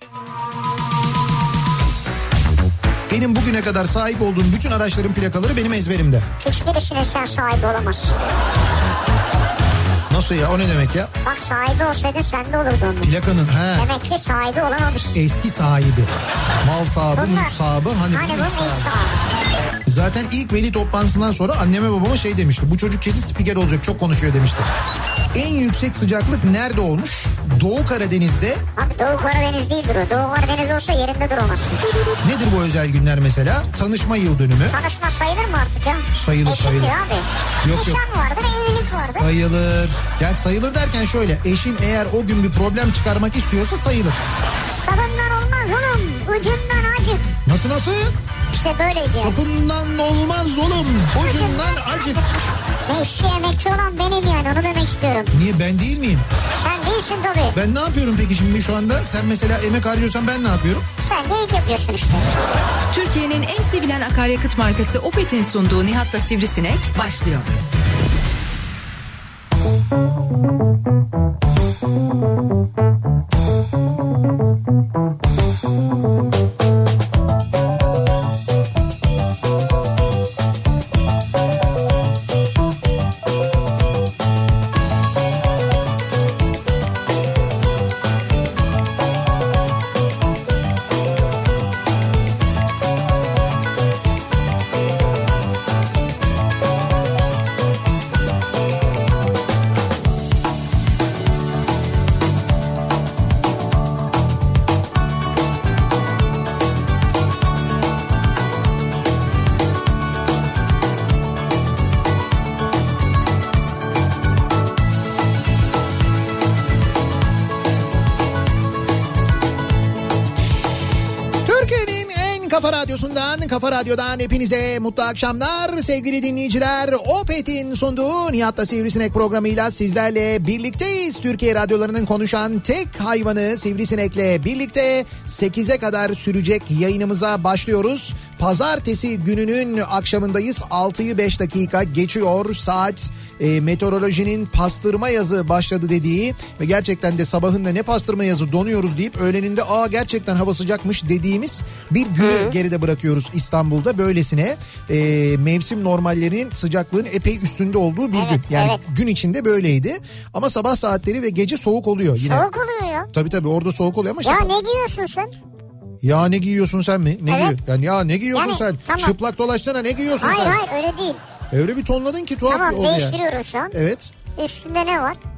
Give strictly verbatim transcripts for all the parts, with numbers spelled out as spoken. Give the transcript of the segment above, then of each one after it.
Benim bugüne kadar sahip olduğum bütün araçların plakaları benim ezberimde. Hiçbirisine sen sahibi olamazsın. Nasıl ya, o ne demek ya? Bak sahibi olsaydı sende olurdu onun. Plakanın he. Demek ki sahibi olamamışsın. Eski sahibi. Mal sahibi, Bunlar, mülk sahibi. Hani, hani bu ilk sahibi. sahibi. Zaten ilk veli toplantısından sonra anneme babama şey demişti. Bu çocuk kesin spiker olacak, çok konuşuyor demişti. En yüksek sıcaklık nerede olmuş? Doğu Karadeniz'de. Abi Doğu Karadeniz değildir o. Doğu Karadeniz olsa yerinde duramazsın. Nedir bu özel günler mesela? Tanışma yıl dönümü. Tanışma sayılır mı artık ya? Sayılır Eşittir sayılır. abi. Yok, Nişan yok. vardır, evlilik vardır. Sayılır. Yani sayılır derken şöyle. Eşin eğer o gün bir problem çıkarmak istiyorsa sayılır. Sabından olmaz oğlum. Ucundan acık. Nasıl nasıl? İşte böyleydi. Sapından olmaz oğlum. Ucundan acık. Ne işçi emekçi olan benim yani, onu demek istiyorum. Niye, ben değil miyim? Sen değilsin tabii. Ben ne yapıyorum peki şimdi şu anda? Sen mesela emek harcıyorsan ben ne yapıyorum? Sen de ilk yapıyorsun işte. Türkiye'nin en sevilen akaryakıt markası Opet'in sunduğu Nihat'la Sivrisinek başlıyor. Kafa Radyo'dan hepinize mutlu akşamlar sevgili dinleyiciler. Opet'in sunduğu Nihat'la Sivrisinek programıyla sizlerle birlikteyiz. Türkiye radyolarının konuşan tek hayvanı Sivrisinek'le birlikte sekize kadar sürecek yayınımıza başlıyoruz. Pazartesi gününün akşamındayız. altıyı beş dakika geçiyor saat. E, meteorolojinin pastırma yazı başladı dediği ve gerçekten de sabahında ne pastırma yazı donuyoruz deyip öğleninde aa gerçekten hava sıcakmış dediğimiz bir günü Hı. geride bırakıyoruz İstanbul'da. Böylesine e, mevsim normallerinin sıcaklığın epey üstünde olduğu bir evet, gün. Yani evet. gün içinde böyleydi ama sabah saatleri ve gece soğuk oluyor yine. Soğuk oluyor ya. Tabii tabii orada soğuk oluyor ama. Ya işte... ne giyiyorsun sen? Ya ne giyiyorsun sen mi? Ne evet. giyiyor? Yani ya ne giyiyorsun yani, sen? Tamam. Çıplak dolaşsana, ne giyiyorsun hayır, sen? Hayır hayır öyle değil. Öyle bir tonladın ki tuhaf tamam, oldu yani. Tamam değiştiriyorum şu an. Evet. Üstünde ne var?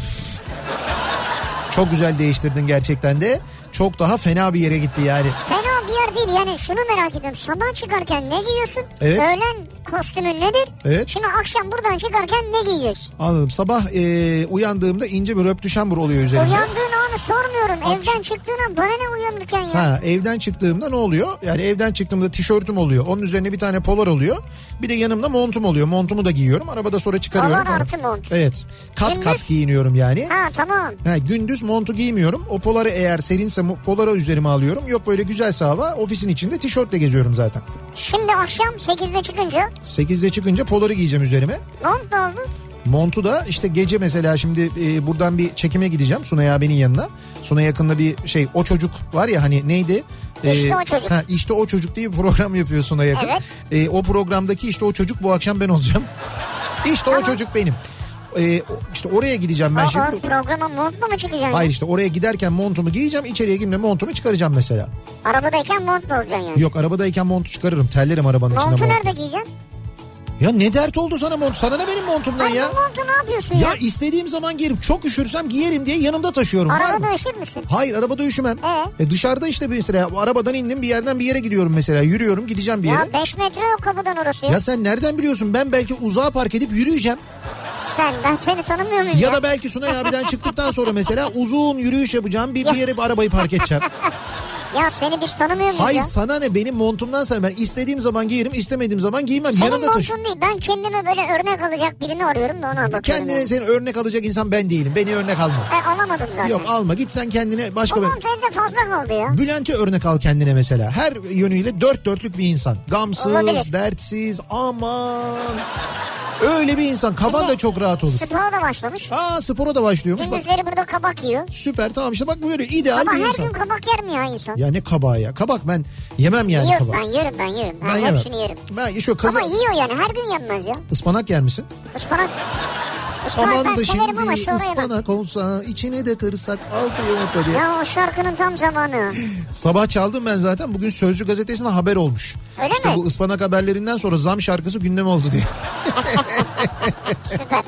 Çok güzel değiştirdin gerçekten de. Çok daha fena bir yere gitti yani. Fena bir yer değil yani, şunu merak ediyorum. Sabah çıkarken ne giyiyorsun? Evet. Öğlen kostümün nedir? Evet. Şimdi akşam buradan çıkarken ne giyeceksin? Anladım. Sabah e, uyandığımda ince bir röptüşambur oluyor üzerimde. Uyandığın anı sormuyorum. Akşam. Evden çıktığına bana ne uyanırken ya? Ha, evden çıktığımda ne oluyor? Yani evden çıktığımda tişörtüm oluyor. Onun üzerine bir tane polar oluyor. Bir de yanımda montum oluyor. Montumu da giyiyorum. Arabada sonra çıkarıyorum. Polar artı mont. Evet. Kat gündüz... kat giyiniyorum yani. Ha tamam. Ha, gündüz montu giymiyorum. O poları eğer serinse polara üzerime alıyorum. Yok böyle güzelse hava, ofisin içinde tişörtle geziyorum zaten. Şimdi akşam sekizde çıkınca? sekizde çıkınca poları giyeceğim üzerime. Mont ne oldu? Montu da işte gece mesela şimdi e, buradan bir çekime gideceğim Sunay abinin yanına. Sunay yakında bir şey, o çocuk var ya hani neydi? İşte ee, o çocuk. Ha, işte o çocuk diye bir program yapıyor Sunay yakın. Evet. E, o programdaki işte o çocuk bu akşam ben olacağım. İşte tamam. O çocuk benim. Ee, işte oraya gideceğim ben o, şimdi. O programa montla mı çıkacaksın? Hayır işte oraya giderken montumu giyeceğim, içeriye girdiğimde montumu çıkaracağım mesela. Arabadayken montla olacaksın yani. Yok, arabadayken montu çıkarırım, terlerim arabanın montu içinde. Montu nerede giyeceksin? Ya ne dert oldu sana mont? Sana ne benim montumdan Ay, ya? bu montu ne yapıyorsun ya? Ya istediğim zaman giyerim. Çok üşürsem giyerim diye yanımda taşıyorum. Arabada üşür müsün? Hayır, arabada üşümem. Ee? E dışarıda işte mesela arabadan indim, bir yerden bir yere gidiyorum mesela. Yürüyorum, gideceğim bir yere. Ya beş metre yok kapıdan orası. Ya sen nereden biliyorsun? Ben belki uzağa park edip yürüyeceğim. Sen, ben seni tanımıyor muyum ya? Ya da belki Sunay abiden çıktıktan sonra mesela uzun yürüyüş yapacağım. Bir, bir yere bir arabayı park edeceğim. Ya seni biz tanımıyor muyuz Hayır ya? sana ne, benim montumdan sana, ben istediğim zaman giyerim, istemediğim zaman giymem. Senin yanımda montun taşı. değil, ben kendime böyle örnek alacak birini arıyorum da ona bakıyorum. Kendine yani. seni örnek alacak insan ben değilim, beni örnek alma. E alamadım zaten. Yok alma, git sen kendine başka bir... Bu mont elde fazla kaldı ya. Bülent'i örnek al kendine mesela, her yönüyle dört dörtlük bir insan. Gamsız, olabilir. dertsiz, aman... Öyle bir insan, kafan Şimdi da çok rahat olur. Spora da başlamış. Aa, spora da başlıyormuş. Gündüzleri burada kabak yiyor. Süper, tamam işte bak böyle ideal Ama bir her insan. gün kabak yer mi ya insan? Ya ne kabağı ya? Kabak ben yemem yani Yiyorum kabak. ben yerim ben yerim. Ben, Ben ben yemem. hepsini yerim. Ben şu kaza... Ama yiyor yani, her gün yenmez ya. Ispanak yer misin? Ispanak. Ispanak Aman ben da severim ama şimdi şuraya bak. ıspanak olsa içine de kırsak altı yumurta diye. Ya o şarkının tam zamanı. Sabah çaldım ben zaten, bugün Sözcü gazetesine haber olmuş. Öyle işte mi? bu ıspanak haberlerinden sonra zam şarkısı gündem oldu diye. Süper.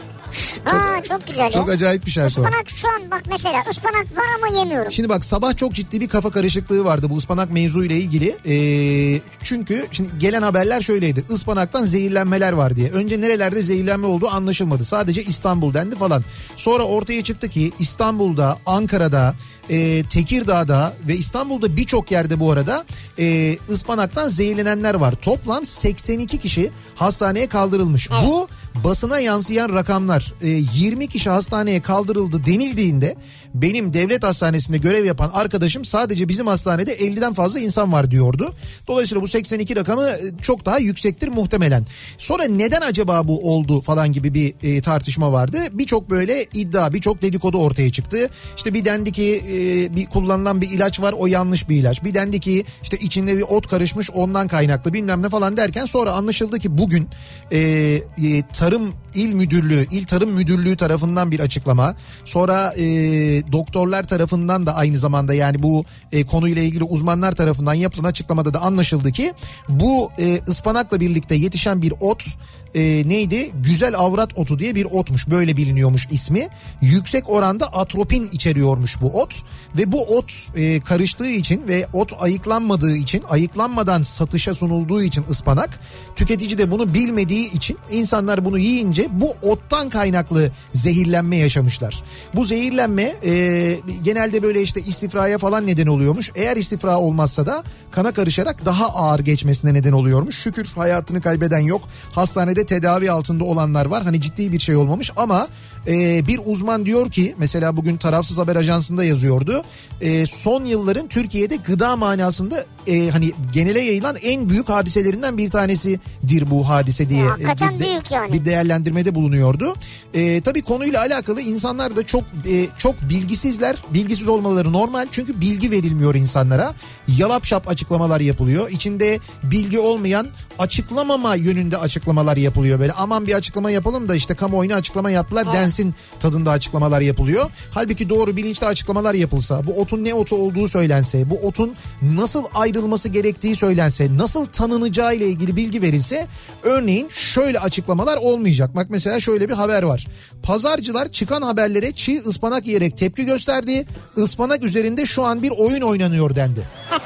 Aa çok güzel Çok ya. acayip bir şarkı var. Ispanak şu an bak mesela ıspanak var ama yemiyorum. Şimdi bak, sabah çok ciddi bir kafa karışıklığı vardı bu ıspanak mevzu ile ilgili. Ee, çünkü şimdi gelen haberler şöyleydi. Ispanaktan zehirlenmeler var diye. Önce nerelerde zehirlenme olduğu anlaşılmadı. Sadece İstanbul dendi falan. Sonra ortaya çıktı ki İstanbul'da, Ankara'da, e, Tekirdağ'da ve İstanbul'da birçok yerde bu arada e, ıspanaktan zehirlenenler var. Toplam seksen iki kişi hastaneye kaldırılmış. Evet. Bu basına yansıyan rakamlar. E, yirmi kişi hastaneye kaldırıldı denildiğinde benim devlet hastanesinde görev yapan arkadaşım sadece bizim hastanede elliden fazla insan var diyordu. Dolayısıyla bu seksen iki rakamı çok daha yüksektir muhtemelen. Sonra neden acaba bu oldu falan gibi bir e, tartışma vardı. Birçok böyle iddia, birçok dedikodu ortaya çıktı. İşte bir dendi ki e, bir kullanılan bir ilaç var, o yanlış bir ilaç. Bir dendi ki işte içinde bir ot karışmış, ondan kaynaklı bilmem ne falan derken sonra anlaşıldı ki bugün e, e, Tarım İl Müdürlüğü, İl Tarım Müdürlüğü tarafından bir açıklama. Sonra e, doktorlar tarafından da aynı zamanda, yani bu e, konuyla ilgili uzmanlar tarafından yapılan açıklamada da anlaşıldı ki bu e, ıspanakla birlikte yetişen bir ot e, neydi? Güzel avrat otu diye bir otmuş. Böyle biliniyormuş ismi. Yüksek oranda atropin içeriyormuş bu ot ve bu ot e, karıştığı için ve ot ayıklanmadığı için, ayıklanmadan satışa sunulduğu için ıspanak, tüketici de bunu bilmediği için insanlar bunu yiyince bu ottan kaynaklı zehirlenme yaşamışlar. Bu zehirlenme e, genelde böyle işte istifraya falan neden oluyormuş. Eğer istifra olmazsa da kana karışarak daha ağır geçmesine neden oluyormuş. Şükür hayatını kaybeden yok. Hastanede tedavi altında olanlar var. Hani ciddi bir şey olmamış ama e, bir uzman diyor ki, mesela bugün Tarafsız Haber Ajansı'nda yazıyordu. E, son yılların Türkiye'de gıda manasında e, hani genele yayılan en büyük hadiselerinden bir tanesidir bu hadise diye Ya, hakikaten bir, de, büyük yani. bir değerlendirmede bulunuyordu. E, tabii konuyla alakalı insanlar da çok e, çok bilgisizler. Bilgisiz olmaları normal çünkü bilgi verilmiyor insanlara. Yalap şap açıklamalar yapılıyor. İçinde bilgi olmayan, açıklamama yönünde açıklamalar yapılıyor. Böyle aman bir açıklama yapalım da işte kamuoyuna açıklama yaptılar densin tadında açıklamalar yapılıyor. Halbuki doğru bilinçli açıklamalar yapılsa, bu otun ne otu olduğu söylense, bu otun nasıl ayrılması gerektiği söylense, nasıl tanınacağı ile ilgili bilgi verilse, örneğin şöyle açıklamalar olmayacak. Bak mesela şöyle bir haber var. Pazarcılar çıkan haberlere çiğ ıspanak yiyerek tepki gösterdi. Ispanak üzerinde şu an bir oyun oynanıyor dendi.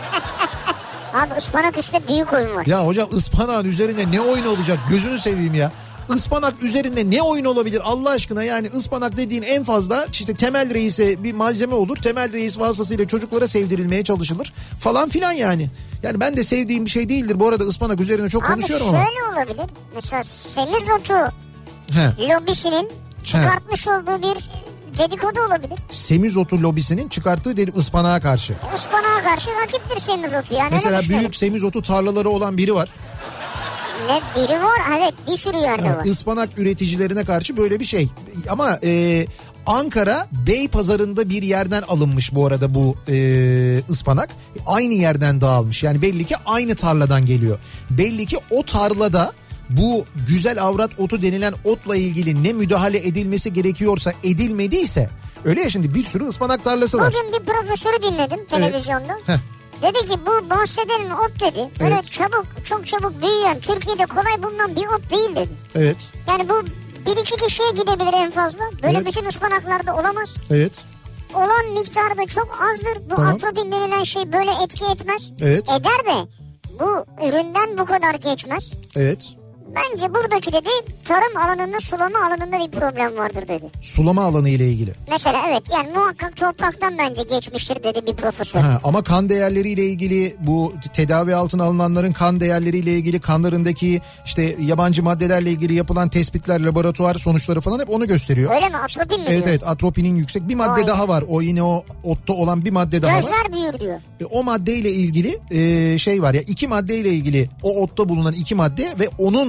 Abi ıspanak işte büyük oyun var. Ya hocam ıspanağın üzerinde ne oyun olacak, gözünü seveyim ya. Ispanak üzerinde ne oyun olabilir Allah aşkına? Yani ıspanak dediğin en fazla işte Temel Reis'e bir malzeme olur. Temel Reis vasıtasıyla çocuklara sevdirilmeye çalışılır falan filan yani. Yani ben de sevdiğim bir şey değildir. Bu arada ıspanak üzerine çok Abi konuşuyorum ama. Abi şöyle olabilir. Mesela semizotu He. lobisinin çıkartmış He. olduğu bir dedikodu olabilir. Semizotu lobisinin çıkarttığı dedi ıspanağa karşı. Ispanağa karşı rakiptir semizotu yani. Mesela büyük semizotu tarlaları olan biri var. Ne biri var, evet bir sürü yerde yani var. Ispanak üreticilerine karşı böyle bir şey. Ama e, Ankara Beypazarı'nda bir yerden alınmış bu arada bu e, ıspanak. Aynı yerden dağılmış. Yani belli ki aynı tarladan geliyor. Belli ki o tarlada bu güzel avrat otu denilen otla ilgili ne müdahale edilmesi gerekiyorsa edilmediyse, öyle ya, şimdi bir sürü ıspanak tarlası var. Bugün bir profesörü dinledim televizyonda. Evet. Dedi ki bu bahsedilen ot dedi. Böyle evet. çabuk, çok çabuk büyüyen, Türkiye'de kolay bulunan bir ot değil dedi. Evet. Yani bu bir iki kişiye gidebilir en fazla. Böyle evet. bütün ıspanaklarda olamaz. Evet. Olan miktarı da çok azdır. Bu tamam. atropin denilen şey böyle etki etmez. Evet. Eder de bu üründen bu kadar geçmez. Evet. Bence buradaki dedi tarım alanında, sulama alanında bir problem vardır dedi. Sulama alanı ile ilgili. Mesela evet, yani muhakkak topraktan bence geçmiştir dedi bir profesör. Ha, ama kan değerleriyle ilgili, bu tedavi altına alınanların kan değerleriyle ilgili, kanlarındaki işte yabancı maddelerle ilgili yapılan tespitler, laboratuvar sonuçları falan hep onu gösteriyor. Öyle mi? Atropin mi Evet diyor? evet, atropinin yüksek bir madde Vay. daha var. O yine o otta olan bir madde daha Gözler var. Gözler büyür diyor. E, o maddeyle ilgili e, şey var ya, iki maddeyle ilgili, o otta bulunan iki madde ve onun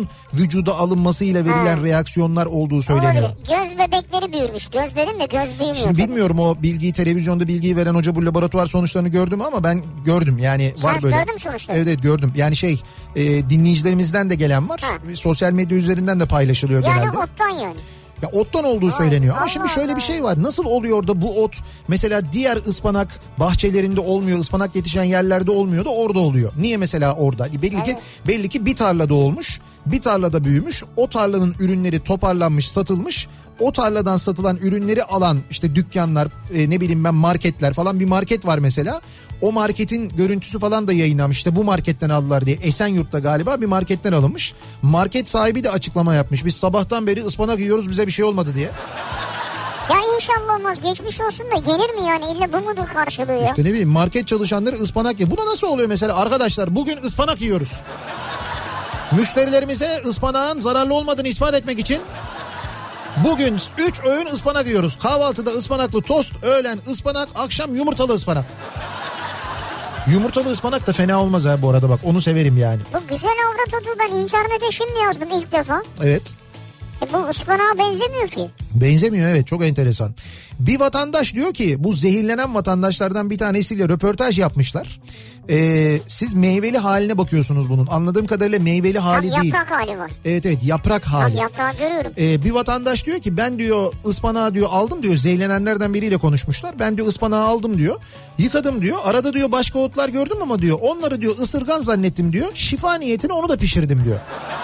vücuda alınmasıyla verilen ha. reaksiyonlar olduğu söyleniyor. Olabilir. Göz bebekleri büyümüş. Göz dedim de göz büyümüyor. Şimdi bilmiyorum o bilgiyi, televizyonda bilgiyi veren hoca bu laboratuvar sonuçlarını gördüm ama ben gördüm yani. Sen var böyle. gördün mü sonuçları? Evet, evet gördüm. Yani şey e, dinleyicilerimizden de gelen var. Ha. Sosyal medya üzerinden de paylaşılıyor yani genelde. Yani ottan yani. Ya ottan olduğu söyleniyor ama Allah şimdi şöyle Allah. bir şey var. Nasıl oluyor da bu ot mesela diğer ıspanak bahçelerinde olmuyor, ıspanak yetişen yerlerde olmuyor da orada oluyor. Niye mesela orada? Belli evet. ki belli ki bir tarlada olmuş, bir tarlada büyümüş. O tarlanın ürünleri toparlanmış, satılmış. O tarladan satılan ürünleri alan işte dükkanlar, e, ne bileyim ben marketler falan, bir market var mesela. O marketin görüntüsü falan da yayınlanmış. İşte bu marketten aldılar diye. Esenyurt'ta galiba bir marketten alınmış. Market sahibi de açıklama yapmış. Biz sabahtan beri ıspanak yiyoruz, bize bir şey olmadı diye. Ya inşallah olmaz. Geçmiş olsun da gelir mi yani? İlla bu mudur karşılığı ya? İşte ne bileyim, market çalışanları ıspanak yiyor. Bu da nasıl oluyor mesela? Arkadaşlar bugün ıspanak yiyoruz. Müşterilerimize ıspanağın zararlı olmadığını ispat etmek için bugün üç öğün ıspanak yiyoruz. Kahvaltıda ıspanaklı tost, öğlen ıspanak, akşam yumurtalı ıspanak. Yumurtalı ıspanak da fena olmaz ha bu arada, bak onu severim yani. Bu güzel avrat otu, ben internete şimdi yazdım ilk defa. Evet. E bu ıspanağa benzemiyor ki. Benzemiyor, evet, çok enteresan. Bir vatandaş diyor ki, bu zehirlenen vatandaşlardan bir tanesiyle röportaj yapmışlar. Ee, siz meyveli haline bakıyorsunuz bunun. Anladığım kadarıyla meyveli hali Tam değil. yaprak hali var. Evet evet, yaprak hali. Tam yaprağı görüyorum. Ee, bir vatandaş diyor ki ben diyor ıspanağı diyor aldım diyor, zehirlenenlerden biriyle konuşmuşlar. Ben diyor ıspanağı aldım diyor. Yıkadım diyor. Arada diyor başka otlar gördüm ama diyor onları diyor ısırgan zannettim diyor. Şifa niyetine onu da pişirdim diyor.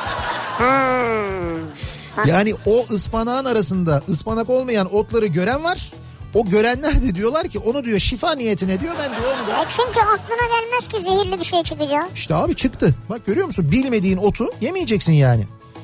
Hmm. Yani o ıspanağın arasında ıspanak olmayan otları gören var. O görenler de diyorlar ki onu diyor şifa niyetine diyor, ben diyor onu da. E çünkü aklına gelmez ki zehirli bir şey çıkacak. İşte abi çıktı. Bak görüyor musun, bilmediğin otu yemeyeceksin yani.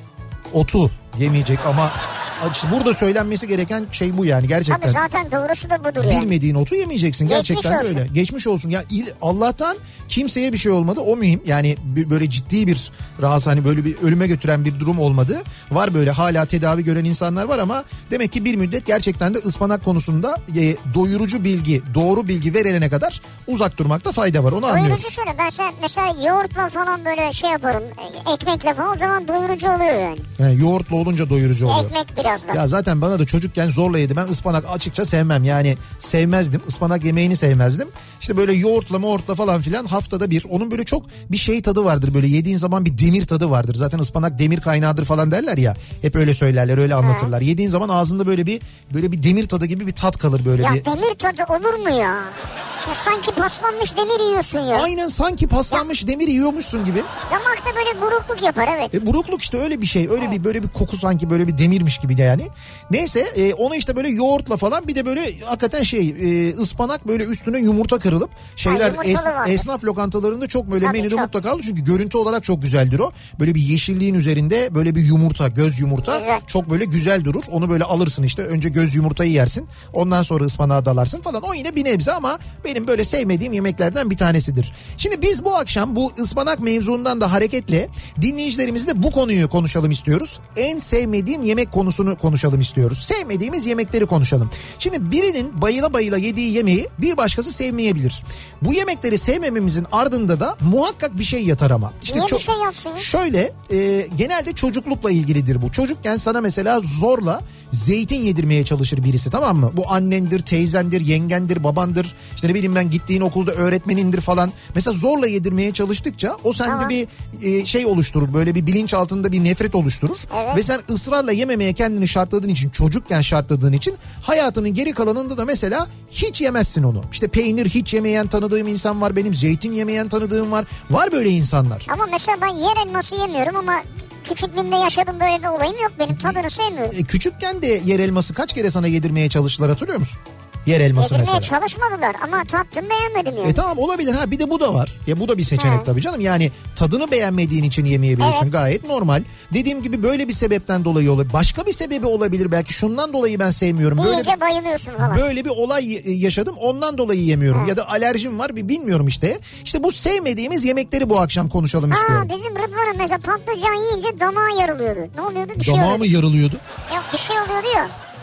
Otu yemeyecek ama burada söylenmesi gereken şey bu yani gerçekten. Tabii zaten doğrusu da budur yani. Bilmediğin otu yemeyeceksin, gerçekten Geçmiş öyle. Geçmiş olsun. Ya Allah'tan kimseye bir şey olmadı, o mühim. Yani böyle ciddi bir rahatsız, hani böyle bir ölüme götüren bir durum olmadı. Var böyle hala tedavi gören insanlar var ama demek ki bir müddet gerçekten de ıspanak konusunda e, doyurucu bilgi, doğru bilgi verilene kadar uzak durmakta fayda var. Onu doyurucu anlıyoruz. şöyle, ben sen mesela yoğurtla falan böyle şey yaparım, ekmekle falan, o zaman doyurucu oluyor yani. Yani yoğurtla olunca doyurucu oluyor. Ekmek biraz da. Ya zaten bana da çocukken zorla yedi. Ben ıspanak açıkça sevmem. Yani sevmezdim. Ispanak yemeğini sevmezdim. İşte böyle yoğurtla moğurtla falan filan haftada bir. Onun böyle çok bir şey tadı vardır. Böyle yediğin zaman bir demir tadı vardır. Zaten ıspanak demir kaynağıdır falan derler ya. Hep öyle söylerler, öyle anlatırlar. He. Yediğin zaman ağzında böyle bir böyle bir demir tadı gibi bir tat kalır böyle ya bir. Ya demir tadı olur mu ya? Ya sanki paslanmış demir yiyorsun ya. Aynen, sanki paslanmış ya. Demir yiyormuşsun gibi. Damakta böyle burukluk yapar, evet. E, burukluk işte öyle bir şey. Öyle evet. bir böyle bir koku, sanki böyle bir demirmiş gibi de yani. Neyse e, onu işte böyle yoğurtla falan, bir de böyle hakikaten şey e, ıspanak böyle üstüne yumurta kırılıp şeyler ha, es, esnaf lokantalarında çok böyle tabii, menüde çok. mutlaka olur. Çünkü görüntü olarak çok güzeldir o. Böyle bir yeşilliğin üzerinde böyle bir yumurta, göz yumurta güzel. Çok böyle güzel durur. Onu böyle alırsın işte, önce göz yumurtayı yersin. Ondan sonra ıspanağa dalarsın falan. O yine bir nebze ama benim böyle sevmediğim yemeklerden bir tanesidir. Şimdi biz bu akşam bu ıspanak mevzundan da hareketle dinleyicilerimizle bu konuyu konuşalım istiyoruz. En sevmediğim yemek konusunu konuşalım istiyoruz. Sevmediğimiz yemekleri konuşalım. Şimdi birinin bayıla bayıla yediği yemeği bir başkası sevmeyebilir. Bu yemekleri sevmememizin ardında da muhakkak bir şey yatar ama. İşte Niye ço- bir şey yapsın? Şöyle e, genelde çocuklukla ilgilidir bu. Çocukken sana mesela zorla zeytin yedirmeye çalışır birisi, tamam mı? Bu annendir, teyzendir, yengendir, babandır. İşte ne bileyim ben, gittiğin okulda öğretmenindir falan. Mesela zorla yedirmeye çalıştıkça o sende tamam. bir e, şey oluşturur. Böyle bir bilinç altında bir nefret oluşturur. Evet. Ve sen ısrarla yememeye kendini şartladığın için, çocukken şartladığın için hayatının geri kalanında da mesela hiç yemezsin onu. İşte peynir hiç yemeyen tanıdığım insan var benim. Zeytin yemeyen tanıdığım var. Var böyle insanlar. Ama mesela ben yer elması yemiyorum ama küçüklüğümde yaşadığım böyle bir olayım yok. Benim tadını sevmiyorum. E, küçükken de yer elması kaç kere sana yedirmeye çalıştılar, hatırlıyor musun? Yer elması yedirmeye mesela. çalışmadılar ama tattım, beğenmedim yani. E tamam, olabilir ha, bir de bu da var. Ya bu da bir seçenek ha. Tabii canım. Yani tadını beğenmediğin için yemeyebilirsin, evet. Gayet normal. Dediğim gibi böyle bir sebepten dolayı olabilir. Başka bir sebebi olabilir belki, şundan dolayı ben sevmiyorum. Böyle İyice bayılıyorsun falan. Böyle bir olay yaşadım, ondan dolayı yemiyorum. Ha. Ya da alerjim var, bir bilmiyorum işte. İşte bu sevmediğimiz yemekleri bu akşam konuşalım ha, istiyorum. Bizim Rıdvan'ın mesela patlıcan yiyince damağı yarılıyordu. Ne oluyordu? Bir Damağı şey mı yarılıyordu? Yok, bir şey oluyordu ya.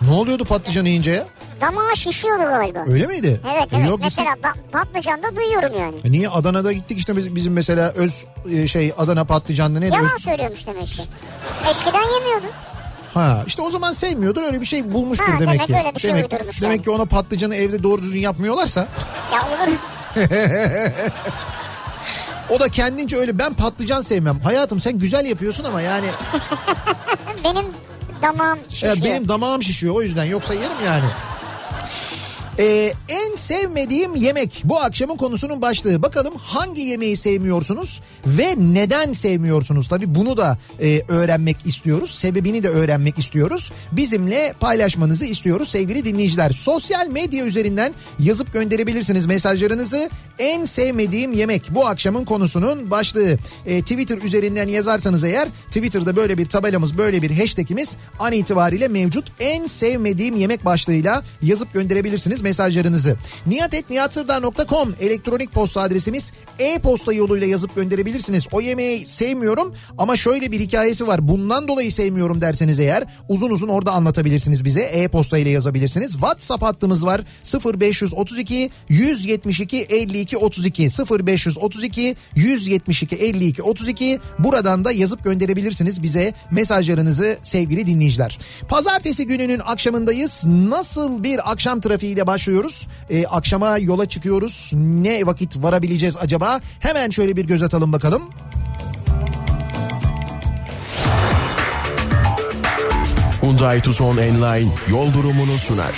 Ne oluyordu patlıcan yiyince ya? Damağı şişiyordu galiba. Öyle miydi? Evet evet. Yok, mesela biz... ba- patlıcanda duyuyorum yani. E niye Adana'da gittik işte biz, bizim mesela öz şey Adana patlıcanlı neydi? Yalan öz... söylüyormuş demek ki. Eskiden yemiyordu. Ha işte o zaman sevmiyordur, öyle bir şey bulmuştur ha, demek, demek ki. Öyle bir şey demek, uydurmuş demek yani. ki ona patlıcanı evde doğru düzgün yapmıyorlarsa. Ya olur. O da kendince öyle, ben patlıcan sevmem. Hayatım sen güzel yapıyorsun ama yani. Benim damağım şişiyor. E, benim damağım şişiyor o yüzden, yoksa yerim yani. Ee, en sevmediğim yemek bu akşamın konusunun başlığı. Bakalım hangi yemeği sevmiyorsunuz ve neden sevmiyorsunuz? Tabii bunu da e, öğrenmek istiyoruz. Sebebini de öğrenmek istiyoruz. Bizimle paylaşmanızı istiyoruz sevgili dinleyiciler. Sosyal medya üzerinden yazıp gönderebilirsiniz mesajlarınızı. En sevmediğim yemek bu akşamın konusunun başlığı. E, Twitter üzerinden yazarsanız eğer, Twitter'da böyle bir tabelamız, böyle bir hashtagimiz an itibariyle mevcut. En sevmediğim yemek başlığıyla yazıp gönderebilirsiniz mesajlarınızı. nihat et nihat sırdar nokta com elektronik posta adresimiz. E-posta yoluyla yazıp gönderebilirsiniz. O yemeği sevmiyorum ama şöyle bir hikayesi var, bundan dolayı sevmiyorum derseniz eğer, uzun uzun orada anlatabilirsiniz bize. E-posta ile yazabilirsiniz. WhatsApp hattımız var sıfır beş otuz iki yüz yetmiş iki elli iki otuz iki sıfır beş otuz iki yüz yetmiş iki elli iki otuz iki. Buradan da yazıp gönderebilirsiniz bize mesajlarınızı sevgili dinleyiciler. Pazartesi gününün akşamındayız. Nasıl bir akşam trafiğiyle başlıyoruz? Ee, akşama yola çıkıyoruz. Ne vakit varabileceğiz acaba? Hemen şöyle bir göz atalım bakalım. Hyundai Tucson Enline yol durumunu sunar.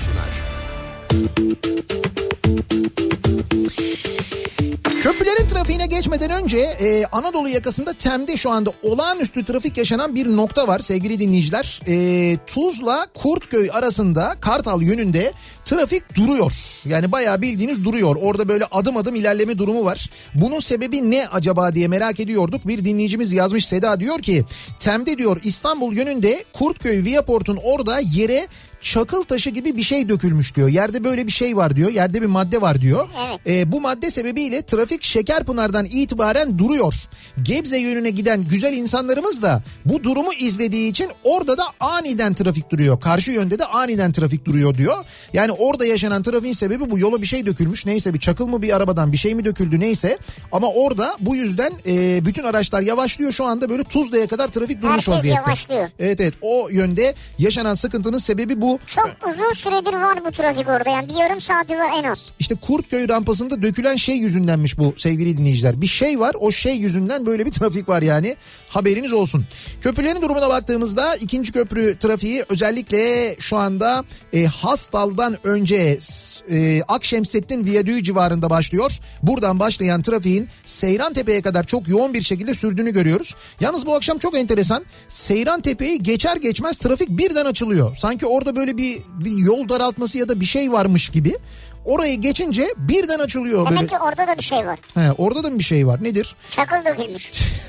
Köprülerin trafiğine geçmeden önce e, Anadolu yakasında Tem'de şu anda olağanüstü trafik yaşanan bir nokta var sevgili dinleyiciler. E, Tuzla Kurtköy arasında Kartal yönünde trafik duruyor. Yani bayağı bildiğiniz duruyor. Orada böyle adım adım ilerleme durumu var. Bunun sebebi ne acaba diye merak ediyorduk. Bir dinleyicimiz yazmış, Seda diyor ki Tem'de diyor İstanbul yönünde Kurtköy Viaport'un orada yere çakıl taşı gibi bir şey dökülmüş diyor. Yerde böyle bir şey var diyor. Yerde bir madde var diyor. Evet. E, bu madde sebebiyle trafik Şekerpınar'dan itibaren duruyor. Gebze yönüne giden güzel insanlarımız da bu durumu izlediği için orada da aniden trafik duruyor. Karşı yönde de aniden trafik duruyor diyor. Yani orada yaşanan trafiğin sebebi bu, yola bir şey dökülmüş. Neyse, bir çakıl mı bir arabadan bir şey mi döküldü neyse. Ama orada bu yüzden e, bütün araçlar yavaşlıyor. Şu anda böyle Tuzla'ya kadar trafik durmuş Herkes vaziyette. yavaşlıyor. Evet evet, o yönde yaşanan sıkıntının sebebi bu. Çok uzun süredir var bu trafik orada, yani bir yarım saati var en az. İşte Kurtköy rampasında dökülen şey yüzündenmiş bu sevgili dinleyiciler. Bir şey var, o şey yüzünden böyle bir trafik var yani, haberiniz olsun. Köprülerin durumuna baktığımızda ikinci köprü trafiği özellikle şu anda e, Hastal'dan önce e, Akşemsettin Viyadüğü civarında başlıyor. Buradan başlayan trafiğin Seyrantepe'ye kadar çok yoğun bir şekilde sürdüğünü görüyoruz. Yalnız bu akşam çok enteresan, Seyrantepe'yi geçer geçmez trafik birden açılıyor. Sanki orada böyle bir, bir yol daraltması ya da bir şey varmış gibi. Orayı geçince birden açılıyor. Demek böyle. ki orada da bir şey var. He, orada da mı bir şey var? Nedir? Çakıl dökülmüş.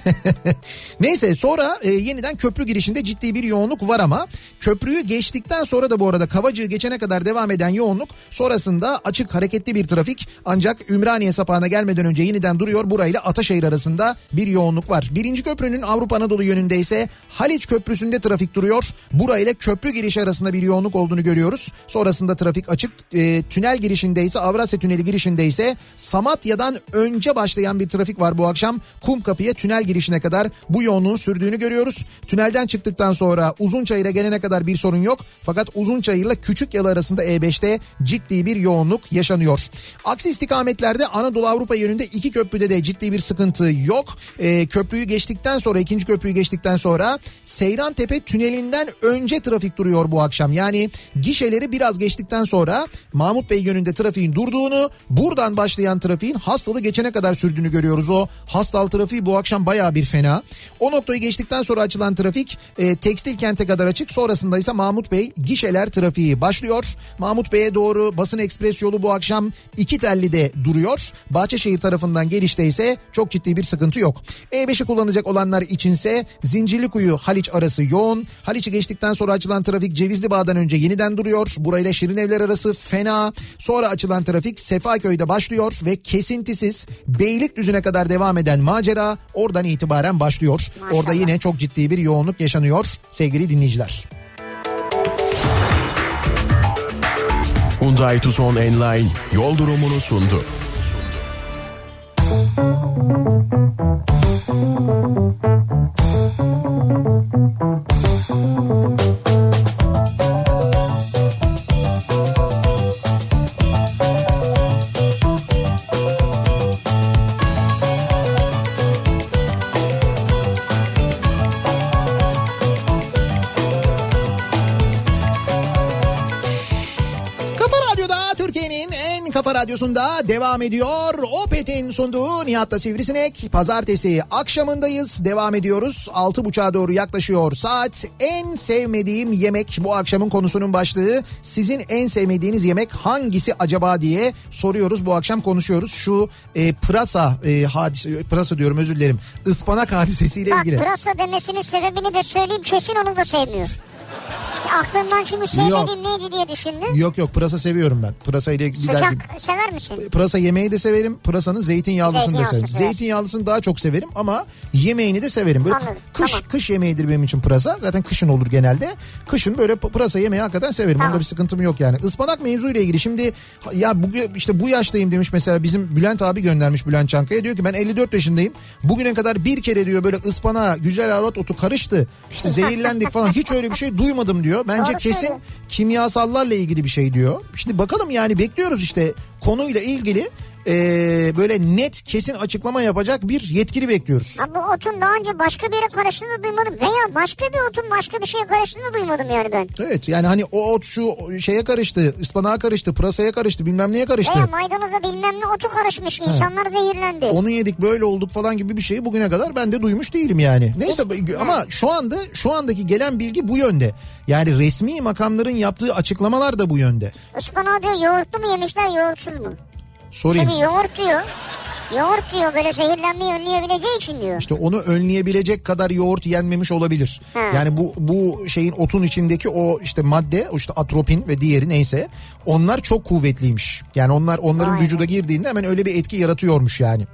Neyse, sonra e, yeniden köprü girişinde ciddi bir yoğunluk var ama köprüyü geçtikten sonra da bu arada Kavacığı geçene kadar devam eden yoğunluk, sonrasında açık hareketli bir trafik, ancak Ümraniye sapağına gelmeden önce yeniden duruyor. Burayla Ataşehir arasında bir yoğunluk var. Birinci köprünün Avrupa Anadolu yönünde ise Haliç Köprüsü'nde trafik duruyor. Burayla köprü girişi arasında bir yoğunluk olduğunu görüyoruz. Sonrasında trafik açık. E, tünel girişinde ise, Avrasya Tüneli girişinde ise Samatya'dan önce başlayan bir trafik var bu akşam. Kumkapı'ya tünel girişine kadar bu yoğunluğun sürdüğünü görüyoruz. Tünelden çıktıktan sonra Uzunçayır'a gelene kadar bir sorun yok. Fakat Uzunçayır'la Küçükyalı arasında E beşte ciddi bir yoğunluk yaşanıyor. Aksi istikametlerde Anadolu Avrupa yönünde iki köprüde de ciddi bir sıkıntı yok. E, köprüyü geçtikten sonra, ikinci köprüyü geçtikten sonra Seyrantepe tünelinden önce trafik duruyor bu akşam. Yani gişeleri biraz geçtikten sonra Mahmut Bey yönünde trafiğin durduğunu, buradan başlayan trafiğin Hastal'ı geçene kadar sürdüğünü görüyoruz. O Hastal trafiği bu akşam bayağı bir fena. O noktayı geçtikten sonra açılan trafik e, Tekstil Kent'e kadar açık. Sonrasında ise Mahmut Bey gişeler trafiği başlıyor. Mahmut Bey'e doğru Basın Ekspres yolu bu akşam iki Telli'de duruyor. Bahçeşehir tarafından gelişte ise çok ciddi bir sıkıntı yok. E beşi kullanacak olanlar içinse Zincirlikuyu Haliç arası yoğun. Haliç'i geçtikten sonra açılan trafik Cevizlibağ'dan önce yeniden duruyor. Burayla Şirinevler arası fena. Sonra açılan trafik Sefaköy'de başlıyor ve kesintisiz Beylikdüzü'ne kadar devam eden macera oradan itibaren başlıyor. Maşallah. Orada yine çok ciddi bir yoğunluk yaşanıyor sevgili dinleyiciler. Hyundai Tucson Enline yol durumunu sundu. Radyosunda devam ediyor. Opet'in sunduğu Nihat'la Sivrisinek. Pazartesi akşamındayız. Devam ediyoruz. Altı buçuğa doğru yaklaşıyor saat. En sevmediğim yemek bu akşamın konusunun başlığı. Sizin en sevmediğiniz yemek hangisi acaba diye soruyoruz. Bu akşam konuşuyoruz. Şu e, pırasa e, hadise, pırasa diyorum özür dilerim. Ispanak hadisesiyle Bak, ilgili. Bak pırasa demesinin sebebini de söyleyeyim, kesin onu da sevmiyor. Aklından şimdi sevmediğim neydi diye düşündüm. Yok yok pırasa seviyorum ben. Pırasa ile Sıcak derdim. Sever misin? Pırasa yemeği de severim. Pırasanın zeytinyağlısını da severim. Sever. Zeytinyağlısını daha çok severim ama yemeğini de severim. Böyle Anladım, kış tamam. kış yemeğidir benim için pırasa. Zaten kışın olur genelde. Kışın böyle pırasa yemeği hakikaten severim. Tamam. Onda bir sıkıntım yok yani. Ispanak mevzuyla ilgili şimdi ya bugün işte bu yaştayım demiş mesela bizim Bülent abi göndermiş Bülent Çankaya. Diyor ki ben elli dört yaşındayım. Bugüne kadar bir kere diyor böyle ıspanağa güzel arvat otu karıştı. İşte zehirlendik falan. Hiç öyle bir şey duymadım diyor. Bence Doğru kesin söylüyor. kimyasallarla ilgili bir şey diyor. Şimdi bakalım yani bekliyoruz işte konuyla ilgili e, böyle net kesin açıklama yapacak bir yetkili bekliyoruz. Abi bu otun daha önce başka bir yere karıştığını duymadım veya başka bir otun başka bir şeye karıştığını duymadım yani ben. Evet yani hani o ot şu şeye karıştı, ıspanağa karıştı, pırasaya karıştı, bilmem neye karıştı. Veya maydanoza bilmem ne otu karışmış, insanlar zehirlendi. Onu yedik böyle olduk falan gibi bir şeyi bugüne kadar ben de duymuş değilim yani. Neyse e, ama şu anda şu andaki gelen bilgi bu yönde. Yani resmi makamların yaptığı açıklamalar da bu yönde. Ispanağı diyor yoğurtlu mu yemişler, yoğurtsuz mu? Sorayım. Tabii yoğurt diyor. Yoğurt diyor böyle zehirlenmeyi önleyebileceği için diyor. İşte onu önleyebilecek kadar yoğurt yenmemiş olabilir. Ha. Yani bu bu şeyin otun içindeki o işte madde, o işte atropin ve diğeri neyse onlar çok kuvvetliymiş. Yani onlar onların Vay vücuda be. girdiğinde hemen öyle bir etki yaratıyormuş yani.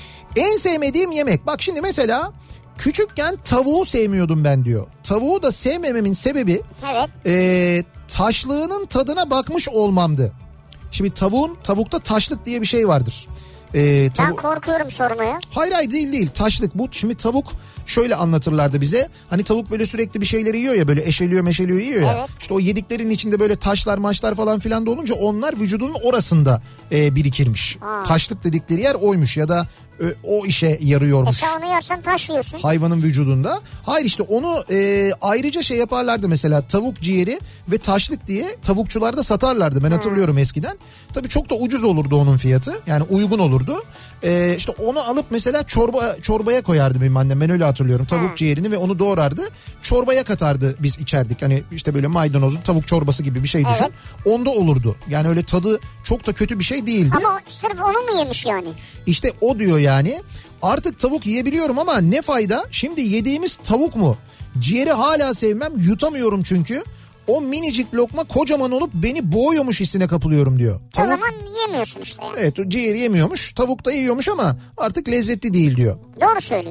En sevmediğim yemek. Bak şimdi mesela küçükken tavuğu sevmiyordum ben diyor. Tavuğu da sevmememin sebebi Evet. e, taşlığının tadına bakmış olmamdı. Şimdi tavuğun tavukta taşlık diye bir şey vardır. Ee, tavu... Ben korkuyorum sormaya. Hayır hayır değil değil taşlık bu. Şimdi tavuk şöyle anlatırlardı bize. Hani tavuk böyle sürekli bir şeyleri yiyor ya, böyle eşeliyor meşeliyor yiyor ya. Evet. İşte o yediklerin içinde böyle taşlar maçlar falan filan da olunca onlar vücudunun orasında e, birikirmiş. Ha. Taşlık dedikleri yer oymuş ya da o işe yarıyormuş. E sen onu yersen taş yiyorsun. Hayvanın vücudunda. Hayır işte onu e, ayrıca şey yaparlardı mesela, tavuk ciğeri ve taşlık diye tavukçularda satarlardı. Ben hatırlıyorum hmm. eskiden. Tabii çok da ucuz olurdu onun fiyatı. Yani uygun olurdu. E, işte onu alıp mesela çorba çorbaya koyardı benim annem. Ben öyle hatırlıyorum. Tavuk hmm. ciğerini ve onu doğrardı. Çorbaya katardı, biz içerdik. Hani işte böyle maydanozun tavuk çorbası gibi bir şey düşün. Evet. Onda olurdu. Yani öyle tadı çok da kötü bir şey değildi. Ama sırf onu mu yemiş yani? İşte o diyor yani. Artık tavuk yiyebiliyorum ama ne fayda? Şimdi yediğimiz tavuk mu? Ciğeri hala sevmem, yutamıyorum çünkü. O minicik lokma kocaman olup beni boğuyormuş hissine kapılıyorum diyor. Tavuk... O zaman yemiyorsun işte. Yani. Evet, o ciğeri yemiyormuş. Tavuk da yiyormuş ama artık lezzetli değil diyor. Doğru söylüyor.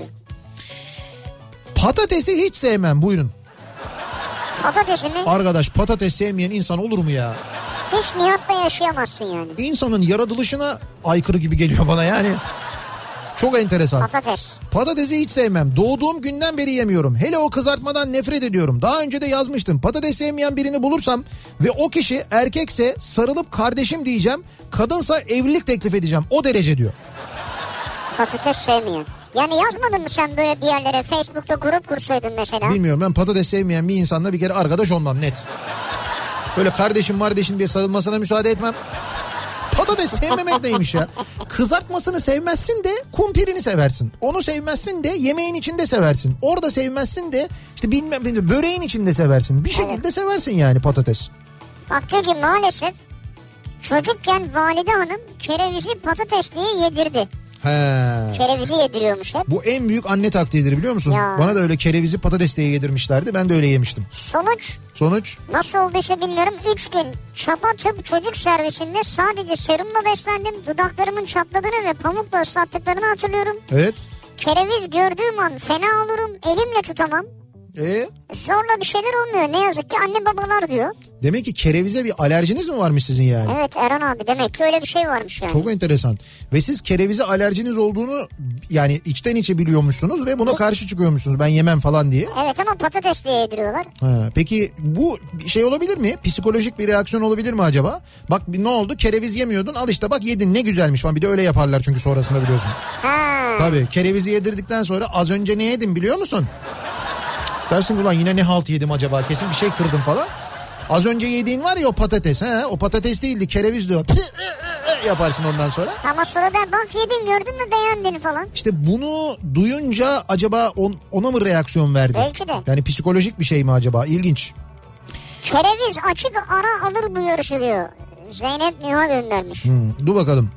Patatesi hiç sevmem, buyurun. Patatesi mi? Arkadaş, patates sevmeyen insan olur mu ya? Hiç Nihat'la yaşayamazsın yani. İnsanın yaratılışına aykırı gibi geliyor bana yani. Çok enteresan. Patates. Patatesi hiç sevmem. Doğduğum günden beri yemiyorum. Hele o kızartmadan nefret ediyorum. Daha önce de yazmıştım. Patates sevmeyen birini bulursam ve o kişi erkekse sarılıp kardeşim diyeceğim. Kadınsa evlilik teklif edeceğim. O derece diyor. Patates sevmeyen. Yani yazmadın mı sen böyle bir yerlere, Facebook'ta grup kursaydın mesela? Bilmiyorum, ben patates sevmeyen bir insanla bir kere arkadaş olmam net. Böyle kardeşim kardeşim diye sarılmasına müsaade etmem. Patates sevmemek neymiş ya? Kızartmasını sevmezsin de kumpirini seversin. Onu sevmezsin de yemeğin içinde seversin. Orada sevmezsin de işte bilmem böreğin içinde seversin. Bir şekilde evet. seversin yani patates. Bak diyor ki maalesef çocukken valide hanım kerevizi patates diye yedirdi. He. Kerevizi yediriyormuş hep. Bu en büyük anne taktiğidir biliyor musun? Ya. Bana da öyle kerevizi patates diye yedirmişlerdi. Ben de öyle yemiştim. Sonuç? Sonuç? Nasıl olduysa bilmiyorum. Üç gün çapa tıp çocuk servisinde sadece serumla beslendim. Dudaklarımın çatladığını ve pamukla ıslattıklarını hatırlıyorum. Evet. Kereviz gördüğüm an fena olurum. Elimle tutamam. Ee? Zorla bir şeyler olmuyor ne yazık ki, anne babalar diyor. Demek ki kerevize bir alerjiniz mi varmış sizin yani? Evet Erhan abi, demek ki öyle bir şey varmış yani. Çok enteresan. Ve siz kerevize alerjiniz olduğunu yani içten içe biliyormuşsunuz ve buna karşı çıkıyormuşsunuz, ben yemem falan diye. Evet ama patatesle yediriyorlar. Ha, peki bu şey olabilir mi? Psikolojik bir reaksiyon olabilir mi acaba? Bak ne oldu? Kereviz yemiyordun, al işte bak yedin, ne güzelmiş falan. Bir de öyle yaparlar çünkü sonrasında, biliyorsun. Ha. Tabii kerevizi yedirdikten sonra az önce ne yedim biliyor musun? Dersin ulan yine ne halt yedim acaba, kesin bir şey kırdım falan. Az önce yediğin var ya o patates, he, o patates değildi, kereviz diyor. Yaparsın ondan sonra. Ama sonra der bak yedim gördün mü beğendin falan. İşte bunu duyunca acaba on, ona mı reaksiyon verdi? Belki de. Yani psikolojik bir şey mi acaba? İlginç. Kereviz açık ara alır bu yarışı diyor. Zeynep Niha göndermiş. Hmm, dur bakalım.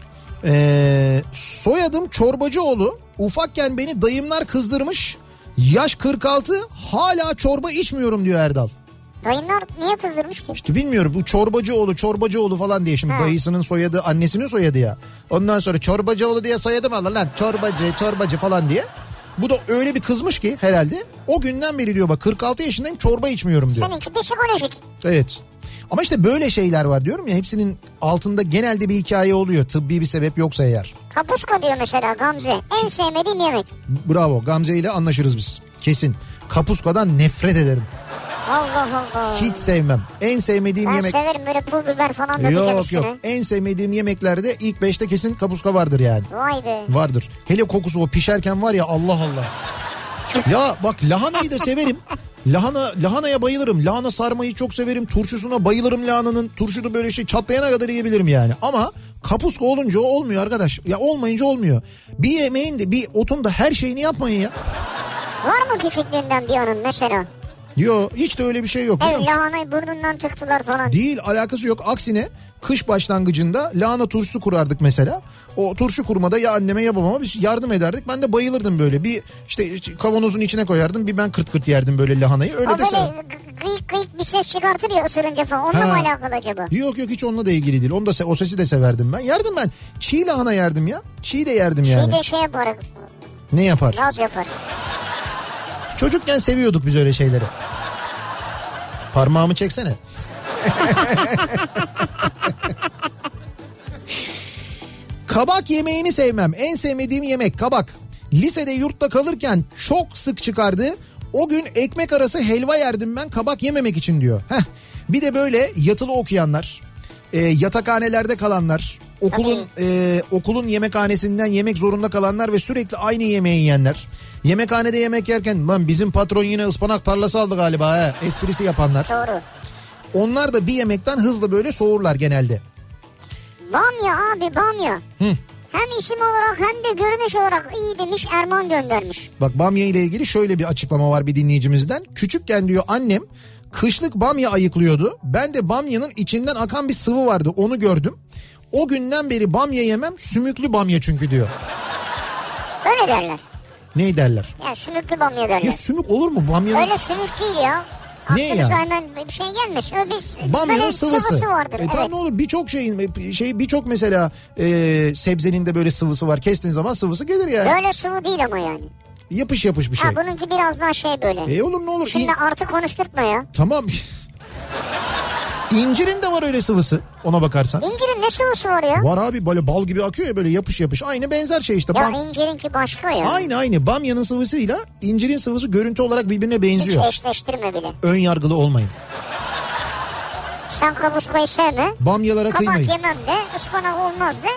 Ee, soyadım Çorbacıoğlu. Ufakken beni dayımlar kızdırmış. Yaş kırk altı, hala çorba içmiyorum diyor Erdal. Dayınlar niye kızdırmış ki? İşte bilmiyorum, bu Çorbacıoğlu Çorbacıoğlu falan diye şimdi ha. Dayısının soyadı annesinin soyadı ya. Ondan sonra Çorbacıoğlu diye soyadı mı alır lan, çorbacı çorbacı falan diye. Bu da öyle bir kızmış ki herhalde o günden beri diyor bak kırk altı yaşındayım, çorba içmiyorum diyor. Seninki psikolojik. Evet. Ama işte böyle şeyler var diyorum ya, hepsinin altında genelde bir hikaye oluyor, tıbbi bir sebep yoksa eğer. Kapuska diyor mesela Gamze, en sevmediğim yemek. Bravo, Gamze ile anlaşırız biz kesin. Kapuskadan nefret ederim. Allah Allah. Hiç sevmem. En sevmediğim ben yemek. Ben severim böyle pul biber falan da diyeceğim üstüne. Yok yok, en sevmediğim yemeklerde ilk beşte kesin kapuska vardır yani. Vay be. Vardır. Hele kokusu o pişerken var ya, Allah Allah. Ya bak lahanayı da severim. Lahana, lahanaya bayılırım. Lahana sarmayı çok severim. Turşusuna bayılırım lahananın. Turşunu böyle şey çatlayana kadar yiyebilirim yani. Ama kapuska olunca olmuyor arkadaş. Ya olmayınca olmuyor. Bir yemeğin de bir otun da her şeyini yapmayın ya. Var mı küçüklüğünden bir anın mesela? Yok, hiç de öyle bir şey yok. Evet, lahanayı burnundan tıktılar falan. Değil, alakası yok. Aksine kış başlangıcında lahana turşusu kurardık mesela. O turşu kurmada ya anneme ya babama biz yardım ederdik. Ben de bayılırdım böyle. Bir işte kavanozun içine koyardım. Bir ben kırt kırt yerdim böyle lahanayı. Öyle o de böyle gıyık gıyık bir ses çıkartır ya ısırınca falan. Onunla mı alakalı acaba? Yok yok, hiç onunla da ilgili değil. Onu da o sesi de severdim ben. Yerdim ben. Çiğ lahana yerdim ya. Çiğ de yerdim yani. Çiğ de şey yapar. Ne yapar? Laz yapar. Çocukken seviyorduk biz öyle şeyleri. Parmağımı çeksene. Kabak yemeğini sevmem. En sevmediğim yemek kabak. Lisede yurtta kalırken çok sık çıkardı. O gün ekmek arası helva yerdim ben kabak yememek için diyor. Heh. Bir de böyle yatılı okuyanlar, e, yatakhanelerde kalanlar, okulun e, okulun yemekhanesinden yemek zorunda kalanlar ve sürekli aynı yemeği yiyenler. Yemekhanede yemek yerken lan bizim patron yine ıspanak tarlası aldı galiba he, esprisi yapanlar. Doğru. Onlar da bir yemekten hızlı böyle soğurlar genelde. Bamya abi bamya. Hı. Hem isim olarak hem de görünüş olarak iyi demiş, Erman göndermiş. Bak bamya ile ilgili şöyle bir açıklama var bir dinleyicimizden. Küçükken diyor annem kışlık bamya ayıklıyordu. Ben de bamyanın içinden akan bir sıvı vardı, onu gördüm. O günden beri bamya yemem, sümüklü bamya çünkü diyor. Öyle derler. Ne derler? Ya sümüklü bamya derler. Ya sümük olur mu bamyanın? Öyle sümük değil ya. Ne Aklınıza ya? hemen bir şey gelmesin. Öyle bir Bamyanın sıvısı. sıvısı vardır. E evet. tamam, ne olur, birçok şeyin şey birçok mesela e, sebzenin de böyle sıvısı var. Kestiğin zaman sıvısı gelir yani. Böyle sıvı değil ama yani. Yapış yapış bir şey. Ha bununki biraz daha şey böyle. E olur ne olur. Şimdi İn... artı konuşturtma ya. Tamam. İncirin de var öyle sıvısı, ona bakarsan. İncirin ne sıvısı var ya? Var abi, böyle bal gibi akıyor ya, böyle yapış yapış. Aynı benzer şey işte. Ya Bam... incirinki başka ya. Aynı aynı. Bamyanın sıvısıyla incirin sıvısı görüntü olarak birbirine benziyor. Hiç eşleştirme bile. Ön yargılı olmayın. Sen kapuskayı sevme. Bamyalara kabak kıymayın. Kabak yemem de, ıspanak olmaz de.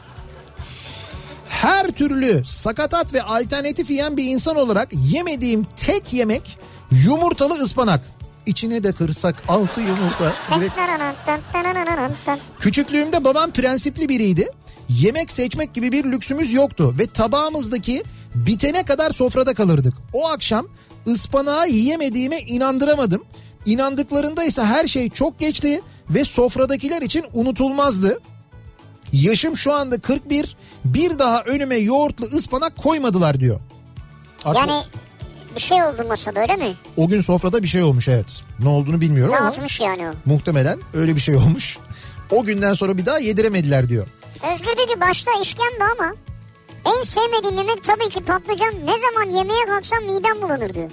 Her türlü sakatat ve alternatif yiyen bir insan olarak yemediğim tek yemek yumurtalı ıspanak. İçine de kırsak altı yumurta. Direkt... Küçüklüğümde babam prensipli biriydi. Yemek seçmek gibi bir lüksümüz yoktu ve tabağımızdaki bitene kadar sofrada kalırdık. O akşam ıspanağı yiyemediğime inandıramadım. İnandıklarında ise her şey çok geçti ve sofradakiler için unutulmazdı. Yaşım şu anda kırk bir, bir daha önüme yoğurtlu ıspanak koymadılar diyor. Aklı... Yani bir şey oldu masada, öyle mi? O gün sofrada bir şey olmuş, evet. Ne olduğunu bilmiyorum ama. Dağıtmış yani o. Muhtemelen öyle bir şey olmuş. O günden sonra bir daha yediremediler diyor. Özgür dedi başta işkembe ama en sevmediğim yemek tabii ki patlıcan. Ne zaman yemeğe kalksam midem bulanır diyor.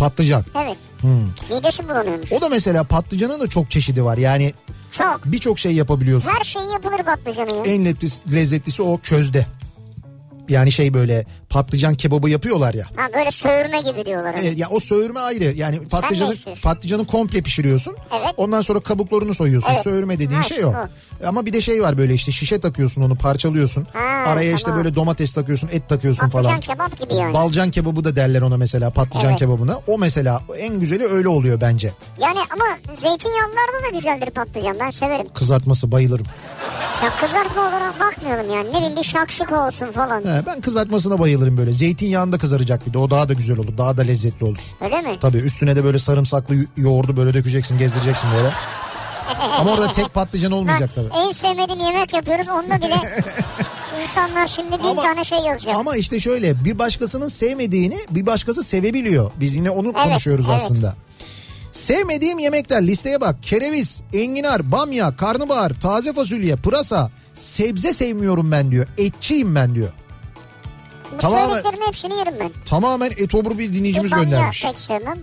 Patlıcan. Evet. Hmm. Midesi bulanıyormuş. O da mesela patlıcanın da çok çeşidi var. Yani çok. Birçok şey yapabiliyorsun. Her şey yapılır patlıcanın ya. En lezzetlisi o közde. Yani şey böyle patlıcan kebabı yapıyorlar ya. Ha böyle söğürme gibi diyorlar. Evet, ya o söğürme ayrı. Yani patlıcanı patlıcanı komple pişiriyorsun. Evet. Ondan sonra kabuklarını soyuyorsun. Evet. Söğürme dediğin ha, şey o. o. Ama bir de şey var böyle işte şişe takıyorsun onu parçalıyorsun. Ha, Araya tamam. işte böyle domates takıyorsun, et takıyorsun patlıcan falan. Patlıcan kebap gibi yani. Balcan kebabı da derler ona mesela patlıcan evet. kebabına. O mesela en güzeli öyle oluyor bence. Yani ama zeytinyağlılarda da güzeldir patlıcan. Ben severim. Kızartması bayılırım. Ya kızartma olarak bakmayalım yani. Ne bileyim bir şakşuka olsun falan. He, ben kızartmasına bayılırım böyle. Zeytinyağında kızaracak bir de. O daha da güzel olur. Daha da lezzetli olur. Öyle mi? Tabii üstüne de böyle sarımsaklı yoğurdu böyle dökeceksin, gezdireceksin böyle. Ama orada tek patlıcan olmayacak tabii. En sevmediğim yemek yapıyoruz. Onda bile insanlar şimdi bin ama, tane şey yazacak. Ama işte şöyle bir başkasının sevmediğini bir başkası sevebiliyor. Biz yine onu evet, konuşuyoruz evet. aslında. Sevmediğim yemekler listeye bak. Kereviz, enginar, bamya, karnabahar, taze fasulye, pırasa. Sebze sevmiyorum ben diyor. Etçiyim ben diyor. Bu tamamen, söylediklerin hepsini yerim ben. Tamamen etobur bir dinleyicimiz bir göndermiş. Bamya pek sevmem.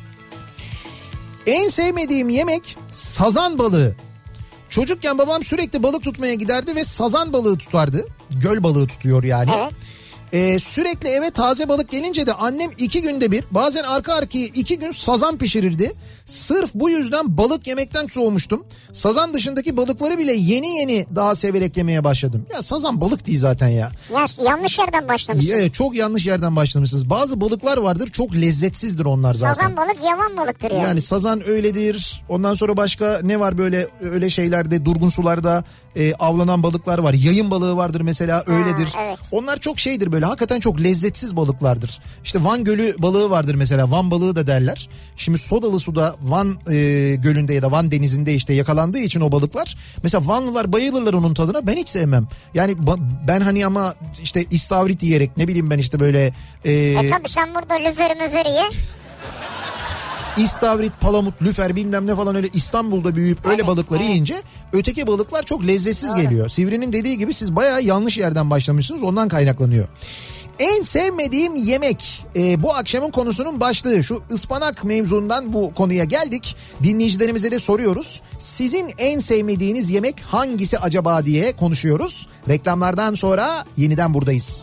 En sevmediğim yemek sazan balığı. Çocukken babam sürekli balık tutmaya giderdi ve sazan balığı tutardı. Göl balığı tutuyor yani. Evet. Ee, sürekli eve taze balık gelince de annem iki günde bir bazen arka arkaya iki gün sazan pişirirdi. Sırf bu yüzden balık yemekten soğumuştum. Sazan dışındaki balıkları bile yeni yeni daha severek yemeye başladım. Ya sazan balık değil zaten ya. Ya yanlış yerden başlamışsınız. Evet çok yanlış yerden başlamışsınız. Bazı balıklar vardır çok lezzetsizdir onlar zaten. Sazan balık yavan balıktır yani. Yani sazan öyledir. Ondan sonra başka ne var böyle öyle şeylerde durgun sularda e, avlanan balıklar var. Yayın balığı vardır mesela öyledir. Ha, evet. Onlar çok şeydir böyle hakikaten çok lezzetsiz balıklardır. İşte Van Gölü balığı vardır mesela Van balığı da derler. Şimdi sodalı suda Van e, gölünde ya da Van denizinde işte yakalandığı için o balıklar. Mesela Vanlılar bayılırlar onun tadına ben hiç sevmem. Yani ba- ben hani ama işte istavrit yiyerek ne bileyim ben işte böyle. E, e tabii sen burada lüferi müferi ye. İstavrit, palamut, lüfer bilmem ne falan öyle İstanbul'da büyüyüp öyle evet, balıkları evet. yiyince öteki balıklar çok lezzetsiz Doğru. geliyor. Sivri'nin dediği gibi siz bayağı yanlış yerden başlamışsınız ondan kaynaklanıyor. En sevmediğim yemek ee, bu akşamın konusunun başlığı şu ıspanak mevzundan bu konuya geldik. Dinleyicilerimize de soruyoruz. Sizin en sevmediğiniz yemek hangisi acaba diye konuşuyoruz. Reklamlardan sonra yeniden buradayız.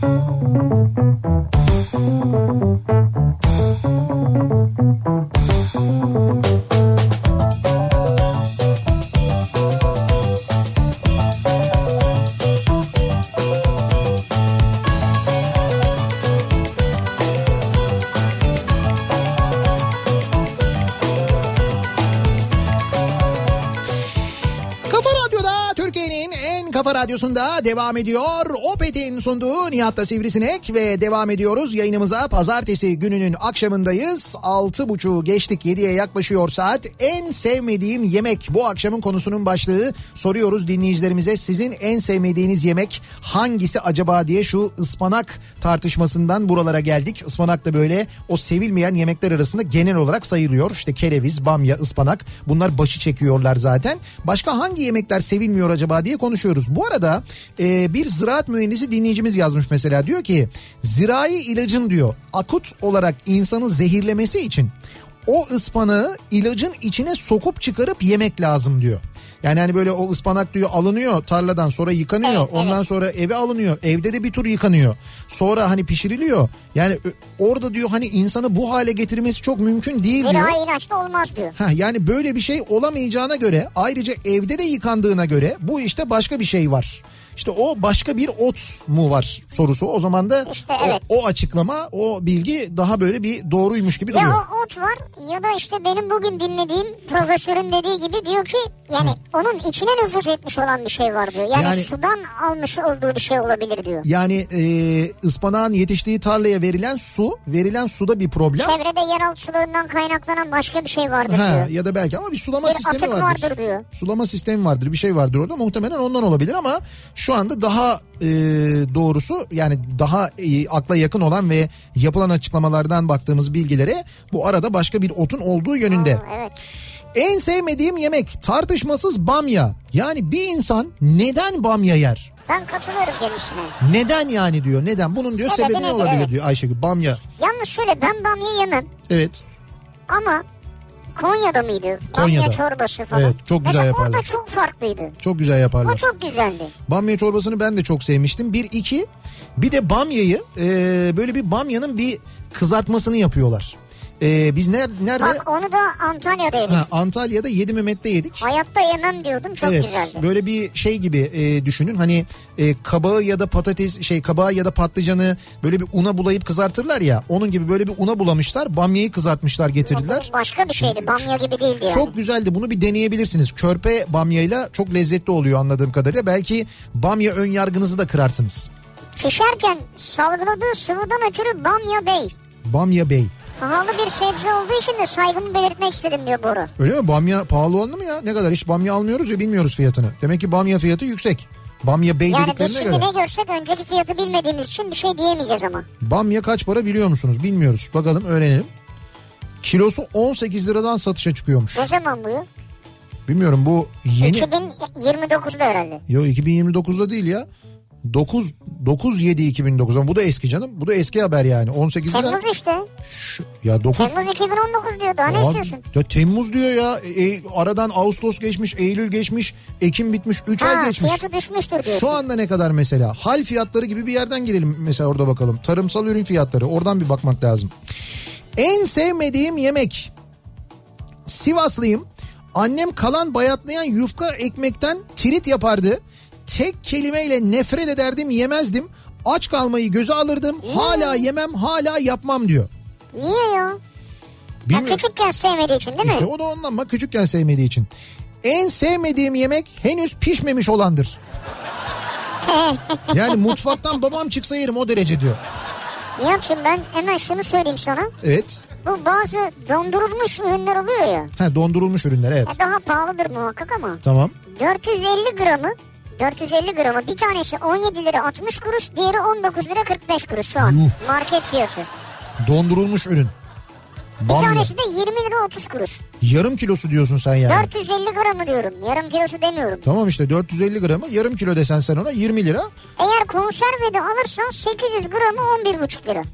Kafa Radyosu'nda devam ediyor. Opet'in sunduğu Nihat'ta Sivrisinek ve devam ediyoruz. Yayınımıza pazartesi gününün akşamındayız. altı buçuğu geçtik yediye yaklaşıyor saat. En sevmediğim yemek bu akşamın konusunun başlığı. Soruyoruz dinleyicilerimize sizin en sevmediğiniz yemek hangisi acaba diye şu ıspanak tartışmasından buralara geldik. Ispanak da böyle o sevilmeyen yemekler arasında genel olarak sayılıyor. İşte kereviz, bamya, ıspanak bunlar başı çekiyorlar zaten. Başka hangi yemekler sevilmiyor acaba diye konuşuyoruz. Bu arada e, bir ziraat mühendisi dinleyicimiz yazmış mesela diyor ki zirai ilacın diyor akut olarak insanı zehirlemesi için o ıspanağı ilacın içine sokup çıkarıp yemek lazım diyor. Yani hani böyle o ıspanak diyor alınıyor tarladan sonra yıkanıyor. Evet, ondan evet. sonra eve alınıyor. Evde de bir tur yıkanıyor. Sonra hani pişiriliyor. Yani orada diyor hani insanı bu hale getirmesi çok mümkün değil diyor. Zirai ilaçta olmaz diyor. Ha, yani böyle bir şey olamayacağına göre ayrıca evde de yıkandığına göre bu işte başka bir şey var. İşte o başka bir ot mu var sorusu. O zaman da işte evet. o, o açıklama, o bilgi daha böyle bir doğruymuş gibi duruyor. Ya o ot var ya da işte benim bugün dinlediğim profesörün dediği gibi diyor ki yani Hı. onun içine nüfuz etmiş olan bir şey var diyor. Yani, yani sudan almış olduğu bir şey olabilir diyor. Yani e, ıspanağın yetiştiği tarlaya verilen su, verilen suda bir problem. Çevrede yeraltı sularından kaynaklanan başka bir şey vardır ha, diyor. Ya da belki ama bir sulama bir sistemi vardır. vardır diyor. Sulama sistemi vardır, bir şey vardır orada. Muhtemelen ondan olabilir ama şu anda daha e, doğrusu yani daha e, akla yakın olan ve yapılan açıklamalardan baktığımız bilgilere bu arada başka bir otun olduğu yönünde. Aa, evet. En sevmediğim yemek tartışmasız bamya. Yani bir insan neden bamya yer? Ben katılıyorum kendisine. Neden yani diyor. Neden? Bunun diyor sebebi, sebebi ne olabilir evet. diyor Ayşegül. Bamya. Yalnız şöyle, ben bamya yemem. Evet. Ama Konya'da mıydı? Konya'da. Bamya çorbası falan. Evet, çok güzel mesela yaparlar. Orada çok farklıydı. Çok güzel yaparlar. O çok güzeldi. Bamya çorbasını ben de çok sevmiştim. Bir, iki. Bir de bamyayı e, böyle bir bamyanın bir kızartmasını yapıyorlar. Ee, biz ner, nerede? Bak onu da Antalya'da yedik. Ha, Antalya'da Yedi Mehmet'te yedik. Hayatta yemem diyordum, çok evet, güzeldi. Böyle bir şey gibi e, düşünün, hani e, kabağı ya da patates şey kabağı ya da patlıcanı böyle bir una bulayıp kızartırlar ya, onun gibi böyle bir una bulamışlar, bamyayı kızartmışlar, getirdiler. Başka bir şeydi, bamya gibi değildi yani. Çok güzeldi, bunu bir deneyebilirsiniz. Körpe bamyayla çok lezzetli oluyor anladığım kadarıyla, belki bamya ön yargınızı da kırarsınız. Pişerken salgıladığı sıvıdan ötürü Bamya Bey. Bamya Bey. Pahalı bir sebze olduğu için de saygımı belirtmek istedim diyor Boru. Öyle mi? Bamya pahalı oldu mu ya? Ne kadar? Hiç bamya almıyoruz ya, bilmiyoruz fiyatını. Demek ki bamya fiyatı yüksek. Bamya Bey yani dediklerine göre. Yani biz şimdi ne görsek önceki fiyatı bilmediğimiz için bir şey diyemeyeceğiz ama. Bamya kaç para biliyor musunuz? Bilmiyoruz. Bakalım, öğrenelim. Kilosu on sekiz liradan satışa çıkıyormuş. Ne zaman bu ya? Bilmiyorum, bu yeni. iki bin yirmi dokuzda herhalde. Yok, iki bin yirmi dokuzda değil ya. dokuz dokuz yedi iki bin dokuz, ama bu da eski canım. Bu da eski haber yani. on sekiz lira. Temmuz işte. Şu, ya dokuz. Temmuz iki bin on dokuz diyor, daha Aa, ne istiyorsun? Ya Temmuz diyor ya. E, aradan Ağustos geçmiş, Eylül geçmiş, Ekim bitmiş, üç ay geçmiş. Fiyatı düşmüştür diyorsun. Şu anda ne kadar mesela? Hal fiyatları gibi bir yerden girelim mesela, orada bakalım. Tarımsal ürün fiyatları, oradan bir bakmak lazım. En sevmediğim yemek. Sivaslıyım. Annem kalan bayatlayan yufka ekmekten tirit yapardı. Tek kelimeyle nefret ederdim, yemezdim. Aç kalmayı göze alırdım. Hmm. Hala yemem, hala yapmam diyor. Niye ya? Ya küçükken sevmediği için değil mi? İşte o da ondan, ama küçükken sevmediği için. En sevmediğim yemek henüz pişmemiş olandır. Yani mutfaktan babam çıksa yerim, o derece diyor. Nihat'cığım, ben hemen şunu söyleyeyim sana. Evet. Bu bazı dondurulmuş ürünler oluyor ya. Ha, dondurulmuş ürünler, evet. Ya daha pahalıdır muhakkak ama. Tamam. dört yüz elli gramı dört yüz elli gramı bir tanesi on yedi lira altmış kuruş, diğeri on dokuz lira kırk beş kuruş şu an. Yuh. Market fiyatı. Dondurulmuş ürün. Bir Bamya. Tanesi de yirmi lira otuz kuruş. Yarım kilosu diyorsun sen yani. dört yüz elli gramı diyorum. Yarım kilosu demiyorum. Tamam işte, dört yüz elli gramı yarım kilo desen sen ona yirmi lira. Eğer konserve de alırsan sekiz yüz gramı on bir buçuk lira.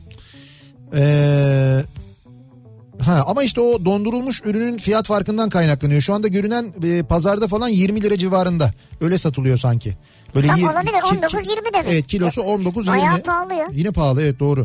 Eee... Ha, ama işte o dondurulmuş ürünün fiyat farkından kaynaklanıyor. Şu anda görünen e, pazarda falan yirmi lira civarında. Öyle satılıyor sanki. Böyle Tam yir, olabilir, on dokuz yirmi demek. Evet, kilosu on dokuz yirmi. Bayağı pahalı ya. Yine pahalı, evet, doğru.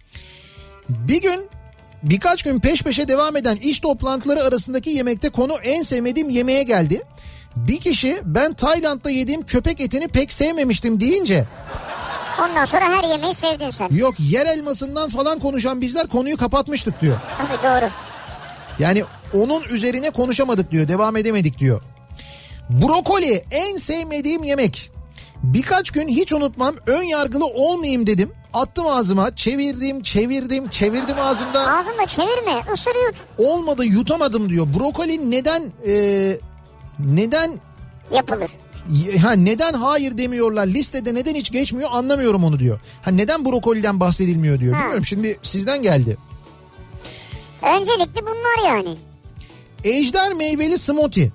Bir gün birkaç gün peş peşe devam eden iş toplantıları arasındaki yemekte konu en sevmediğim yemeğe geldi. Bir kişi ben Tayland'da yediğim köpek etini pek sevmemiştim deyince... Ondan sonra her yemeği sevdin sen. Yok, yer elmasından falan konuşan bizler konuyu kapatmıştık diyor. Tabii, doğru. Yani onun üzerine konuşamadık diyor, devam edemedik diyor. Brokoli en sevmediğim yemek. Birkaç gün hiç unutmam, ön yargılı olmayayım dedim. Attım ağzıma, çevirdim çevirdim çevirdim ağzımda. Ağzında çevirme, ısır yut. Olmadı, yutamadım diyor. Brokoli neden e, neden yapılır? Ha, neden hayır demiyorlar, listede neden hiç geçmiyor anlamıyorum onu diyor. Ha, neden brokoliden bahsedilmiyor diyor. Ha. Bilmiyorum, şimdi sizden geldi. Öncelikle bunlar yani. Ejder meyveli smoothie.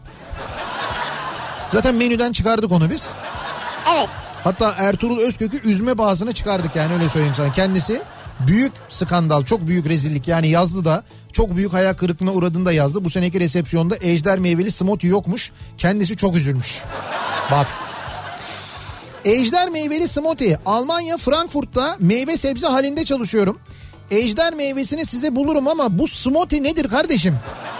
Zaten menüden çıkardık onu biz. Evet. Hatta Ertuğrul Özkök'ü üzme bağısına çıkardık yani, öyle söyleyeyim sana. Kendisi büyük skandal, çok büyük rezillik yani, yazdı da çok büyük hayal kırıklığına uğradığını da yazdı. Bu seneki resepsiyonda ejder meyveli smoothie yokmuş. Kendisi çok üzülmüş. Bak. Ejder meyveli smoothie. Almanya Frankfurt'ta meyve sebze halinde çalışıyorum. Ejder meyvesini size bulurum ama bu smoothie nedir kardeşim?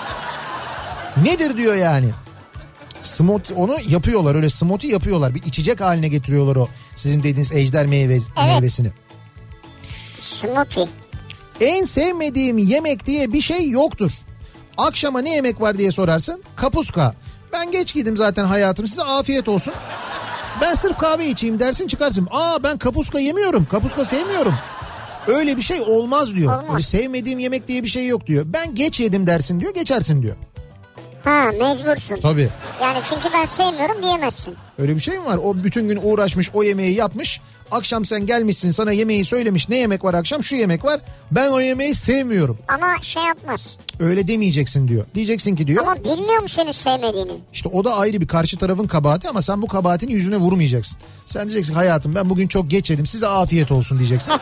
Nedir diyor yani. Smoothie, onu yapıyorlar, öyle smoothie yapıyorlar. Bir içecek haline getiriyorlar o sizin dediğiniz ejder meyve, evet. meyvesini. Smoothie. En sevmediğim yemek diye bir şey yoktur. Akşama ne yemek var diye sorarsın. Kapuska. Ben geç giydim zaten hayatım, size afiyet olsun. Ben sırf kahve içeyim dersin, çıkarsın. Aa, ben kapuska yemiyorum, kapuska sevmiyorum. Öyle bir şey olmaz diyor. Olmaz. Öyle sevmediğim yemek diye bir şey yok diyor. Ben geç yedim dersin diyor, geçersin diyor. Ha, mecbursun. Tabii. Yani çünkü ben sevmiyorum diyemezsin. Öyle bir şey mi var? O bütün gün uğraşmış, o yemeği yapmış. Akşam sen gelmişsin, sana yemeği söylemiş, ne yemek var akşam, şu yemek var, ben o yemeği sevmiyorum. Ama şey yapmaz. Öyle demeyeceksin diyor. Diyeceksin ki diyor. Ama bilmiyor mu seni sevmediğini? İşte o da ayrı bir karşı tarafın kabahati ama sen bu kabahatin yüzüne vurmayacaksın. Sen diyeceksin hayatım ben bugün çok geç yedim, size afiyet olsun diyeceksin.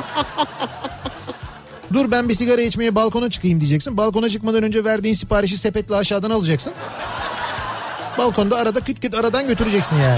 Dur ben bir sigara içmeye balkona çıkayım diyeceksin. Balkona çıkmadan önce verdiğin siparişi sepetle aşağıdan alacaksın. Balkonda arada küt küt aradan götüreceksin yani.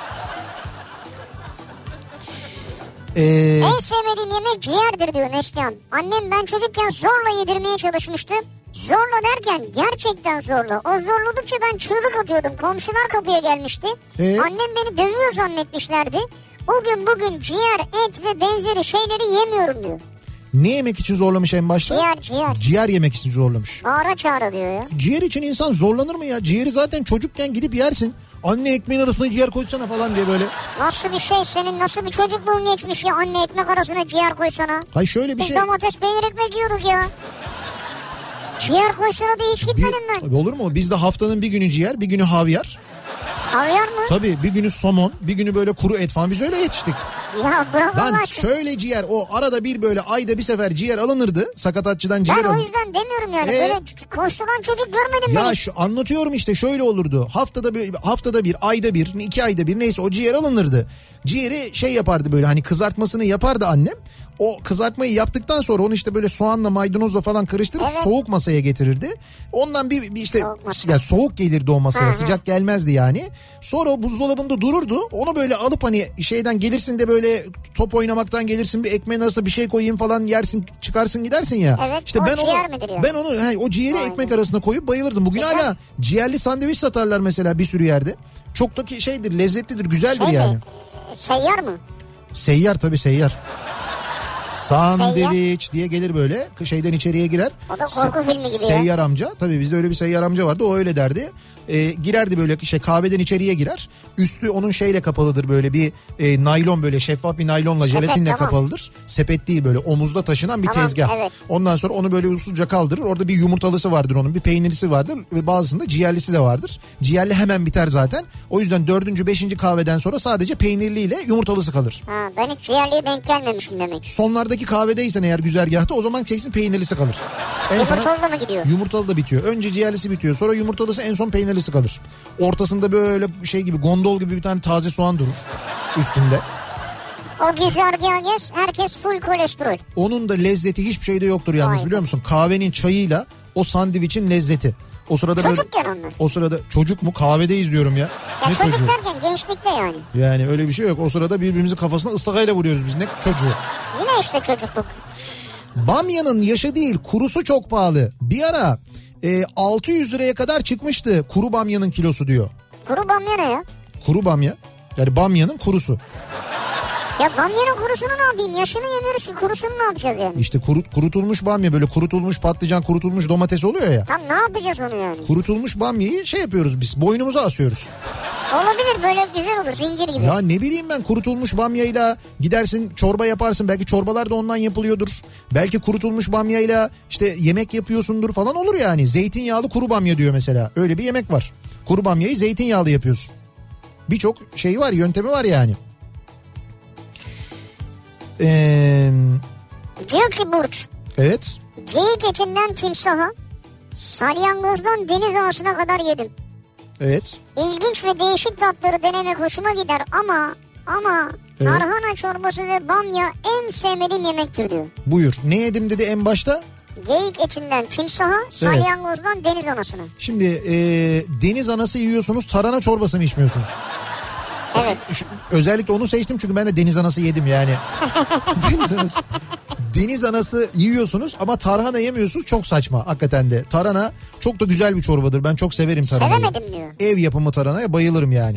Ee... En sevmediğim yemek ciğerdir diyor Neslihan. Annem ben çocukken zorla yedirmeye çalışmıştı. Zorla derken gerçekten zorla. O zorladıkça ben çığlık atıyordum. Komşular kapıya gelmişti. Ee? Annem beni dövüyor zannetmişlerdi. O gün bugün ciğer, et ve benzeri şeyleri yemiyorum diyor. Ne yemek için zorlamış en başta? Ciğer, ciğer. Ciğer yemek için zorlamış. Bağıra çağıra diyor ya. Ciğer için insan zorlanır mı ya? Ciğeri zaten çocukken gidip yersin. Anne ekmeğin arasına ciğer koysana falan diye böyle. Nasıl bir şey, senin nasıl bir çocukluğun geçmiş ya, anne ekmek arasına ciğer koysana. Hayır şöyle bir Biz şey. Biz domates peynir ekmek yiyorduk ya. Ciğer koysana da hiç gitmedim ben. Olur mu? Bizde haftanın bir günü ciğer, bir günü havyar. Havyar mı? Tabii bir günü somon, bir günü böyle kuru et falan, biz öyle yetiştik. Ya bravo. Lan şöyle ciğer, o arada bir böyle ayda bir sefer ciğer alınırdı. Sakatatçıdan ciğer alınırdı. Ben o yüzden demiyorum yani. Ee, böyle koşturan çocuk görmedim ben. Ya şu anlatıyorum işte, şöyle olurdu. Haftada bir, haftada bir, ayda bir, iki ayda bir neyse o ciğer alınırdı. Ciğeri şey yapardı böyle, hani kızartmasını yapardı annem. O kızartmayı yaptıktan sonra onu işte böyle soğanla maydanozla falan karıştırıp evet. soğuk masaya getirirdi. Ondan bir, bir işte soğuk, yani soğuk gelirdi o masaya, hı hı. sıcak gelmezdi yani. Sonra o buzdolabında dururdu. Onu böyle alıp hani şeyden gelirsin de böyle top oynamaktan gelirsin, bir ekmeğin arasına bir şey koyayım falan, yersin çıkarsın gidersin ya. Evet, işte o ben ciğer onu, midir ya? Ben onu he, o ciğeri aynen. ekmek arasına koyup bayılırdım. Bugün Güzel. hala ciğerli sandviç satarlar mesela bir sürü yerde. Çok da şeydir, lezzetlidir, güzeldir şey yani. Mi? Seyyar mı? Seyyar tabii, seyyar. Sandviç diye gelir böyle, şeyden içeriye girer. O da korku filmi gibi Seyyar ya. amca, tabii bizde öyle bir seyyar amca vardı, o öyle derdi. E, girerdi böyle şey, kahveden içeriye girer. Üstü onun şeyle kapalıdır, böyle bir e, naylon, böyle şeffaf bir naylonla, sepet, jelatinle tamam. kapalıdır. Sepet değil, böyle omuzda taşınan bir tamam, tezgah. Evet. Ondan sonra onu böyle usulca kaldırır. Orada bir yumurtalısı vardır onun, bir peynirlisi vardır ve bazısında ciğerlisi de vardır. Ciğerli hemen biter zaten. O yüzden dördüncü, beşinci kahveden sonra sadece peynirliyle yumurtalısı kalır. Ha, ben hiç ciğerliye denk gelmemişim demek. Sonlardaki kahvedeysen eğer güzergahta, o zaman çeksin peynirlisi kalır. En yumurtalı da mı gidiyor? Yumurtalı da bitiyor. Önce ciğerlisi bitiyor, sonra yumurtalısı, en son peynirlisi kalır. Ortasında böyle şey gibi, gondol gibi bir tane taze soğan durur üstünde. O güzergahı gez, herkes full kolesterol. Onun da lezzeti hiçbir şeyde yoktur yalnız. Aynen. Biliyor musun? Kahvenin çayıyla o sandviçin lezzeti. O sırada çocukken böyle, onlar. O sırada çocuk mu? Kahvedeyiz diyorum ya. Ya ne çocuk çocuğu? derken gençlikte yani. Yani öyle bir şey yok. O sırada birbirimizin kafasına ıstakayla vuruyoruz biz. Ne çocuğu? Yine işte çocukluk. Bamyanın yaşı değil, kurusu çok pahalı. Bir ara e, altı yüz liraya kadar çıkmıştı kuru bamyanın kilosu diyor. Kuru bamya ne ya? Kuru bamya. Yani bamyanın kurusu. Ya bamyanın kurusunu ne yapayım? Yaşını yemiyoruz ki, kurusunu ne yapacağız yani? İşte kurut, kurutulmuş bamya, böyle kurutulmuş patlıcan, kurutulmuş domates oluyor ya. Tam ne yapacağız onu yani? Kurutulmuş bamyayı şey yapıyoruz biz, boynumuza asıyoruz. Olabilir, böyle güzel olur, zincir gibi. Ya ne bileyim ben, kurutulmuş bamyayla gidersin çorba yaparsın, belki çorbalar da ondan yapılıyordur. Belki kurutulmuş bamyayla işte yemek yapıyorsundur falan, olur yani. Zeytinyağlı kuru bamya diyor mesela, öyle bir yemek var. Kuru bamyayı zeytinyağlı yapıyorsun. Birçok şey var, yöntemi var yani. Ee... Diyor ki Burç. Evet. Geyik etinden timsaha, salyangozdan deniz anasına kadar yedim. Evet. İlginç ve değişik tatları denemek hoşuma gider ama ama evet. tarhana çorbası ve bamya en sevmediğim yemektir diyor. Buyur. Ne yedim dedi en başta? Geyik etinden timsaha, salyangozdan evet. deniz anasına. Şimdi e, deniz anası yiyorsunuz, tarhana çorbası mı içmiyorsunuz? Evet. Şu, özellikle onu seçtim çünkü ben de deniz anası yedim yani. Deniz anası. Deniz anası yiyorsunuz ama tarhana yemiyorsunuz, çok saçma hakikaten de. Tarhana çok da güzel bir çorbadır, ben çok severim tarhanayı. Sevemedim diyor. Ev yapımı tarhanaya bayılırım yani.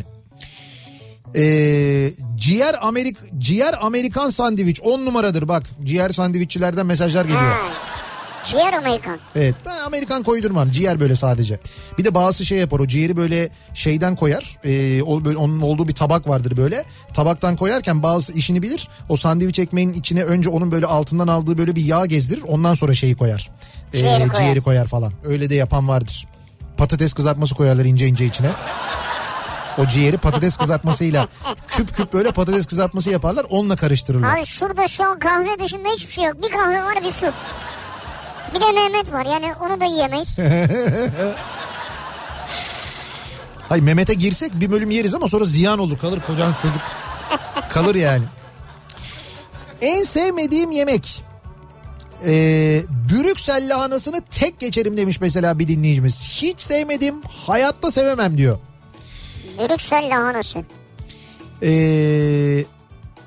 Ee, ciğer Amerik ciğer Amerikan sandviç on numaradır bak. Ciğer sandviççilerden mesajlar geliyor. Ha. Ciğer Amerikan. Evet, ben Amerikan koydurmam, ciğer böyle sadece. Bir de bazısı şey yapar, o ciğeri böyle şeyden koyar. E, o böyle onun olduğu bir tabak vardır böyle. Tabaktan koyarken bazı işini bilir. O sandviç ekmeğinin içine önce onun böyle altından aldığı böyle bir yağ gezdirir. Ondan sonra şeyi koyar. E, ciğeri, koyar. ciğeri koyar falan. Öyle de yapan vardır. Patates kızartması koyarlar ince ince içine. O ciğeri patates kızartmasıyla küp küp böyle patates kızartması yaparlar, onunla karıştırırlar. Abi şurada şu an kahve dışında hiçbir şey yok. Bir kahve var, bir su. Bir de Mehmet var, yani onu da yiyemeyiz. Hayır, Mehmet'e girsek bir bölüm yeriz ama sonra ziyan olur, kalır kocan çocuk. Kalır yani. En sevmediğim yemek. Ee, Brüksel lahanasını tek geçerim demiş mesela bir dinleyicimiz. Hiç sevmedim, hayatta sevemem diyor. Brüksel lahanası. Ee,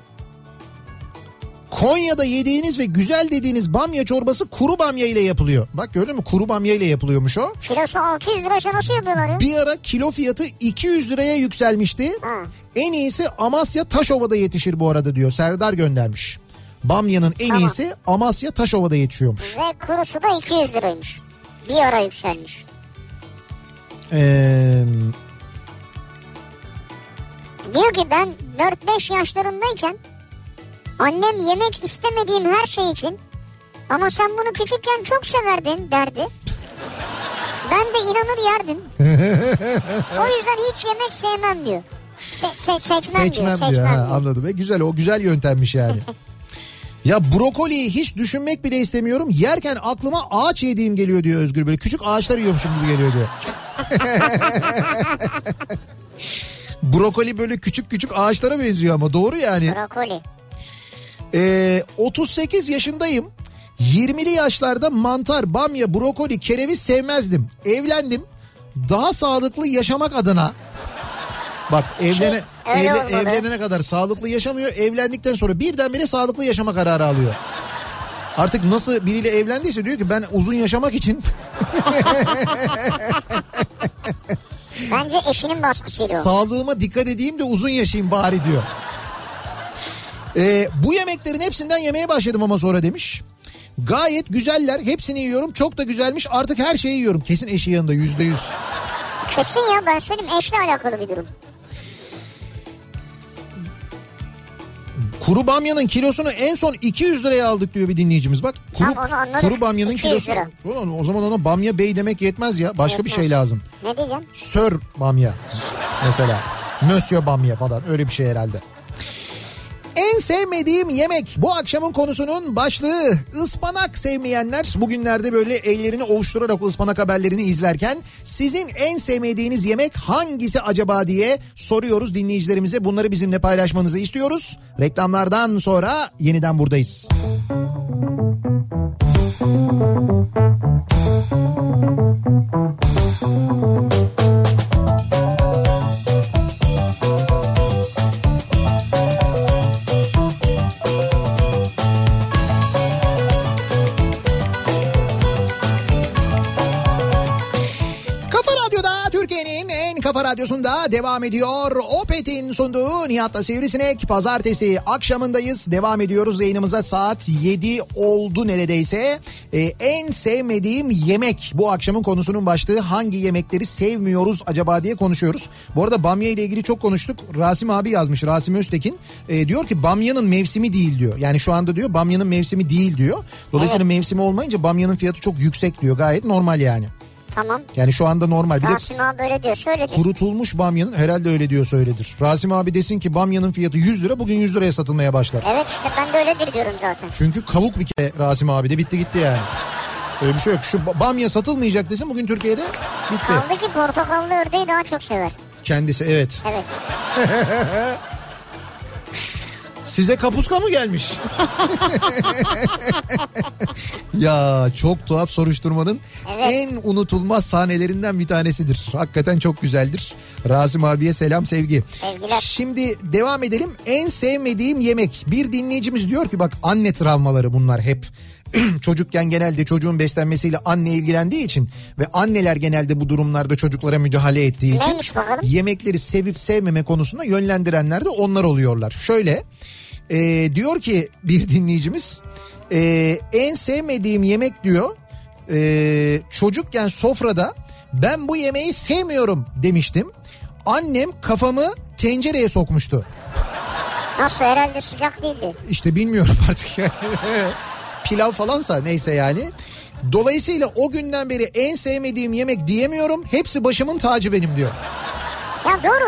Konya'da yediğiniz ve güzel dediğiniz bamya çorbası kuru bamya ile yapılıyor. Bak gördün mü, kuru bamya ile yapılıyormuş o. Kilosu altı yüz liraysa nasıl yapıyorlar ya? Bir ara kilo fiyatı iki yüz liraya yükselmişti. Ha. En iyisi Amasya Taşova'da yetişir bu arada diyor. Serdar göndermiş. Bamyanın en Tamam. iyisi Amasya Taşova'da yetişiyormuş. Ve kurusu da iki yüz liraymış. Bir ara yükselmiş. Eee... Diyor ki ben dört beş yaşlarındayken annem yemek istemediğim her şey için ama sen bunu küçükken çok severdin derdi. Ben de inanır yerdim. O yüzden hiç yemek sevmem diyor. Se- se- seçmem, Seçmem diyor. diyor. Seçmem Ha, diyor. anladım. E, güzel, o güzel yöntemmiş yani. Ya brokoliyi hiç düşünmek bile istemiyorum. Yerken aklıma ağaç yediğim geliyor diyor Özgür. Böyle küçük ağaçlar yiyormuşum gibi geliyor diyor. Brokoli böyle küçük küçük ağaçlara benziyor ama doğru yani. Brokoli. Ee, otuz sekiz yaşındayım. yirmili yaşlarda mantar, bamya, brokoli, kereviz sevmezdim. Evlendim. Daha sağlıklı yaşamak adına. Bak evlene, Öyle evle, olmalı. evlenene kadar sağlıklı yaşamıyor. Evlendikten sonra birdenbire sağlıklı yaşama kararı alıyor. Artık nasıl biriyle evlendiyse diyor ki ben uzun yaşamak için. Bence eşinin baskısıydı o. Sağlığıma dikkat edeyim de uzun yaşayayım bari diyor. Ee, bu yemeklerin hepsinden yemeye başladım ama sonra demiş. Gayet güzeller, hepsini yiyorum, çok da güzelmiş, artık her şeyi yiyorum. Kesin eşi yanında, yüzde yüz. Kesin ya, ben söyleyeyim, eşle alakalı bir durum. Kuru bamyanın kilosunu en son iki yüz liraya aldık diyor bir dinleyicimiz. Bak kuru, Tamam, onu anladım. kuru bamyanın iki yüz kilosu. lira. Ulan, o zaman ona bamya bey demek yetmez ya. Başka Yetmez. bir şey lazım. Ne diyeceğim? Sör bamya mesela. Monsieur bamya falan, öyle bir şey herhalde. En sevmediğim yemek, bu akşamın konusunun başlığı. Ispanak sevmeyenler bugünlerde böyle ellerini ovuşturarak ıspanak haberlerini izlerken sizin en sevmediğiniz yemek hangisi acaba diye soruyoruz dinleyicilerimize. Bunları bizimle paylaşmanızı istiyoruz. Reklamlardan sonra yeniden buradayız. Kafa Radyosu'nda devam ediyor. Opet'in sunduğu Nihat'la Sivrisinek. Pazartesi akşamındayız. Devam ediyoruz yayınımıza. Saat yedi oldu neredeyse. Ee, en sevmediğim yemek. Bu akşamın konusunun başlığı, hangi yemekleri sevmiyoruz acaba diye konuşuyoruz. Bu arada bamya ile ilgili çok konuştuk. Rasim abi yazmış. Rasim Öztekin. Ee, diyor ki bamyanın mevsimi değil diyor. Yani şu anda diyor bamyanın mevsimi değil diyor. Dolayısıyla evet, mevsimi olmayınca bamyanın fiyatı çok yüksek diyor. Gayet normal yani. Tamam. Yani şu anda normal. Bir Rasim de abi böyle diyor, söyledir. Kurutulmuş bamyanın, herhalde öyle diyor, söyledir. Rasim abi desin ki bamyanın fiyatı yüz lira, bugün yüz liraya satılmaya başlar. Evet işte, ben de öyledir diyorum zaten. Çünkü kavuk bir kere Rasim abi de, bitti gitti yani. Öyle bir şey yok. Şu bamya satılmayacak desin bugün Türkiye'de, bitti. Kaldı ki portakallı ördeği daha çok sever. Kendisi, evet. Evet. Size kapuska mı gelmiş? Ya çok tuhaf soruşturmanın evet, en unutulmaz sahnelerinden bir tanesidir. Hakikaten çok güzeldir. Rasim abiye selam, sevgi. Sevgiler. Şimdi devam edelim. En sevmediğim yemek. Bir dinleyicimiz diyor ki bak, anne travmaları bunlar hep. Çocukken genelde çocuğun beslenmesiyle anne ilgilendiği için ve anneler genelde bu durumlarda çocuklara müdahale ettiği için yemekleri sevip sevmeme konusunda yönlendirenler de onlar oluyorlar. Şöyle e, diyor ki bir dinleyicimiz, e, en sevmediğim yemek diyor, e, çocukken sofrada ben bu yemeği sevmiyorum demiştim. Annem kafamı tencereye sokmuştu. Nasıl, herhalde sıcak değildi. İşte bilmiyorum artık yani. Pilav falansa neyse yani. Dolayısıyla o günden beri en sevmediğim yemek diyemiyorum. Hepsi başımın tacı benim diyor. Ya doğru.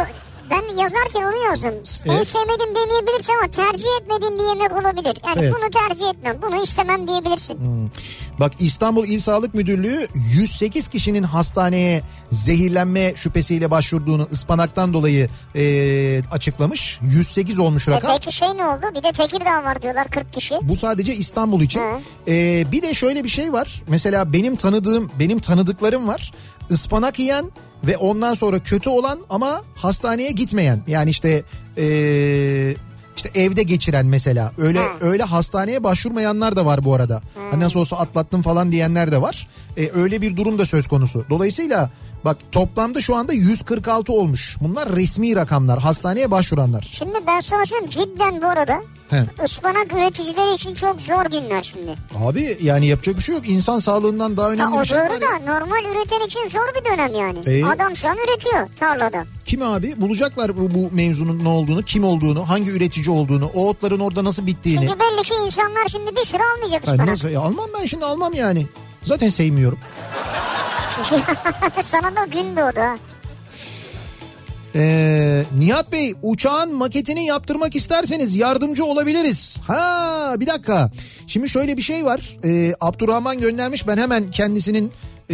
Ben yazarken onu yazdım. En Evet. sevmedim demeyebilirsin ama tercih etmediğin bir yemek olabilir. Yani Evet. bunu tercih etmem, bunu istemem diyebilirsin. Hmm. Bak İstanbul İl Sağlık Müdürlüğü yüz sekiz kişinin hastaneye zehirlenme şüphesiyle başvurduğunu ıspanaktan dolayı e, açıklamış. yüz sekiz olmuş E rakam. peki şey ne oldu? Bir de Tekirdağ var diyorlar kırk kişi. Bu sadece İstanbul için. Hı. Ee, bir de şöyle bir şey var. Mesela benim tanıdığım, benim tanıdıklarım var. Ispanak yiyen ve ondan sonra kötü olan ama hastaneye gitmeyen. Yani işte ee, işte evde geçiren mesela. Öyle Hı. öyle hastaneye başvurmayanlar da var bu arada. Hani nasıl olsa atlattım falan diyenler de var. Ee, öyle bir durum da söz konusu. Dolayısıyla bak toplamda şu anda yüz kırk altı olmuş. Bunlar resmi rakamlar. Hastaneye başvuranlar. Şimdi ben sana söyleyeyim cidden bu arada He. ıspanak üreticileri için çok zor günler şimdi. Abi yani yapacak bir şey yok. İnsan sağlığından daha Ya önemli o bir şey var. doğru da normal üreten için zor bir dönem yani. Ee? Adam şu an üretiyor tarlada. Kim abi? Bulacaklar bu, bu mevzunun ne olduğunu, kim olduğunu, hangi üretici olduğunu, o otların orada nasıl bittiğini. Çünkü belli ki insanlar şimdi bir sürü almayacak Ha, ıspanak. nasıl? Ya almam ben şimdi almam yani. Zaten sevmiyorum. Sana da gün doğdu ha. Ee, Nihat Bey uçağın maketini yaptırmak isterseniz yardımcı olabiliriz. Ha bir dakika. Şimdi şöyle bir şey var. Ee, Abdurrahman göndermiş. Ben hemen kendisinin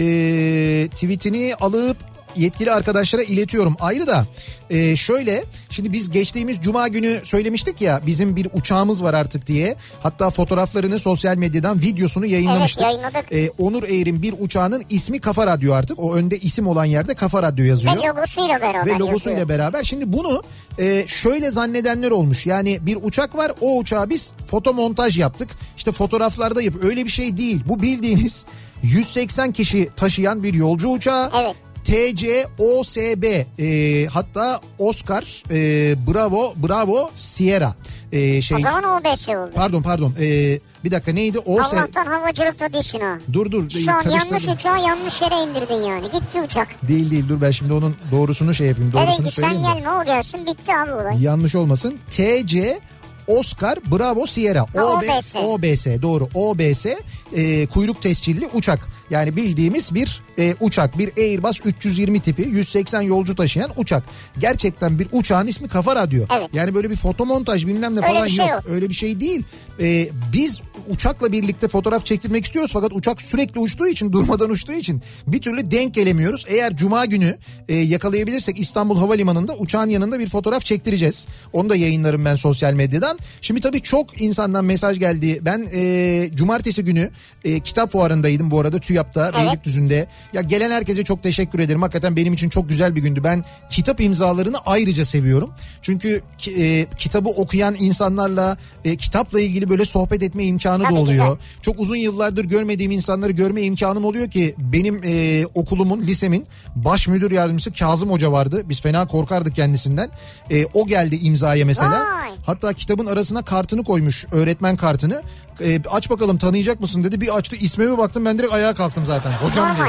ee, tweetini alıp yetkili arkadaşlara iletiyorum. Ayrı da e, şöyle şimdi biz geçtiğimiz cuma günü söylemiştik ya bizim bir uçağımız var artık diye. Hatta fotoğraflarını sosyal medyadan videosunu yayınlamıştık. Evet, yayınladık. E, Onur Eğer'in bir uçağının ismi Kafa Radyo artık. O önde isim olan yerde Kafa Radyo yazıyor. Ve logosuyla beraber Ve logosuyla yazıyor. beraber. Şimdi bunu e, şöyle zannedenler olmuş. Yani bir uçak var, o uçağa biz fotomontaj yaptık. İşte fotoğraflarda yapıp öyle bir şey değil. Bu bildiğiniz yüz seksen kişi taşıyan bir yolcu uçağı. Evet. T C O S B e, hatta Oscar e, Bravo Bravo Sierra e, şey O zaman O B S oldu. pardon pardon e, bir dakika neydi o se- Allah'tan havacılıkta değilsin ha. dur dur Şu an karıştırdım. yanlış uçağı yanlış yere indirdin yani. Gitti uçak. Değil değil dur ben şimdi onun doğrusunu şey yapayım doğrusunu Evet sen söyleyeyim de. gelme o gelsin bitti abi olay. Yanlış olmasın. T C Oscar Bravo Sierra. Ha, O B, O B S. O B S doğru. O B S e, kuyruk tescilli uçak. Yani bildiğimiz bir e, uçak. Bir Airbus üç yüz yirmi tipi yüz seksen yolcu taşıyan uçak. Gerçekten bir uçağın ismi Kafa Radyo. Evet. Yani böyle bir fotomontaj bilmem ne Öyle falan bir şey yok. yok. Öyle bir şey değil. E, biz uçakla birlikte fotoğraf çektirmek istiyoruz fakat uçak sürekli uçtuğu için durmadan uçtuğu için bir türlü denk gelemiyoruz. Eğer cuma günü e, yakalayabilirsek İstanbul Havalimanı'nda uçağın yanında bir fotoğraf çektireceğiz. Onu da yayınlarım ben sosyal medyadan. Şimdi tabii çok insandan mesaj geldi. Ben e, cumartesi günü e, kitap fuarındaydım bu arada TÜYAP'ta, Evet. Beylikdüzü'nde. Ya gelen herkese çok teşekkür ederim. Hakikaten benim için çok güzel bir gündü. Ben kitap imzalarını ayrıca seviyorum. Çünkü e, kitabı okuyan insanlarla e, kitapla ilgili böyle sohbet etme imkanı Tabii, da oluyor. güzel. Çok uzun yıllardır görmediğim insanları görme imkanım oluyor ki benim e, okulumun, lisemin baş müdür yardımcısı Kazım Hoca vardı. Biz fena korkardık kendisinden. E, o geldi imzaya mesela. Vay. Hatta kitabın arasına kartını koymuş, öğretmen kartını. E, aç bakalım tanıyacak mısın dedi. Bir açtı, ismime baktım, ben direkt ayağa kalktım zaten. Hocam Normal. diye.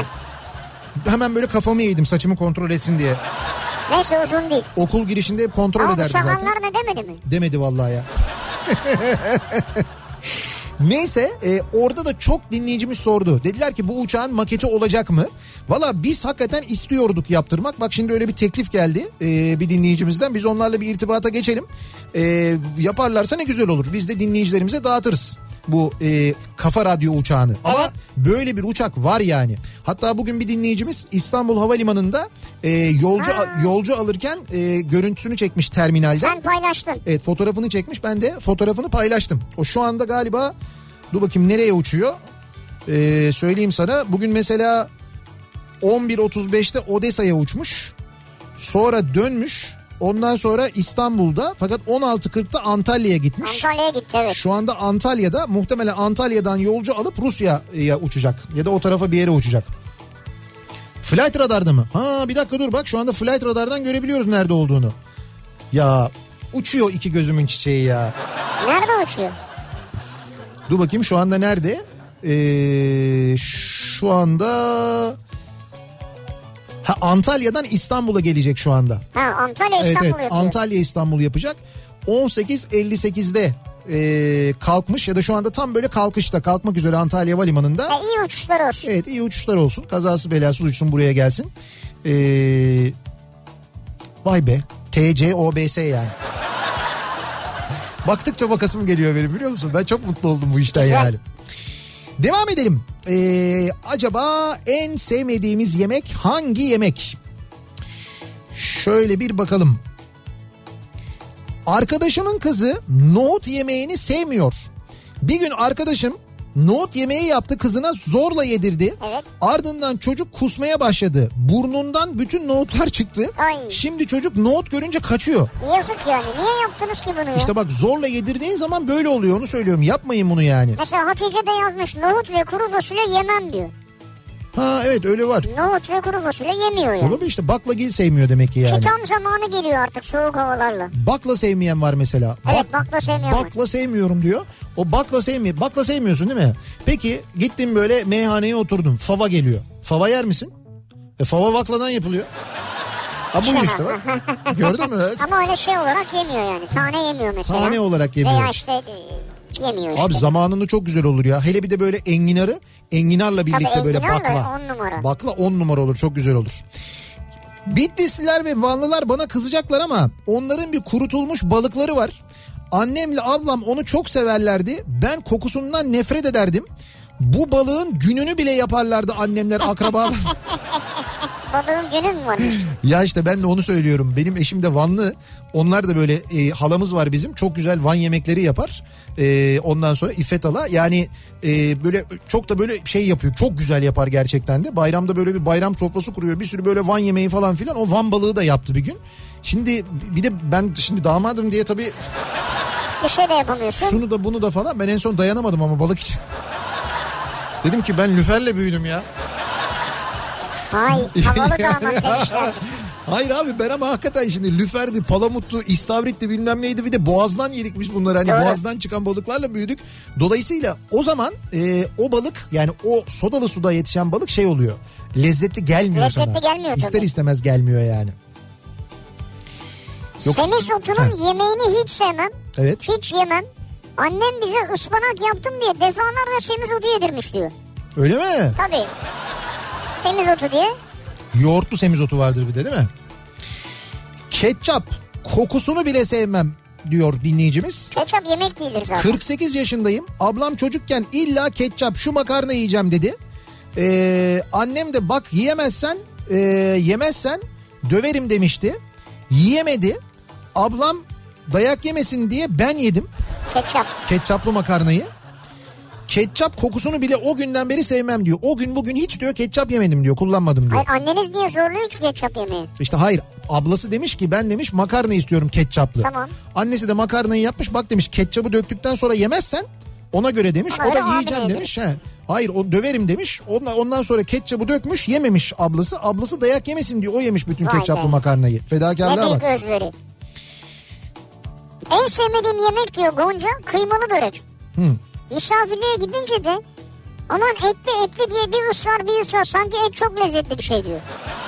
Hemen böyle kafamı eğdim saçımı kontrol etsin diye. Neyse uzun değil. Okul girişinde hep kontrol Ama bu ederdi zaten. sakallar ne demedi mi? Demedi vallahi ya. Neyse e, orada da çok dinleyicimiz sordu. Dediler ki bu uçağın maketi olacak mı? Valla biz hakikaten istiyorduk yaptırmak. Bak şimdi öyle bir teklif geldi e, bir dinleyicimizden. Biz onlarla bir irtibata geçelim. E, yaparlarsa ne güzel olur. Biz de dinleyicilerimize dağıtırız bu e, Kafa Radyo uçağını. Ama Evet. böyle bir uçak var yani. Hatta bugün bir dinleyicimiz İstanbul Havalimanı'nda e, yolcu Ha. yolcu alırken e, görüntüsü çekmiş terminalden. Sen paylaştın. Evet fotoğrafını çekmiş, ben de fotoğrafını paylaştım. O şu anda galiba dur bakayım nereye uçuyor ee, söyleyeyim sana. Bugün mesela on bir otuz beşte Odessa'ya uçmuş, sonra dönmüş, ondan sonra İstanbul'da, fakat on altı kırkta Antalya'ya gitmiş. Antalya'ya gitti evet. Şu anda Antalya'da, muhtemelen Antalya'dan yolcu alıp Rusya'ya uçacak ya da o tarafa bir yere uçacak. Flight Radar'da mı? Ha bir dakika dur, bak şu anda Flight Radar'dan görebiliyoruz nerede olduğunu. Ya uçuyor iki gözümün çiçeği ya. Nerede uçuyor? Dur bakayım şu anda nerede? Ee, şu anda... Ha, Antalya'dan İstanbul'a gelecek şu anda. Ha Antalya Evet, İstanbul evet. yapıyor. Antalya İstanbul yapacak. on sekiz elli sekizde e, kalkmış ya da şu anda tam böyle kalkışta, kalkmak üzere Antalya Havalimanı'nda. Ha, iyi uçuşlar olsun. Evet, iyi uçuşlar olsun. Kazası belasız uçsun, buraya gelsin. Ee, vay be. T C O B S yani. Baktıkça bakasım geliyor benim, biliyor musun? Ben çok mutlu oldum bu işten yani. Devam edelim. Ee, acaba en sevmediğimiz yemek hangi yemek? Şöyle bir bakalım. Arkadaşımın kızı nohut yemeğini sevmiyor. Bir gün arkadaşım nohut yemeği yaptı, kızına zorla yedirdi. Evet. Ardından çocuk kusmaya başladı. Burnundan bütün nohutlar çıktı. Ay. Şimdi çocuk nohut görünce kaçıyor. Yazık yani. Niye yaptınız ki bunu ya? İşte bak, zorla yedirdiğin zaman böyle oluyor, onu söylüyorum. Yapmayın bunu yani. Mesela Hatice de yazmış, nohut ve kuru fasulye yemem diyor. Ha evet, öyle var. Nohut ve kuru fasulye yemiyor ya. Olabilir işte, baklagil sevmiyor demek ki yani. Ki tam zamanı geliyor artık soğuk havalarla. Bakla sevmeyen var mesela. Evet, bakla sevmeyen var. Bakla sevmiyorum diyor. O bakla sevmiyor. Bakla sevmiyorsun değil mi? Peki gittin böyle meyhaneye oturdun. Fava geliyor. Fava yer misin? E fava bakladan yapılıyor. Ha bu işte bak. Gördün mü? Evet. Ama öyle şey olarak yemiyor yani. Tane yemiyor mesela. Tane olarak yemiyor. Veya işte e, yemiyor işte. Abi zamanında çok güzel olur ya. Hele bir de böyle enginarı, enginarla birlikte Tabii böyle enginar da bakla. on numara. Bakla on numara olur, çok güzel olur. Bitlisliler ve Vanlılar bana kızacaklar ama onların bir kurutulmuş balıkları var. Annemle ablam onu çok severlerdi. Ben kokusundan nefret ederdim. Bu balığın gününü bile yaparlardı annemler, akrabalar. Balığın günü mü varmış? Ya işte ben de onu söylüyorum. Benim eşim de Vanlı. Onlar da böyle e, halamız var bizim. Çok güzel Van yemekleri yapar. E, ondan sonra İffet hala. Yani e, böyle çok da böyle şey yapıyor. Çok güzel yapar gerçekten de. Bayramda böyle bir bayram sofrası kuruyor. Bir sürü böyle Van yemeği falan filan. O Van balığı da yaptı bir gün. Şimdi bir de ben şimdi damadım diye tabii... Bir şey de yapamıyorsun. Şunu da bunu da falan. Ben en son dayanamadım ama balık için. Dedim ki ben lüferle büyüdüm ya. Hay, havalı damat demişler. Hayır abi, ben ama hakikaten şimdi lüferdi, palamuttu, istavritti, bilmem neydi, bir de boğazdan yedik biz bunları. Hani evet. Boğazdan çıkan balıklarla büyüdük. Dolayısıyla o zaman e, o balık, yani o sodalı suda yetişen balık şey oluyor. Lezzetli gelmiyor Lezzetli sana. gelmiyor İster tabii. istemez gelmiyor yani. Yok. Semizotunun yemeğini hiç sevmem. Evet. Hiç yemem. Annem bize ıspanak yaptım diye defalarca semizotu yedirmiş diyor. Öyle mi? Tabii. Semizotu diye. Yoğurtlu semizotu vardır bir de, değil mi? Ketçap kokusunu bile sevmem diyor dinleyicimiz. Ketçap yemek değildir zaten. kırk sekiz yaşındayım. Ablam çocukken illa ketçap, şu makarna yiyeceğim dedi. Ee, annem de bak yiyemezsen e, yemezsen döverim demişti. Yiyemedi. Ablam dayak yemesin diye ben yedim. Ketçap. Ketçaplı makarnayı. Ketçap kokusunu bile o günden beri sevmem diyor. O gün bugün hiç diyor ketçap yemedim diyor, kullanmadım diyor. Hayır, anneniz niye zorluyor ki ketçap yemeği? İşte hayır, ablası demiş ki ben demiş makarna istiyorum ketçaplı. Tamam. Annesi de makarnayı yapmış, bak demiş ketçapı döktükten sonra yemezsen ona göre demiş. Ama o da öyle yiyeceğim abi demiş. He. Hayır, o döverim demiş. Ondan, ondan sonra ketçapı dökmüş, yememiş ablası. Ablası dayak yemesin diyor. O yemiş bütün Vay ketçaplı be. makarnayı. Ne Fedakarlığa büyük bak. özveri. En sevmediğim yemek diyor Gonca, kıymalı börek. Hı. Misafirliğe gidince de aman etli etli diye bir ısrar bir ısrar, sanki et çok lezzetli bir şey diyor.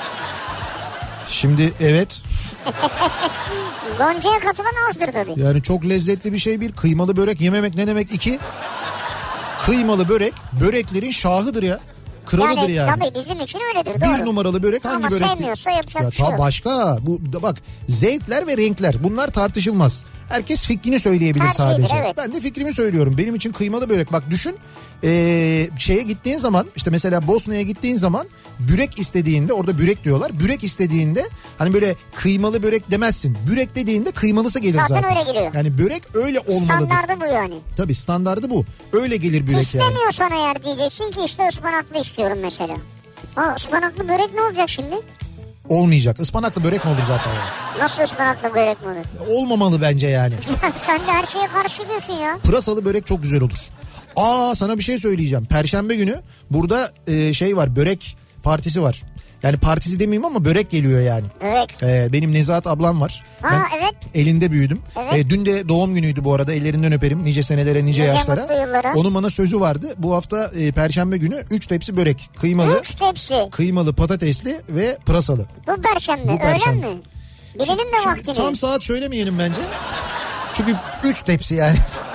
Şimdi evet. Gonca'ya katılan azdır tabii. Yani çok lezzetli bir şey bir. Kıymalı börek yememek ne demek? İki. Kıymalı börek böreklerin şahıdır ya. Kralıdır yani. Yani tabii bizim için öyledir, doğru. Bir numaralı börek hangi Ama börek? Ama sevmiyorsa yapacak ya bir şey ta yok. Başka. Bu da bak, zevkler ve renkler bunlar tartışılmaz. Herkes fikrini söyleyebilir Tercihidir, sadece. evet. Ben de fikrimi söylüyorum. Benim için kıymalı börek. Bak düşün. Ee, şeye gittiğin zaman, işte mesela Bosna'ya gittiğin zaman börek istediğinde, orada börek diyorlar. Börek istediğinde hani böyle kıymalı börek demezsin. Börek dediğinde kıymalısı gelir zaten. Zaten öyle geliyor. Yani börek öyle olmalıdır. Standardı bu yani. Tabii standardı bu. Öyle gelir börek yani. İstemiyorsan eğer diyeceksin ki işte ıspanaklı istiyorum mesela. Aa, ıspanaklı börek ne olacak şimdi? Olmayacak. Ispanaklı börek mi olur zaten yani? Nasıl ıspanaklı börek mi olur? Olmamalı bence yani. Sen de her şeye karşı çıkıyorsun ya. Pırasalı börek çok güzel olur. Aa, sana bir şey söyleyeceğim. Perşembe günü burada e, şey var, börek partisi var. Yani partisi demeyeyim ama börek geliyor yani. Börek. Ee, benim Nezahat ablam var. Aa, ben evet. elinde büyüdüm. Evet. Ee, dün de doğum günüydü bu arada. Ellerinden öperim. Nice senelere, nice, Nice yaşlara. mutlu yıllara. Onun bana sözü vardı. Bu hafta e, Perşembe günü üç tepsi börek. Kıymalı, Üç tepsi. kıymalı, patatesli ve pırasalı. Bu perşembe. Bu perşembe. Öğlen mi? Bilelim de Şimdi vaktini. tam saat söylemeyelim bence. Çünkü üç tepsi yani.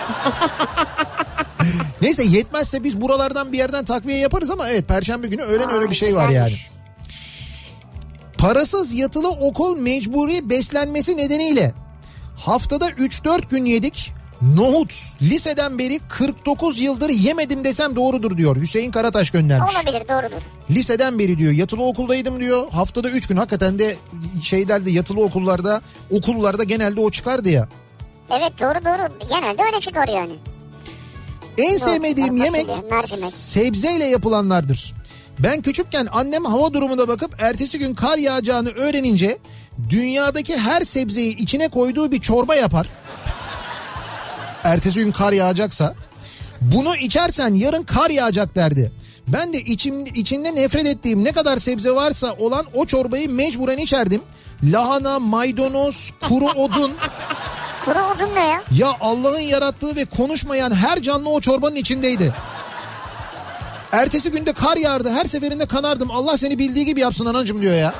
Neyse, yetmezse biz buralardan bir yerden takviye yaparız ama evet, Perşembe günü öğlen Aa, öyle bir şey var yani. güzelmiş. Parasız yatılı okul mecburi beslenmesi nedeniyle haftada üç dört gün yedik. Nohut liseden beri kırk dokuz yıldır yemedim desem doğrudur diyor. Hüseyin Karataş göndermiş. Olabilir, doğrudur. Liseden beri diyor yatılı okuldaydım diyor. Haftada üç gün, hakikaten de şeylerde yatılı okullarda okullarda genelde o çıkardı ya. Evet, doğru doğru. Genelde öyle çıkar yani. En Yok, sevmediğim yemek mercimek. sebzeyle yapılanlardır. Ben küçükken annem hava durumuna bakıp ertesi gün kar yağacağını öğrenince dünyadaki her sebzeyi içine koyduğu bir çorba yapar. Ertesi gün kar yağacaksa bunu içersen yarın kar yağacak derdi. Ben de içim, içinde nefret ettiğim ne kadar sebze varsa olan o çorbayı mecburen içerdim. Lahana, maydanoz, kuru odun. Kuru odun ne ya? Ya Allah'ın yarattığı ve konuşmayan her canlı o çorbanın içindeydi. Ertesi günde kar yağardı, her seferinde kanardım. Allah seni bildiği gibi yapsın anacığım diyor ya.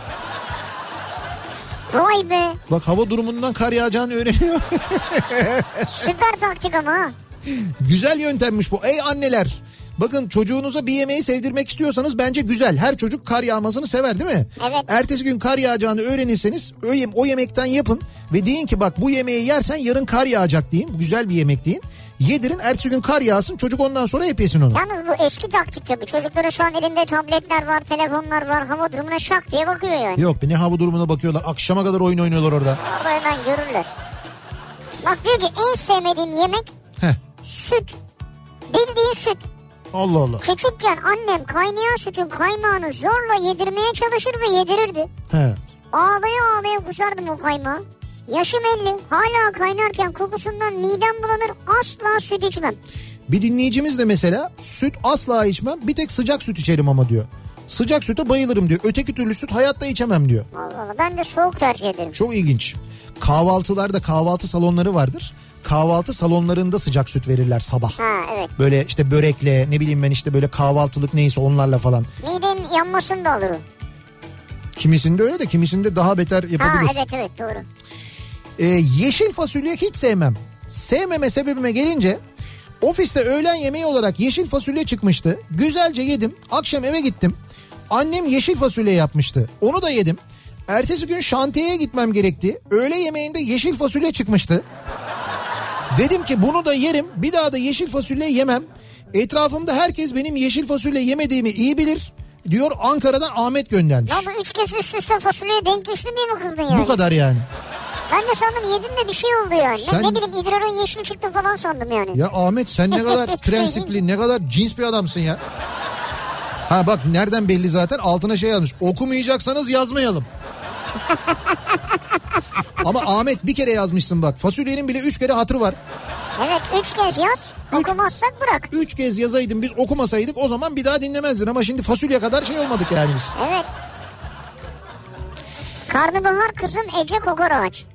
Vay be. Bak hava durumundan kar yağacağını öğreniyor. Süper taktik ama. Güzel yöntemmiş bu. Ey anneler, bakın çocuğunuza bir yemeği sevdirmek istiyorsanız bence güzel. Her çocuk kar yağmasını sever değil mi? Evet. Ertesi gün kar yağacağını öğrenirseniz o yemekten yapın ve deyin ki bak bu yemeği yersen yarın kar yağacak deyin. Güzel bir yemek deyin. Yedirin, ertesi gün kar yağsın, çocuk ondan sonra hep yesin onu. Yalnız bu eski taktik tabii. Çocukların şu an elinde tabletler var, telefonlar var. Hava durumuna şak diye bakıyor yani. Yok be, ne hava durumuna bakıyorlar. Akşama kadar oyun oynuyorlar orada. Orada hemen görürler. Bak diyor ki en sevmediğim yemek Heh. süt. Bildiğin süt. Allah Allah. Küçükken annem kaynayan sütün kaymağını zorla yedirmeye çalışır ve yedirirdi. He. Ağlaya ağlaya kusardım o kaymağı. Yaşım elli. Hala kaynarken kokusundan midem bulanır. Asla süt içmem. Bir dinleyicimiz de mesela süt asla içmem, bir tek sıcak süt içerim ama diyor. Sıcak süte bayılırım diyor. Öteki türlü süt hayatta içemem diyor. Allah Allah, ben de soğuk tercih ederim. Çok ilginç. Kahvaltılarda kahvaltı salonları vardır. Kahvaltı salonlarında sıcak süt verirler sabah. Ha evet. Böyle işte börekle, ne bileyim ben, işte böyle kahvaltılık neyse onlarla falan. Midenin yanmasını da alır o. Kimisinde öyle de kimisinde daha beter yapabilir. Ha evet evet doğru. Ee, yeşil fasulye hiç sevmem. Sevmeme sebebime gelince ofiste öğlen yemeği olarak yeşil fasulye çıkmıştı. Güzelce yedim. Akşam eve gittim. Annem yeşil fasulye yapmıştı. Onu da yedim. Ertesi gün şantiyeye gitmem gerekti. Öğle yemeğinde yeşil fasulye çıkmıştı. Dedim ki bunu da yerim. Bir daha da yeşil fasulye yemem. Etrafımda herkes benim yeşil fasulye yemediğimi iyi bilir diyor. Ankara'dan Ahmet göndermiş. Ya bu üç kez üst üste fasulyeye denk düştü diye mi kızdın yani? Bu kadar yani. Ben de sandım yedin de bir şey oldu yani. Sen... Ne, ne bileyim idrarın yeşil çıktı falan sandım yani. Ya Ahmet sen ne kadar prensipli, ne kadar cins bir adamsın ya. Ha bak nereden belli zaten, altına şey yazmış. Okumayacaksanız yazmayalım. Ama Ahmet bir kere yazmışsın bak. Fasulyenin bile üç kere hatırı var. Evet üç kez yaz. Üç, okumazsak bırak. Üç kez yazaydım biz, okumasaydık o zaman bir daha dinlemezdin. Ama şimdi fasulye kadar şey olmadık yani biz. Evet. Karnabahar kızım Ece kokar ağaç.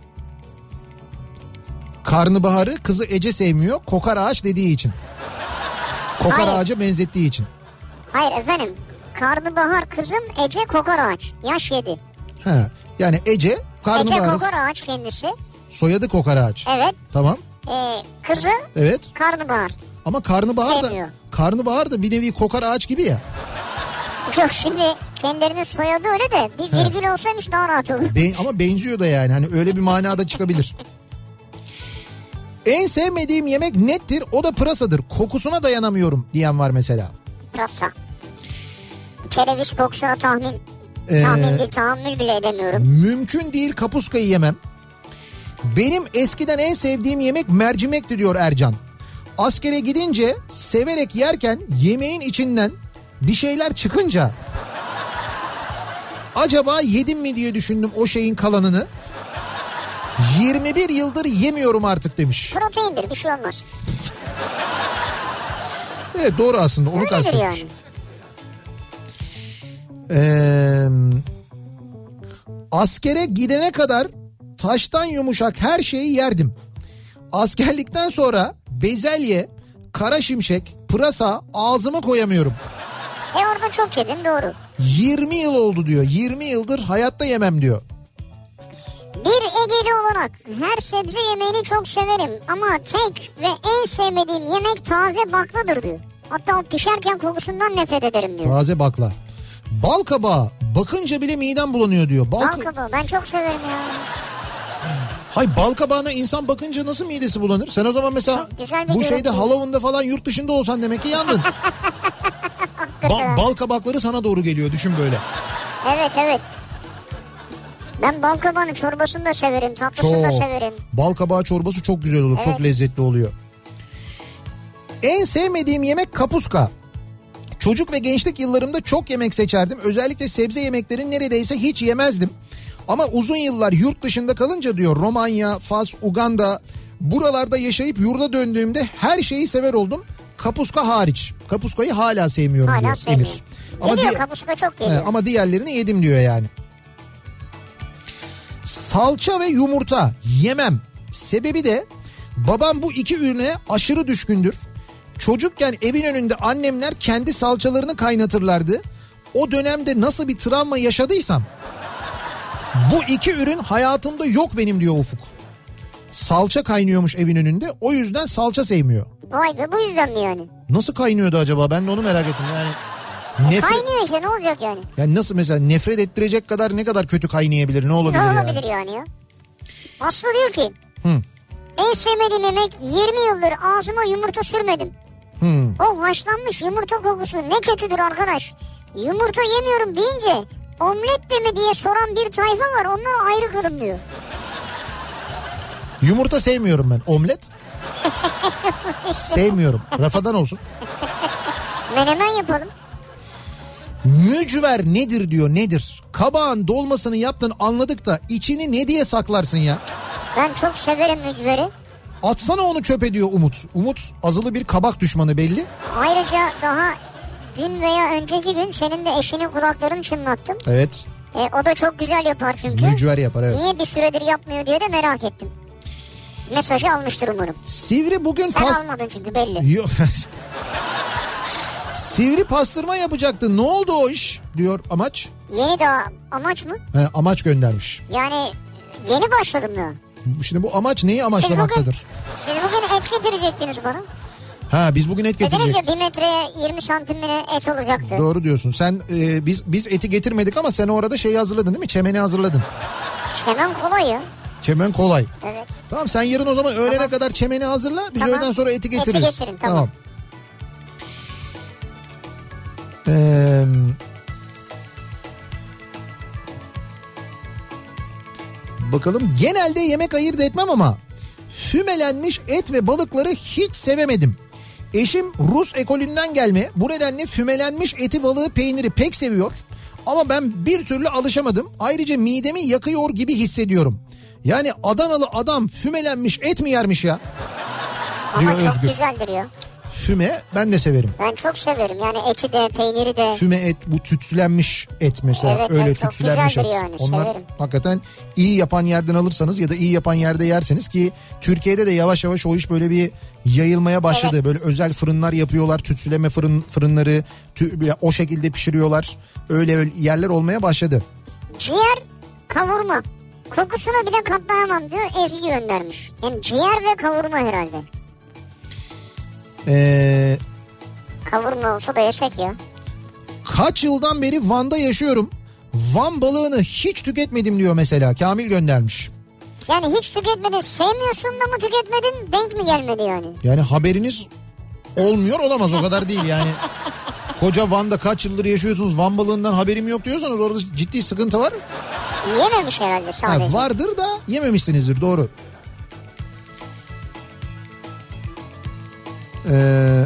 Karnabaharı kızı Ece sevmiyor, kokar ağaç dediği için. Kokar Hayır. ağaca benzettiği için. Hayır efendim. Karnabahar kızım Ece kokar ağaç. Yaş yedi. He. Yani Ece karnabaharı. Ece kokar ağaç kendisi. Soyadı kokar ağaç. Evet. Tamam. Ee, kızı evet. karnabahar. Ama karnabahar da, sevmiyor. karnabahar da bir nevi kokar ağaç gibi ya. Yok şimdi kendilerinin soyadı öyle de bir virgül olsaymış daha rahat olur. Ben, ama benziyor da yani, hani öyle bir manada çıkabilir. En sevmediğim yemek nettir, o da pırasadır. Kokusuna dayanamıyorum diyen var mesela. Pırasa. Kereviz kokusuna tahmin, Ee, tahmin değil, tahammül bile edemiyorum. Mümkün değil kapuskayı yemem. Benim eskiden en sevdiğim yemek mercimekti diyor Ercan. Askere gidince severek yerken yemeğin içinden bir şeyler çıkınca acaba yedim mi diye düşündüm o şeyin kalanını. yirmi bir yıldır yemiyorum artık demiş. Proteindir, bir şey olmaz. Evet doğru aslında, onu Öyledir kastetmiş. yani. Ee, askere gidene kadar taştan yumuşak her şeyi yerdim. Askerlikten sonra bezelye, kara şimşek, pırasa ağzıma koyamıyorum. E orada çok yedin, doğru. yirmi yıl oldu diyor. yirmi yıldır hayatta yemem diyor. Bir Egeli olarak her sebze yemeğini çok severim ama tek ve en sevmediğim yemek taze bakladır diyor. Hatta o pişerken kokusundan nefret ederim diyor. Taze bakla. Bal kabağı bakınca bile midem bulanıyor diyor. Bal, Bal kabağı ben çok severim ya. Hay bal kabağına insan bakınca nasıl midesi bulanır? Sen o zaman mesela bu şeyde Halloween'da falan yurt dışında olsan demek ki yandın. ba- bal kabakları sana doğru geliyor, düşün böyle. Evet evet. Ben bal kabağının çorbasını da severim, tatlısını çok. da severim. Bal kabağı çorbası çok güzel olur, evet. Çok lezzetli oluyor. En sevmediğim yemek kapuska. Çocuk ve gençlik yıllarımda çok yemek seçerdim. Özellikle sebze yemeklerini neredeyse hiç yemezdim. Ama uzun yıllar yurt dışında kalınca diyor, Romanya, Fas, Uganda, buralarda yaşayıp yurda döndüğümde her şeyi sever oldum. Kapuska hariç. Kapuskayı hala sevmiyorum hala diyor sevmiyorum. Emir. Ama geliyor di- kapuska çok geliyor. He, ama diğerlerini yedim diyor yani. Salça ve yumurta yemem. Sebebi de babam bu iki ürüne aşırı düşkündür. Çocukken evin önünde annemler kendi salçalarını kaynatırlardı. O dönemde nasıl bir travma yaşadıysam bu iki ürün hayatımda yok benim diyor Ufuk. Salça kaynıyormuş evin önünde, o yüzden salça sevmiyor. Vay be, bu yüzden mi yani? Nasıl kaynıyordu acaba, ben de onu merak ettim yani. Nefret... Kaynıyor işte, ne olacak yani? Yani nasıl mesela, nefret ettirecek kadar ne kadar kötü kaynayabilir, ne olabilir yani? Ne olabilir yani, yani ya? Aslı diyor ki Hı. en sevmediğim yemek, yirmi yıldır ağzıma yumurta sürmedim. Hmm. O haşlanmış yumurta kokusu ne kötüdür arkadaş. Yumurta yemiyorum deyince omlet de mi diye soran bir tayfa var, onlara ayrı kalın diyor. Yumurta sevmiyorum ben. Omlet sevmiyorum. Rafadan olsun. Menemen yapalım. Mücver nedir diyor, nedir? Kabağın dolmasını yaptın anladık da içini ne diye saklarsın ya? Ben çok severim mücveri. Atsana onu çöpe diyor Umut. Umut azılı bir kabak düşmanı belli. Ayrıca daha dün veya önceki gün senin de eşinin kulaklarını çınlattım. Evet. E, o da çok güzel yapar çünkü. Mücver yapar, evet. Niye bir süredir yapmıyor diye de merak ettim. Mesajı almıştır umarım. Sivri bugün... Sen pas... almadın çünkü belli. Yok. Sivri pastırma yapacaktı. Ne oldu o iş diyor Amaç. Yeni daha Amaç mı? He, Amaç göndermiş. Yani yeni başladım da. Şimdi bu Amaç neyi amaçlamaktadır? Siz bugün, siz bugün et getirecektiniz bana. Ha, biz bugün et getirecektik. Dediniz ya bir metreye yirmi santimine et olacaktı. Doğru diyorsun. Sen e, biz biz eti getirmedik ama sen orada şeyi hazırladın değil mi? Çemeni hazırladın. Çemen kolay ya. Çemen kolay. Evet. Tamam, sen yarın o zaman öğlene tamam. kadar çemeni hazırla. Biz tamam. öğleden sonra eti getiririz. Eti getirin, tamam. Tamam. Ee, bakalım, genelde yemek ayırt etmem ama fümelenmiş et ve balıkları hiç sevemedim. Eşim Rus ekolünden gelme, bu nedenle fümelenmiş eti, balığı, peyniri pek seviyor. Ama ben bir türlü alışamadım. Ayrıca midemi yakıyor gibi hissediyorum. Yani Adanalı adam fümelenmiş et mi yermiş ya? Ama çok Özgür. Güzeldir ya. Füme ben de severim. Ben çok severim yani, eti de peyniri de. Füme et, bu tütsülenmiş et mesela, evet, öyle evet, tütsülenmiş et. Yani, onlar severim. Hakikaten iyi yapan yerden alırsanız ya da iyi yapan yerde yerseniz, ki Türkiye'de de yavaş yavaş o iş böyle bir yayılmaya başladı. Evet. Böyle özel fırınlar yapıyorlar, tütsüleme fırın fırınları tü, o şekilde pişiriyorlar. Öyle, öyle yerler olmaya başladı. Ciğer kavurma. Kokusuna bile katlanamam diyor, Ezgi göndermiş. Yani ciğer ve kavurma herhalde. Ee, kavurma olsa da yesek ya. Kaç yıldan beri Van'da yaşıyorum. Van balığını hiç tüketmedim diyor mesela. Kamil göndermiş. Yani hiç tüketmedin. Sevmiyorsun da mı tüketmedin? Denk mi gelmedi yani? Yani haberiniz olmuyor olamaz, o kadar değil yani. Koca Van'da kaç yıldır yaşıyorsunuz, Van balığından haberim yok diyorsanız orada ciddi sıkıntı var. Yememiş herhalde sadece. Ha, vardır da yememişsinizdir, doğru. Ee,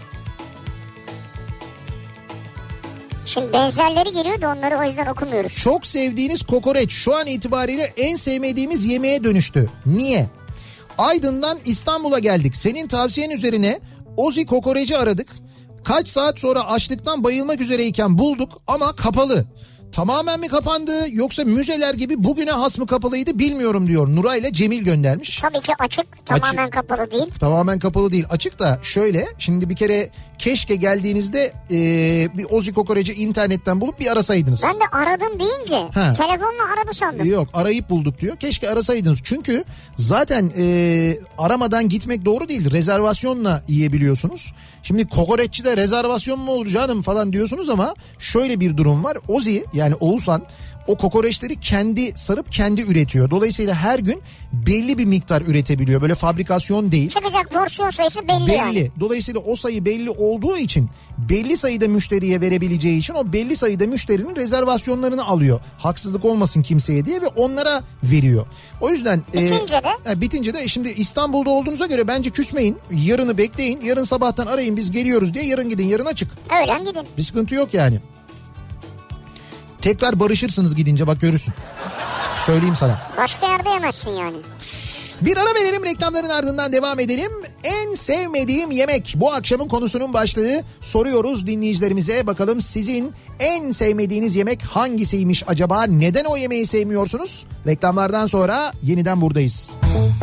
Şimdi benzerleri geliyor da onları o yüzden okumuyoruz. Çok sevdiğiniz kokoreç şu an itibariyle en sevmediğimiz yemeğe dönüştü. Niye? Aydın'dan İstanbul'a geldik. Senin tavsiyen üzerine Ozi kokoreci aradık. Kaç saat sonra açlıktan bayılmak üzereyken bulduk ama kapalı. tamamen mi kapandı yoksa müzeler gibi bugüne has mı kapalıydı bilmiyorum diyor. Nuray ile Cemil göndermiş. Tabii ki açık, tamamen açık, kapalı değil. Tamamen kapalı değil, açık da şöyle, şimdi bir kere keşke geldiğinizde e, bir Ozi Kokoreci internetten bulup bir arasaydınız. Ben de aradım deyince ha. telefonla aradı sandım. Yok, arayıp bulduk diyor. Keşke arasaydınız çünkü zaten e, aramadan gitmek doğru değil, rezervasyonla yiyebiliyorsunuz. Şimdi kokoreççide rezervasyon mu olur canım falan diyorsunuz ama şöyle bir durum var. Ozi yani Oğuzhan o kokoreçleri kendi sarıp kendi üretiyor. Dolayısıyla her gün belli bir miktar üretebiliyor. Böyle fabrikasyon değil. Çıkacak porsiyon sayısı belli, belli. yani. Dolayısıyla o sayı belli olduğu için belli sayıda müşteriye verebileceği için o belli sayıda müşterinin rezervasyonlarını alıyor. Haksızlık olmasın kimseye diye ve onlara veriyor. O yüzden bitince e, de. Bitince de şimdi İstanbul'da olduğunuza göre bence küsmeyin. Yarını bekleyin. Yarın sabahtan arayın biz geliyoruz diye, yarın gidin, yarın açık. Öğlen gidin. Bir sıkıntı yok yani. Tekrar barışırsınız gidince, bak görürsün. Söyleyeyim sana. Başka yerde yemezsin yani. Bir ara verelim, reklamların ardından devam edelim. En sevmediğim yemek bu akşamın konusunun başlığı. Soruyoruz dinleyicilerimize, bakalım sizin en sevmediğiniz yemek hangisiymiş acaba? Neden o yemeği sevmiyorsunuz? Reklamlardan sonra yeniden buradayız.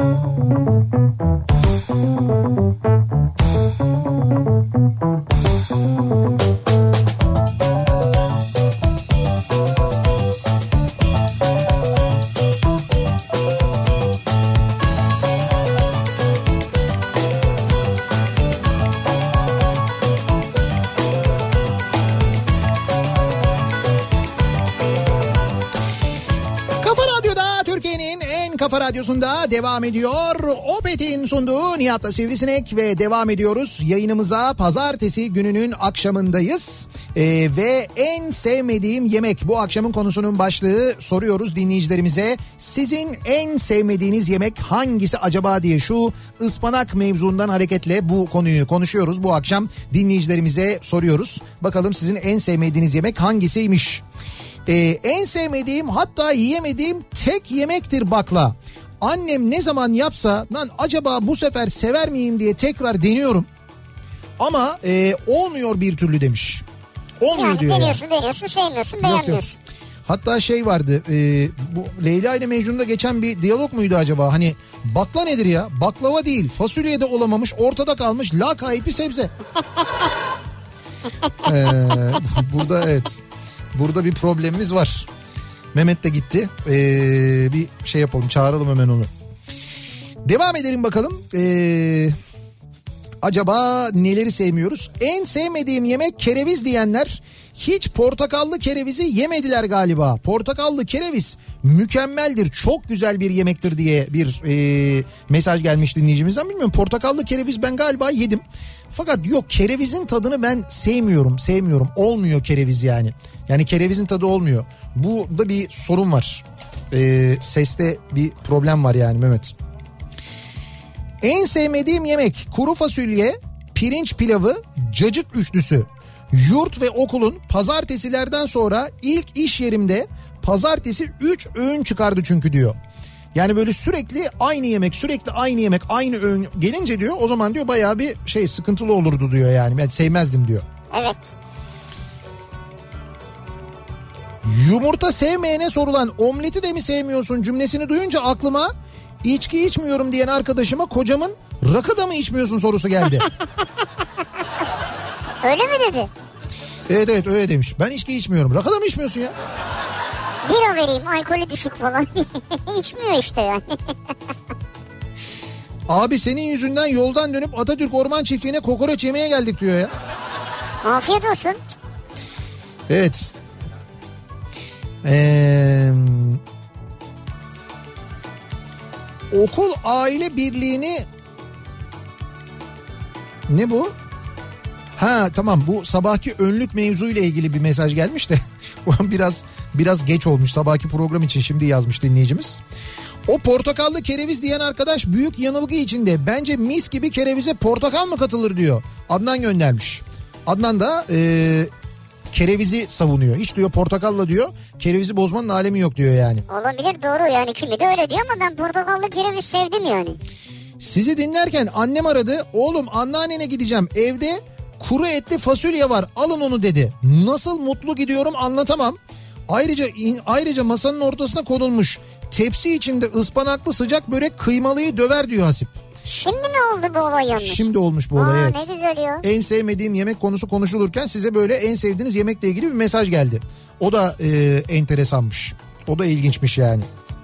Kafa Radyosu'nda devam ediyor. Opet'in sunduğu Nihat'la Sivrisinek ve devam ediyoruz. Yayınımıza pazartesi gününün akşamındayız. Ee, ve en sevmediğim yemek bu akşamın konusunun başlığı. Soruyoruz dinleyicilerimize, sizin en sevmediğiniz yemek hangisi acaba diye. Şu ıspanak mevzundan hareketle bu konuyu konuşuyoruz. Bu akşam dinleyicilerimize soruyoruz. Bakalım sizin en sevmediğiniz yemek hangisiymiş? Ee, en sevmediğim, hatta yiyemediğim tek yemektir bakla. Annem ne zaman yapsa lan acaba bu sefer sever miyim diye tekrar deniyorum. Ama e, olmuyor bir türlü demiş. Olmuyor yani diyor. Deniyorsun yani. deniyorsun sevmiyorsun, beğenmiyorsun. Yok, yok. Hatta şey vardı, e, bu Leyla ile Mecnun'da geçen bir diyalog muydu acaba? Hani bakla nedir ya? Baklava değil, fasulye de olamamış, ortada kalmış lakayt bir sebze. ee, burada evet. Burada bir problemimiz var. Mehmet de gitti. Ee, bir şey yapalım, çağıralım hemen onu. Devam edelim bakalım. Ee, acaba neleri sevmiyoruz? En sevmediğim yemek kereviz diyenler hiç portakallı kerevizi yemediler galiba. Portakallı kereviz mükemmeldir, çok güzel bir yemektir diye bir e, mesaj gelmiş dinleyicimizden. Bilmiyorum, portakallı kereviz ben galiba yedim. Fakat yok, kerevizin tadını ben sevmiyorum, sevmiyorum. Olmuyor kereviz yani. Yani kerevizin tadı olmuyor. Bu da bir sorun var. Ee, seste bir problem var yani Mehmet. En sevmediğim yemek kuru fasulye, pirinç pilavı, cacık üçlüsü. Yurt ve okulun pazartesilerden sonra ilk iş yerimde pazartesi üç öğün çıkardı çünkü diyor. Yani böyle sürekli aynı yemek, sürekli aynı yemek, aynı öğün gelince diyor, o zaman diyor bayağı bir şey sıkıntılı olurdu diyor yani. Ben sevmezdim diyor. Evet. Yumurta sevmeyene sorulan omleti de mi sevmiyorsun cümlesini duyunca aklıma içki içmiyorum diyen arkadaşıma kocamın rakı da mı içmiyorsun sorusu geldi. Öyle mi dedi? Evet evet öyle demiş. Ben içki içmiyorum. Rakı da mı içmiyorsun ya? Bira vereyim, alkolü düşük falan. İçmiyor işte yani. Abi senin yüzünden yoldan dönüp Atatürk Orman Çiftliği'ne kokoreç yemeye geldik diyor ya. Afiyet olsun. Evet. Ee, okul aile birliğini ne bu? Ha tamam, bu sabahki önlük mevzuyla ilgili bir mesaj gelmiş de biraz biraz geç olmuş, sabahki program için şimdi yazmış dinleyicimiz. O portakallı kereviz diyen arkadaş büyük yanılgı içinde. Bence mis gibi kerevize portakal mı katılır diyor. Adnan göndermiş. Adnan da e, kerevizi savunuyor. Hiç diyor portakalla diyor kerevizi bozmanın alemi yok diyor yani. Olabilir, doğru yani, kimi de öyle diyor ama ben portakallı kereviz sevdim yani. Sizi dinlerken annem aradı. Oğlum anneannene gideceğim, evde kuru etli fasulye var, alın onu dedi. Nasıl mutlu gidiyorum anlatamam. Ayrıca in, ayrıca masanın ortasına konulmuş tepsi içinde ıspanaklı sıcak börek kıymalıyı döver diyor Hasip. Şimdi mi oldu bu olay yalnız? Şimdi olmuş bu olay. Aa, evet. Ne güzel ya. En sevmediğim yemek konusu konuşulurken size böyle en sevdiğiniz yemekle ilgili bir mesaj geldi. O da e, enteresanmış. O da ilginçmiş yani.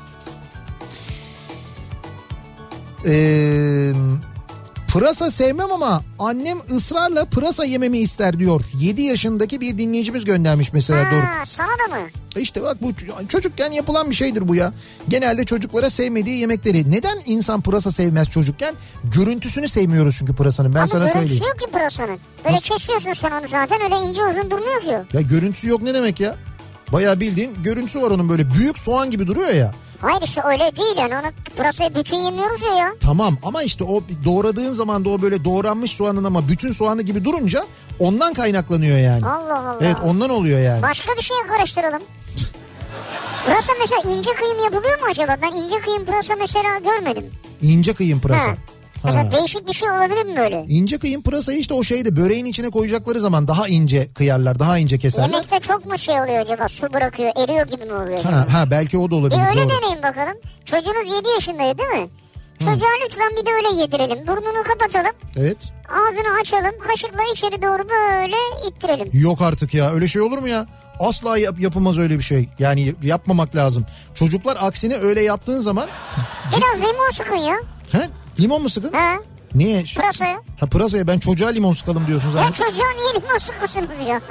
Eee... Pırasa sevmem ama annem ısrarla pırasa yememi ister diyor. yedi yaşındaki bir dinleyicimiz göndermiş mesela. Ha, Doruk. sana da mı? İşte bak bu çocukken yapılan bir şeydir bu ya. Genelde çocuklara sevmediği yemekleri. Neden insan pırasa sevmez çocukken? Görüntüsünü sevmiyoruz çünkü pırasanın. Ben Ama sana söyleyeyim. görüntüsü yok ki pırasanın. Böyle Nasıl? kesiyorsun sen onu zaten, öyle ince uzun durmuyor ki. Ya görüntüsü yok ne demek ya? Bayağı bildiğin görüntüsü var onun, böyle büyük soğan gibi duruyor ya. Hayır işte öyle değil yani, onu pırasayı bütün yemiyoruz ya ya. Tamam ama işte o doğradığın zaman da o böyle doğranmış soğanın ama bütün soğanı gibi durunca ondan kaynaklanıyor yani. Allah Allah. Evet, ondan oluyor yani. Başka bir şeye karıştıralım. Pırasa mesela ince kıyım yapılıyor mu acaba? Ben ince kıyım pırasa mesela görmedim. İnce kıyım pırasa. Ha. Ha. Mesela değişik bir şey olabilir mi böyle? İnce kıyım pırasayı işte o şeyde böreğin içine koyacakları zaman daha ince kıyarlar, daha ince keserler. Yemekte çok mu şey oluyor acaba? Su bırakıyor, eriyor gibi mi oluyor? Ha, ha belki o da olabilir. E öyle doğru. deneyin bakalım. Çocuğunuz yedi yaşındaydı değil mi? Çocuğa lütfen bir de öyle yedirelim. Burnunu kapatalım. Evet. Ağzını açalım. Kaşıkla içeri doğru böyle ittirelim. Yok artık ya, öyle şey olur mu ya? Asla yap, yapılmaz öyle bir şey. Yani yapmamak lazım. Çocuklar aksine öyle yaptığın zaman... Biraz limon sıkın ya. He? Limon mu sıkın? Ha? Niye? Pırasaya. Ha pırasaya, ben çocuğa limon sıkalım diyorsun zaten. Ya çocuğa niye limon sıkıyorsunuz ya?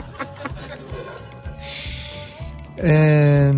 Eee...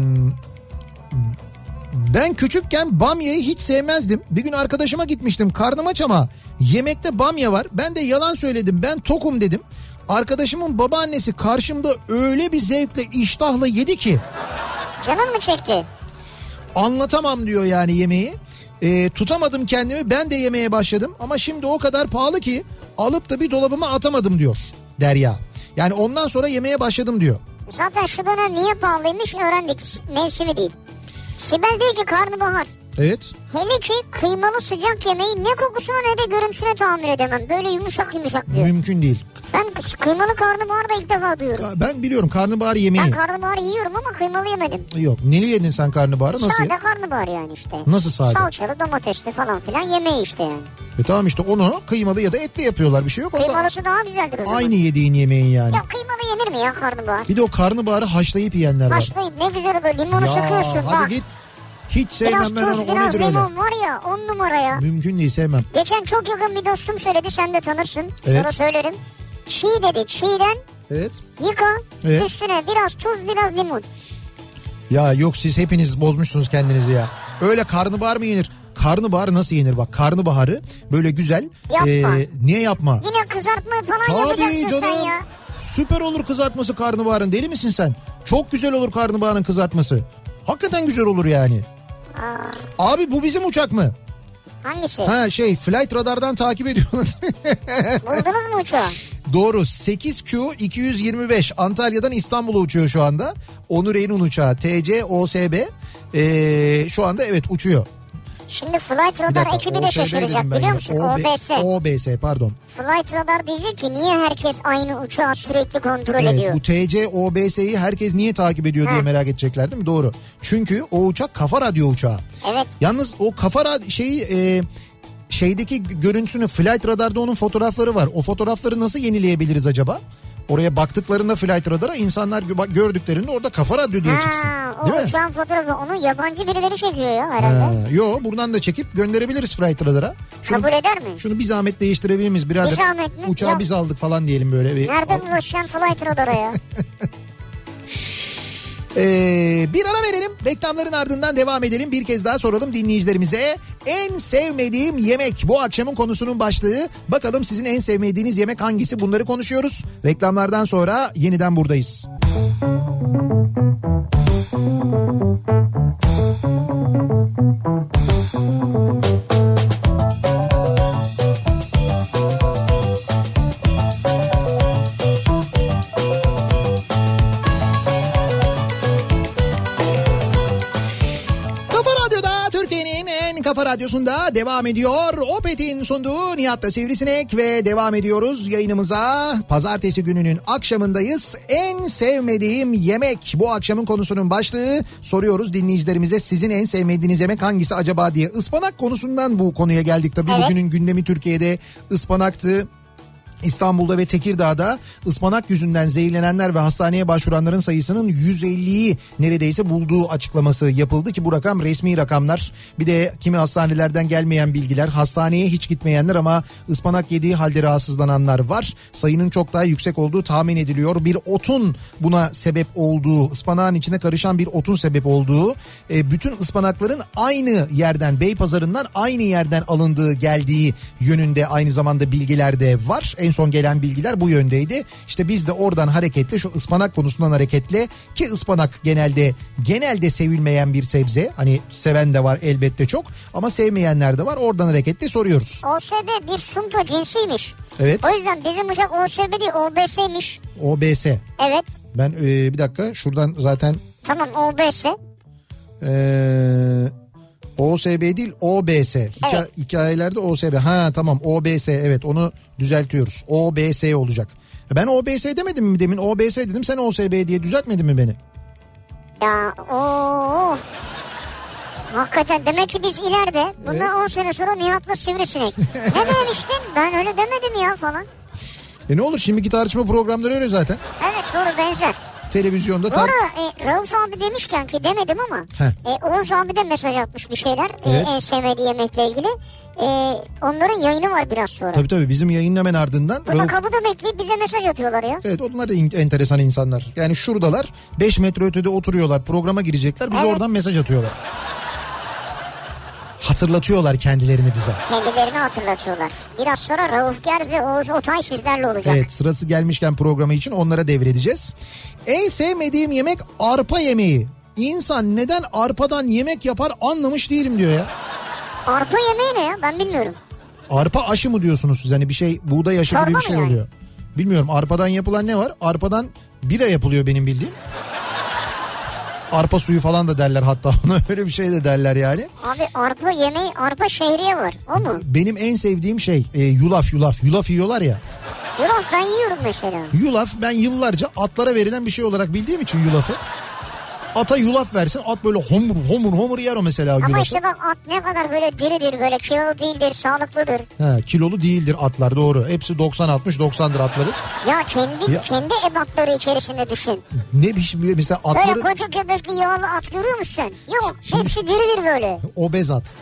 Ben küçükken bamyayı hiç sevmezdim. Bir gün arkadaşıma gitmiştim, karnım aç ama yemekte bamya var. Ben de yalan söyledim, ben tokum dedim. Arkadaşımın babaannesi karşımda öyle bir zevkle, iştahla yedi ki. Canın mı çekti? Anlatamam diyor yani yemeği. Ee, tutamadım kendimi, ben de yemeye başladım. Ama şimdi o kadar pahalı ki alıp da bir dolabıma atamadım diyor Derya. Yani ondan sonra yemeye başladım diyor. Zaten şu dönem niye pahalıymış öğrendik. Mevsimi değil. Sibel diyor ki karnabahar. Evet. Hele ki kıymalı sıcak yemeği ne kokusuna ne de görüntüsüne tahammül edemem. Böyle yumuşak yumuşak diyor. Mümkün değil. Ben kıymalı karnabahar da ilk defa duyuyorum. Ben biliyorum karnabahar yemeği. Ben karnabahar yiyorum ama kıymalı yemedim. Yok. Neli yedin sen karnabaharı? Nasıl? Sade karnabahar yani işte. Nasıl sade? Salçalı, domatesli falan filan yemeği işte yani. E tamam işte onu kıymalı ya da etli yapıyorlar, bir şey yok. Onda Kıymalısı daha güzeldir o zaman. aynı yediğin yemeğin yani. Ya kıymalı yenir mi ya karnabahar? Bir de o karnabaharı haşlayıp yiyenler var. Haşlayıp ne güzel oluyor. Limonu Ya, sıkıyorsun hadi bak. git. Hiç sevmem Biraz ben tuz, onu. O biraz nedir öyle? limon var ya, on numara ya. Mümkün değil, sevmem. Geçen çok yakın bir dostum söyledi, sen de tanırsın. Sonra Evet. söylerim. Çiğ dedi, çiğden Evet. yıka, Evet. üstüne biraz tuz, biraz limon. Ya yok, siz hepiniz bozmuşsunuz kendinizi ya. Öyle karnabahar mı yenir? Karnabahar nasıl yenir bak, karnabaharı böyle güzel. Yapma. E, niye yapma? Yine kızartma falan yapacaksın Tabii sen canım. ya. Süper olur kızartması karnabaharın, deli misin sen? Çok güzel olur karnabaharın kızartması. Hakikaten güzel olur yani. Aa, Abi bu bizim uçak mı? hangisi? Ha şey, Flight Radar'dan takip ediyorlar. Buldunuz mu uçağı? Doğru, sekiz Q iki yüz yirmi beş Antalya'dan İstanbul'a uçuyor şu anda. Onur Eynun uçağı T C O S B ee, şu anda evet uçuyor. Şimdi Flight Bir Radar dakika, ekibi de O S B şaşıracak dedim ben biliyor yine. musun? O B- O B S. O B S pardon. Flight Radar diyecek ki niye herkes aynı uçağı sürekli kontrol Evet, ediyor? bu T C O B S'yi herkes niye takip ediyor diye Ha. merak edecekler değil mi? Doğru. Çünkü o uçak kafa radyo uçağı. Evet. Yalnız o kafa radyo şeyi e, şeydeki görüntüsünü, Flight Radar'da onun fotoğrafları var. O fotoğrafları nasıl yenileyebiliriz acaba? Oraya baktıklarında Flight Radar'a insanlar gö- gördüklerinde orada kafa radyo diye çıksın. Ha, o Değil mi? uçağın fotoğrafı, onu yabancı birileri çekiyor ya herhalde. Ha, yo, buradan da çekip gönderebiliriz Flight Radar'a. Şunu, Kabul eder mi? şunu bir zahmet değiştirebilir miyiz birader? Bir zahmet mi? Uçağı Ya. biz aldık falan diyelim böyle. Bir, Nereden ulaşacaksın Flight Radar'a ya? Ee, bir ara verelim. Reklamların ardından devam edelim. Bir kez daha soralım dinleyicilerimize. En sevmediğim yemek bu akşamın konusunun başlığı. Bakalım sizin en sevmediğiniz yemek hangisi? Bunları konuşuyoruz. Reklamlardan sonra yeniden buradayız. Radyosu'nda devam ediyor. Opet'in sunduğu Nihat'ta Sivrisinek ve devam ediyoruz yayınımıza. Pazartesi gününün akşamındayız. En sevmediğim yemek bu akşamın konusunun başlığı. Soruyoruz dinleyicilerimize, sizin en sevmediğiniz yemek hangisi acaba diye. Ispanak konusundan bu konuya geldik tabii. Evet. Bugünün gündemi Türkiye'de ıspanaktı. İstanbul'da ve Tekirdağ'da ıspanak yüzünden zehirlenenler ve hastaneye başvuranların sayısının yüz elliyi neredeyse bulduğu açıklaması yapıldı ki bu rakam resmi rakamlar. Bir de kimi hastanelerden gelmeyen bilgiler, hastaneye hiç gitmeyenler ama ıspanak yediği halde rahatsızlananlar var. Sayının çok daha yüksek olduğu tahmin ediliyor. Bir otun buna sebep olduğu, ıspanağın içine karışan bir otun sebep olduğu, e, bütün ıspanakların aynı yerden, Beypazarı'ndan aynı yerden alındığı, geldiği yönünde aynı zamanda bilgiler de var. En son gelen bilgiler bu yöndeydi. İşte biz de oradan hareketle, şu ıspanak konusundan hareketle, ki ıspanak genelde genelde sevilmeyen bir sebze. Hani seven de var elbette çok ama sevmeyenler de var. Oradan hareketle soruyoruz. O S B bir sunta cinsiymiş. Evet. O yüzden bizim uçak O S B değil, O B S'ymiş. O B S. Evet. Ben e, bir dakika şuradan zaten. Tamam, O B S. Eee... O S B değil, O B S. Hika- evet. Hikayelerde O S B. Ha tamam, O B S, evet, onu düzeltiyoruz. O B S olacak. Ben O B S demedim mi demin? O B S dedim, sen O S B diye düzeltmedin mi beni? Ya ooo. Hakikaten demek ki biz ileride bundan evet. on sene sonra Nihat'la Sivrisinek. Ne demiştin? Ben öyle demedim ya falan. E ne olur, şimdiki tartışma programları öyle zaten. Evet, doğru, benzer. Televizyonda... Tar- Doğru, e, Rauf abi demişken ki demedim ama e, Oğuz abi de mesaj atmış bir şeyler. Evet. E, en sevmediği yemekle ilgili. E, onların yayını var biraz sonra. Tabii tabii, bizim yayının hemen ardından. Burada Rauf... kapıda bekleyip bize mesaj atıyorlar ya. Evet, onlar da enteresan insanlar. Yani şuradalar, beş metre ötede oturuyorlar, programa girecekler, bize evet. oradan mesaj atıyorlar. Hatırlatıyorlar kendilerini bize. Kendilerini hatırlatıyorlar. Biraz sonra Rauf Gerz ve Oğuz Otay sizlerle olacak. Evet, sırası gelmişken programı için onlara devredeceğiz. En sevmediğim yemek arpa yemeği. İnsan neden arpadan yemek yapar anlamış değilim diyor ya. Arpa yemeği ne ya, ben bilmiyorum. Arpa aşı mı diyorsunuz siz? Hani bir şey, buğday aşı Çorba gibi bir şey yani? oluyor. Bilmiyorum, arpadan yapılan ne var? Arpadan bira yapılıyor benim bildiğim. Arpa suyu falan da derler hatta, ona öyle bir şey de derler yani. Abi arpa yemeği, arpa şehriye var, o mu? Benim en sevdiğim şey e, yulaf yulaf. Yulaf yiyorlar ya. Yulaf ben yiyorum mesela. Yulaf, ben yıllarca atlara verilen bir şey olarak bildiğim için yulafı. Ata yulaf versin, at böyle homur homur homur yer o mesela yulafı. Ama işte bak, at ne kadar böyle diridir, böyle kilolu değildir, sağlıklıdır. He, kilolu değildir atlar, doğru. Hepsi doksan altmış doksandır atları. Ya kendi ya. kendi ebatları içerisinde düşün. Ne bir şey mesela atları. Böyle koca köpekli yağlı at görüyor musun sen? Yok, şimdi, hepsi diridir böyle. Obez at.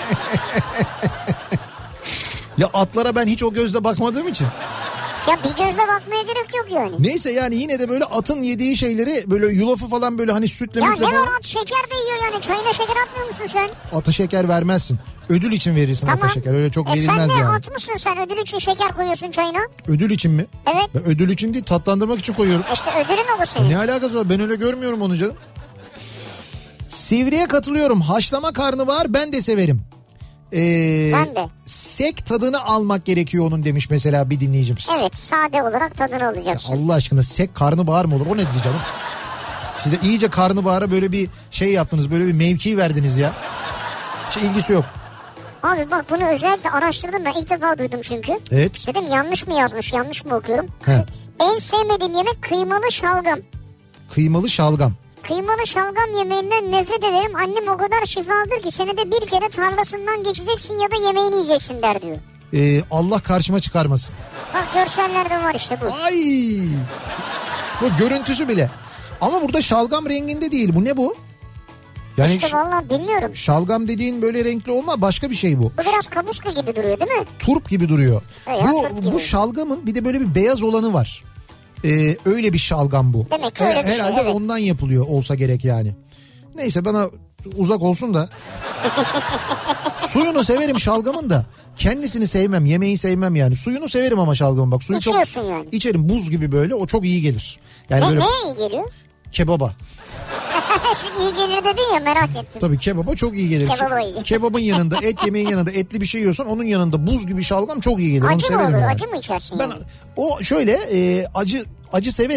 Ya atlara ben hiç o gözle bakmadığım için. Ya bir gözle bakmaya gerek yok yani. Neyse, yani yine de böyle atın yediği şeyleri, böyle yulafı falan, böyle hani sütle mütle falan. Ya ne var, at şeker de yiyor yani, çayına şeker atmıyor musun sen? Ata şeker vermezsin. Ödül için verirsin tamam. Ata şeker, öyle çok e verilmez yani. Sen de yani. At mısın sen, ödül için şeker koyuyorsun çayına? Ödül için mi? Evet. Ben ödül için değil, tatlandırmak için koyuyorum. İşte ödülün o senin. Ne alakası var, ben öyle görmüyorum onu canım. Sivriye katılıyorum, haşlama karnabahar ben de severim. Ee, ben de. Sek tadını almak gerekiyor onun demiş mesela bir dinleyicimiz. Evet, sade olarak tadını alacaksın. Ya Allah aşkına, sek karnabahar mı olur, o ne diyeceğim? Siz de iyice karnabahara böyle bir şey yaptınız, böyle bir mevki verdiniz ya. Hiç ilgisi yok. Abi bak, bunu özellikle araştırdım, ben ilk defa duydum çünkü. Evet. Dedim yanlış mı yazmış, yanlış mı okuyorum? He. En sevmediğim yemek kıymalı şalgam. Kıymalı şalgam. Kıymalı şalgam yemeğinden nefret ederim. Annem o kadar şifalıdır ki senede bir kere tarlasından geçeceksin ya da yemeğini yiyeceksin der diyor. Ee, Allah karşıma çıkarmasın. Bak görsellerde var işte bu. Ay. Bu görüntüsü bile. Ama burada şalgam renginde değil. Bu ne bu? Yani işte vallahi bilmiyorum. Şalgam dediğin böyle renkli olma, başka bir şey bu. Bu biraz kapuska gibi duruyor değil mi? Turp gibi duruyor. Evet, bu gibi. Bu şalgamın bir de böyle bir beyaz olanı var. Ee, öyle bir şalgam bu. Demek ki öyle bir Herhalde şey. Herhalde ondan evet. yapılıyor olsa gerek yani. Neyse, bana uzak olsun da. Suyunu severim şalgamın da. Kendisini sevmem, yemeği sevmem yani. Suyunu severim ama şalgamın, bak suyu İçiyorsun çok yani. İçerim, buz gibi böyle, o çok iyi gelir. Yani ne, böyle... neye iyi geliyor? Kebaba. İyi gelir dedin ya, merak ettim. Tabii kebaba çok iyi gelir. Kebaba iyi. Kebabın yanında, et yemeğin yanında etli bir şey yiyorsan onun yanında buz gibi şalgam çok iyi gelir. Acı Onu mı olur? Yani. Acı mı içersin ben, yani? O şöyle e, acı acı severim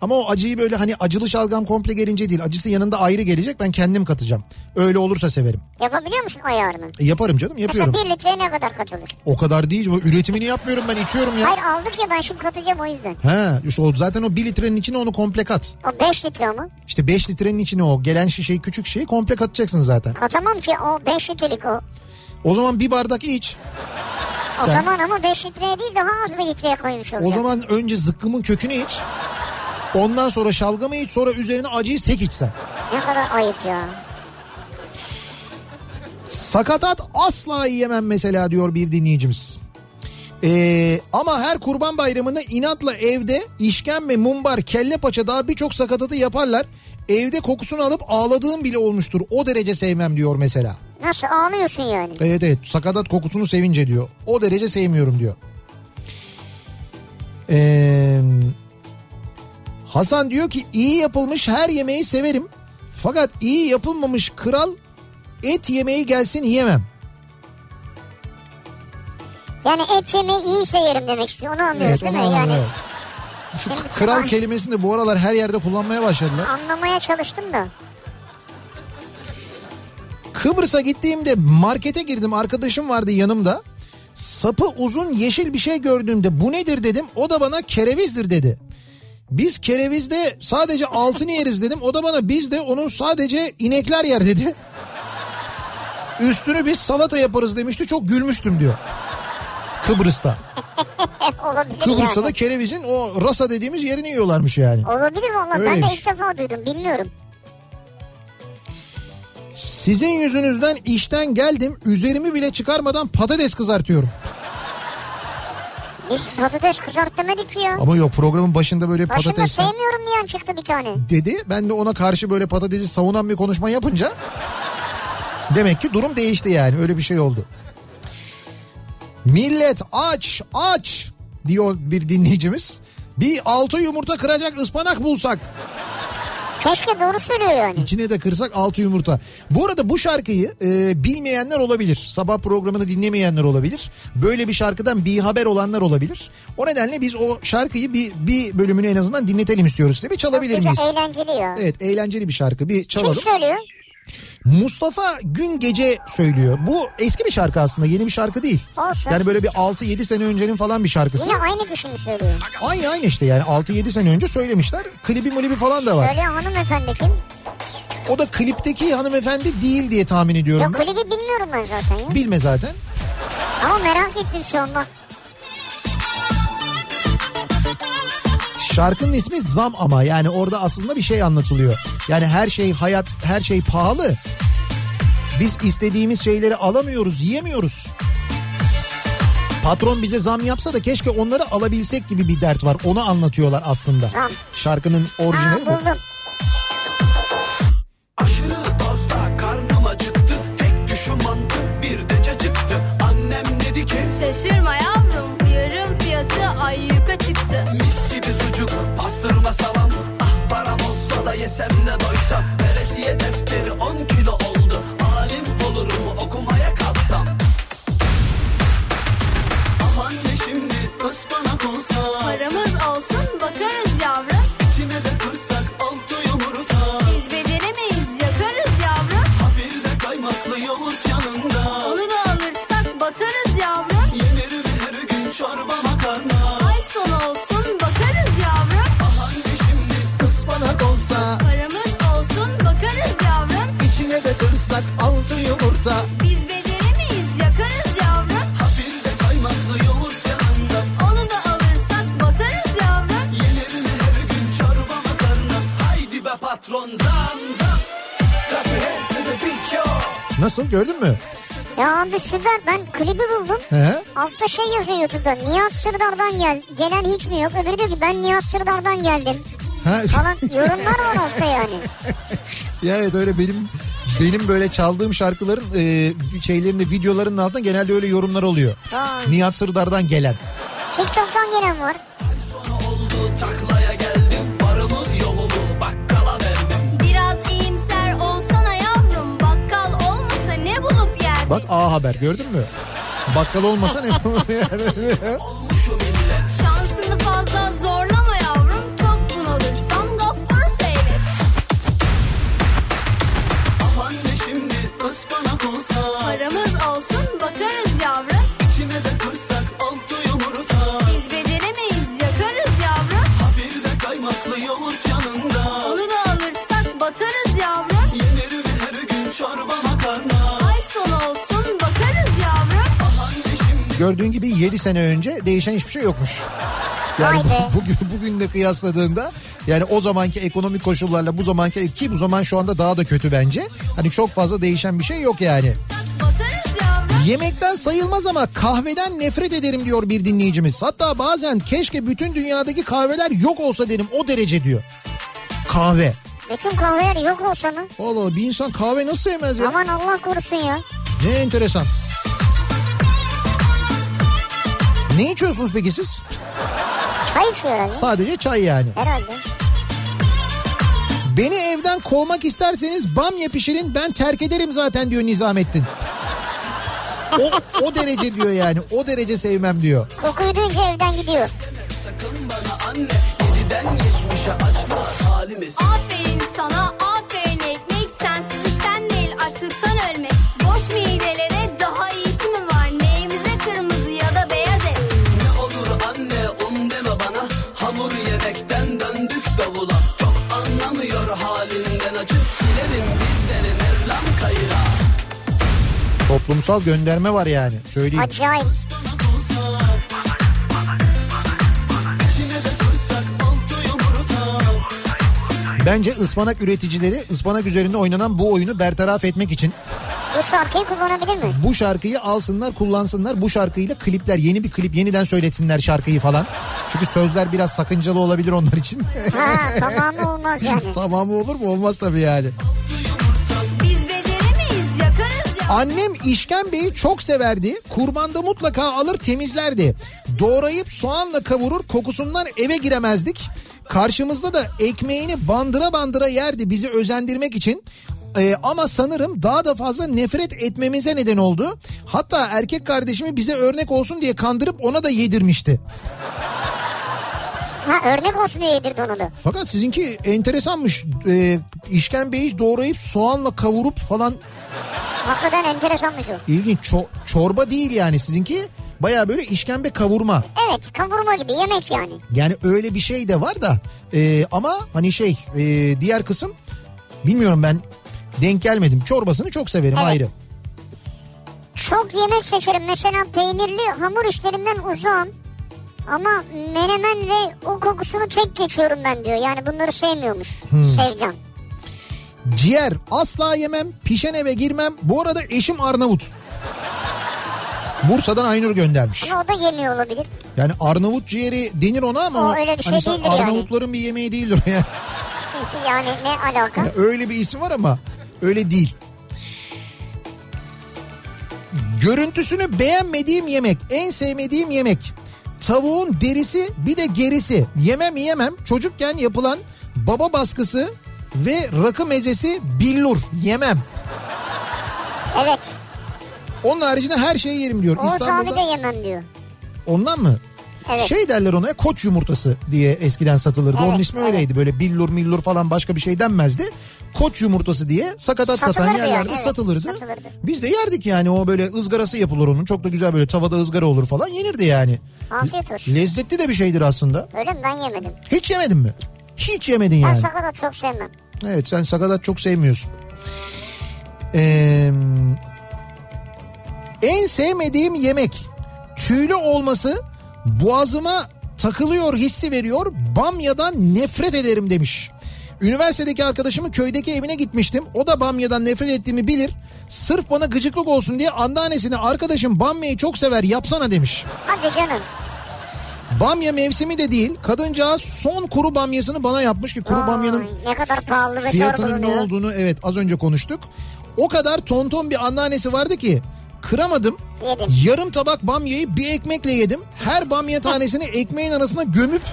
Ama o acıyı böyle hani acılı şalgam komple gelince değil. Acısı yanında ayrı gelecek, ben kendim katacağım. Öyle olursa severim. Yapabiliyor musun ayarını? E, yaparım canım, yapıyorum. Mesela bir litreye ne kadar katılır? O kadar değil. Üretimini yapmıyorum ben, içiyorum ya. Hayır aldık ya, ben şimdi katacağım o yüzden. He işte o, zaten o bir litrenin içine onu komple kat. O beş litre ama. İşte beş litrenin içine o gelen şişeyi, küçük şeyi komple katacaksın zaten. Katamam ki, o beş litrelik o. O zaman bir bardak iç. O Sen, zaman ama beş litreye değil, daha az bir litreye koymuş olacağım. o zaman önce zıkkımın kökünü iç. Ondan sonra şalgamı iç, sonra üzerine acıyı sek içsen. Ne kadar ayıp ya. Sakatat asla yiyemem mesela diyor bir dinleyicimiz. Ee, ama her Kurban Bayramı'nda inatla evde işkembe, mumbar, kelle paça, daha birçok sakatatı yaparlar. Evde kokusunu alıp ağladığım bile olmuştur. O derece sevmem diyor mesela. Nasıl, ağlıyorsun yani? Evet evet, sakatat kokusunu sevince diyor. O derece sevmiyorum diyor. Ee, Hasan diyor ki iyi yapılmış her yemeği severim. Fakat iyi yapılmamış kral et yemeği gelsin yiyemem. Yani et yemeği iyi severim demek istiyor. Onu anlıyoruz Evet, değil onu mi? anladım, Yani evet. Şu kral kelimesini de bu aralar her yerde kullanmaya başladılar. anlamaya çalıştım da. Kıbrıs'a gittiğimde markete girdim, arkadaşım vardı yanımda. Sapı uzun yeşil bir şey gördüğümde bu nedir dedim. O da bana kerevizdir dedi. Biz kerevizde sadece altını yeriz dedim. O da bana biz de onun sadece inekler yer dedi. Üstünü biz salata yaparız demişti. Çok gülmüştüm diyor. Kıbrıs'ta. Olabilir Kıbrıs'ta yani. da kerevizin o rasa dediğimiz yerini yiyorlarmış yani. Olabilir valla, ben de Öyleymiş. ilk defa duydum, bilmiyorum. Sizin yüzünüzden işten geldim, üzerimi bile çıkarmadan patates kızartıyorum. Biz patates kızart demedik ki ya. Ama yok, programın başında böyle Başında patates sevmiyorum diyen çıktı bir tane. dedi. Ben de ona karşı böyle patatesi savunan bir konuşma yapınca demek ki durum değişti yani, öyle bir şey oldu. Millet aç aç diyor bir dinleyicimiz. Bir altı yumurta kıracak ıspanak bulsak. Keşke, doğru söylüyor yani. İçine de kırsak altı yumurta. Bu arada bu şarkıyı e, bilmeyenler olabilir. Sabah programını dinlemeyenler olabilir. Böyle bir şarkıdan bir haber olanlar olabilir. O nedenle biz o şarkıyı bir, bir bölümünü en azından dinletelim istiyoruz size. Bir çalabilir Çok miyiz? güzel, eğlenceli ya. Evet, eğlenceli bir şarkı. Bir çalalım. Kim söylüyor? Mustafa Gün Gece söylüyor. Bu eski bir şarkı aslında, yeni bir şarkı değil. Olsun. Yani böyle bir altı yedi sene öncenin falan bir şarkısı. Yine aynı kişi mi söylüyor? Aynı aynı işte yani altı yedi sene önce söylemişler. Klibi mulibi falan da var. Söyle, hanımefendi kim? O da klipteki hanımefendi değil diye tahmin ediyorum Yok, ben. klibi bilmiyorum ben zaten ya. Bilme zaten. Ama merak ettim şu an bak. Şarkının ismi Zam ama yani orada aslında bir şey anlatılıyor. Yani her şey, hayat, her şey pahalı. Biz istediğimiz şeyleri alamıyoruz, yiyemiyoruz. Patron bize zam yapsa da keşke onları alabilsek gibi bir dert var. Onu anlatıyorlar aslında. Zam. Şarkının Ha, orijinali bu. buldum. Aşırı dozda karnım acıktı. Tek düşüm mantı, bir de cacıktı. Annem dedi ki şaşırma yavrum, bu yarım fiyatı ayyuka çıktı. mis gibi sucuk, pastırma salam. Ah param olsa da yesem ne doysam. Veresiye defteri on kilo oldu. Alim olurum okumaya kalksam. Aman ne şimdi ıspanak olsa. Paramız olsun bakarız yavrum. İçine de kırsak altı yumurta. Biz beceremeyiz yakarız yavrum. Ha bir de kaymaklı yoğurt yanında. Onu da alırsak batarız yavrum. Yenir mi her gün çorba makarna. Ay sonu olsun bakarız yavrum. Aman ne şimdi Ispanak olsa, Paramız olsun bakarız yavrum. içine de kırsak altı yumurta. Biz beceremeyiz yakarız yavrum. ha bir de kaymaklı yoğurt yanında. Onu da alırsak batarız yavrum. Yenir mi her gün çorba makarna. Haydi be patron zam zam. Clap your hands to the beat yo. Nasıl, gördün mü? Ya abi süper, ben klibi buldum. He? Altta şey yazıyor YouTube'da. Nihat Sırdar'dan gel. Gelen hiç mi yok? Öbürü diyor ki ben Nihat Sırdar'dan geldim. Ha? Falan yorumlar var altta yani. Ya evet, öyle benim benim böyle çaldığım şarkıların e, şeylerinde, videoların altında genelde öyle yorumlar oluyor. Vay. Nihat Sırdar'dan gelen. TikTok'tan gelen var. Sonu oldu taklaya geldim. Varımız yoğumu bakkala verdim. Biraz iyimser olsana yavrum. Bakkal olmasa ne bulup yerdin? Bak A Haber, gördün mü? Bakkal olmasa ne olur yani? Olmuşum millet. Şansını fazla zorlama yavrum. Çok bunalırsan Gördüğün gibi yedi sene önce değişen hiçbir şey yokmuş. Yani Vay be. bugün bugünle kıyasladığında yani o zamanki ekonomik koşullarla bu zamanki, ki bu zaman şu anda daha da kötü bence. Hani çok fazla değişen bir şey yok yani. Yemekten sayılmaz ama kahveden nefret ederim diyor bir dinleyicimiz. Hatta bazen keşke bütün dünyadaki kahveler yok olsa derim, o derece diyor. Kahve. Bütün kahveler yok olsa mı? Allah Allah, bir insan kahve nasıl sevmez ya? Aman Allah korusun ya. Ne enteresan. Ne içiyorsunuz peki siz? Çay içiyor herhalde. Sadece çay yani. Herhalde. Beni evden kovmak isterseniz bamya pişirin, ben terk ederim zaten diyor Nizamettin. O, o derece diyor yani, o derece sevmem diyor. Kokuyu duyunca evden gidiyor. Sakın bana anne, yediden yetmişe açma halimiz. Aferin sana, aferin ekmek. Sensiz işten değil, açlıktan ölmek. Boş midelere daha iyisi mi var? Neyimize kırmızı ya da beyaz et? Ne olur anne un deme bana, hamur yemekten döndük davula. Çok anlamıyor halinden, acı silerim bizleri Mevlam kayıra. Toplumsal gönderme var yani, söyleyeyim. Acayip. Bence ıspanak üreticileri ıspanak üzerinde oynanan bu oyunu bertaraf etmek için Bu şarkıyı kullanabilir mi? bu şarkıyı alsınlar, kullansınlar, bu şarkıyla klipler, yeni bir klip yeniden söyletsinler şarkıyı falan. Çünkü sözler biraz sakıncalı olabilir onlar için. Ha, tamamı olmaz yani. Tamamı olur mu? Olmaz tabii yani. Biz beceremeyiz, yakarız ya. Annem işkembeyi çok severdi. Kurbanda mutlaka alır temizlerdi. Doğrayıp soğanla kavurur, kokusundan eve giremezdik. Karşımızda da ekmeğini bandıra bandıra yerdi bizi özendirmek için. Ee, ama sanırım daha da fazla nefret etmemize neden oldu. Hatta erkek kardeşimi bize örnek olsun diye kandırıp ona da yedirmişti. Ha, örnek olsun diye yedirdi onu da. Fakat sizinki enteresanmış. Ee, işkembeyi doğrayıp soğanla kavurup falan. Hakikaten enteresanmış o. İlginç. Ço- çorba değil yani sizinki. Baya böyle işkembe kavurma. Evet, kavurma gibi yemek yani. Yani öyle bir şey de var da e, ama hani şey e, diğer kısım bilmiyorum, ben denk gelmedim. Çorbasını çok severim, Evet. ayrı. Çok yemek seçerim. Mesela peynirli hamur işlerinden uzağım. Ama menemen ve o kokusunu tek geçiyorum ben diyor. Yani bunları sevmiyormuş Hmm. Sevcan. Ciğer asla yemem, pişen eve girmem. Bu arada eşim Arnavut. Bursa'dan Aynur göndermiş. Ama o da yemiyor olabilir. Yani Arnavut ciğeri denir ona ama O öyle bir şey hani sen değildir yani. Arnavutların bir yemeği değildir ya. Yani ne alaka? Yani öyle bir isim var ama öyle değil. Görüntüsünü beğenmediğim yemek, en sevmediğim yemek. Tavuğun derisi bir de gerisi. Yemem yemem. Çocukken yapılan baba baskısı ve rakı mezesi billur. Yemem. Evet. Onun haricinde her şeyi yerim diyor. Oğuz İstanbul'da... abi de yemem diyor. Ondan mı? Evet. Şey derler ona, koç yumurtası diye eskiden satılırdı. Evet, Onun ismi evet. öyleydi. Böyle billur millur falan başka bir şey denmezdi. Koç yumurtası diye sakatat satan Satılırdı yerlerde yani, evet, satılırdı. satılırdı. Biz de yerdik yani, o böyle ızgarası yapılır onun. Çok da güzel, böyle tavada ızgara olur falan, yenirdi yani. Afiyet olsun. Lezzetli de bir şeydir aslında. Öyle mi? Ben yemedim. Hiç yemedin mi? Hiç yemedin Ben yani. sakatat çok sevmem. Evet, sen sakatat çok sevmiyorsun. Ee, en sevmediğim yemek tüylü olması, boğazıma takılıyor hissi veriyor. Bamyadan nefret ederim demiş. Üniversitedeki arkadaşımın köydeki evine gitmiştim. O da bamyadan nefret ettiğimi bilir. Sırf bana gıcıklık olsun diye anneannesine arkadaşım bamyayı çok sever yapsana demiş. Hadi canım. Bamya mevsimi de değil. Kadıncağız son kuru bamyasını bana yapmış ki kuru Ay, bamyanın ne kadar pahalı ve zor fiyatının ne bulunuyor. olduğunu evet az önce konuştuk. O kadar tonton bir anneannesi vardı ki kıramadım. Yedim. Yarım tabak bamyayı bir ekmekle yedim. Her bamya tanesini ekmeğin arasına gömüp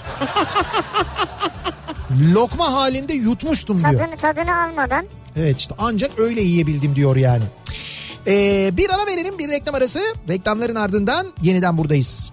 lokma halinde yutmuştum diyor. Tadını tadını almadan. Evet, işte ancak öyle yiyebildim diyor yani. Ee, bir ara verelim, bir reklam arası. Reklamların ardından yeniden buradayız.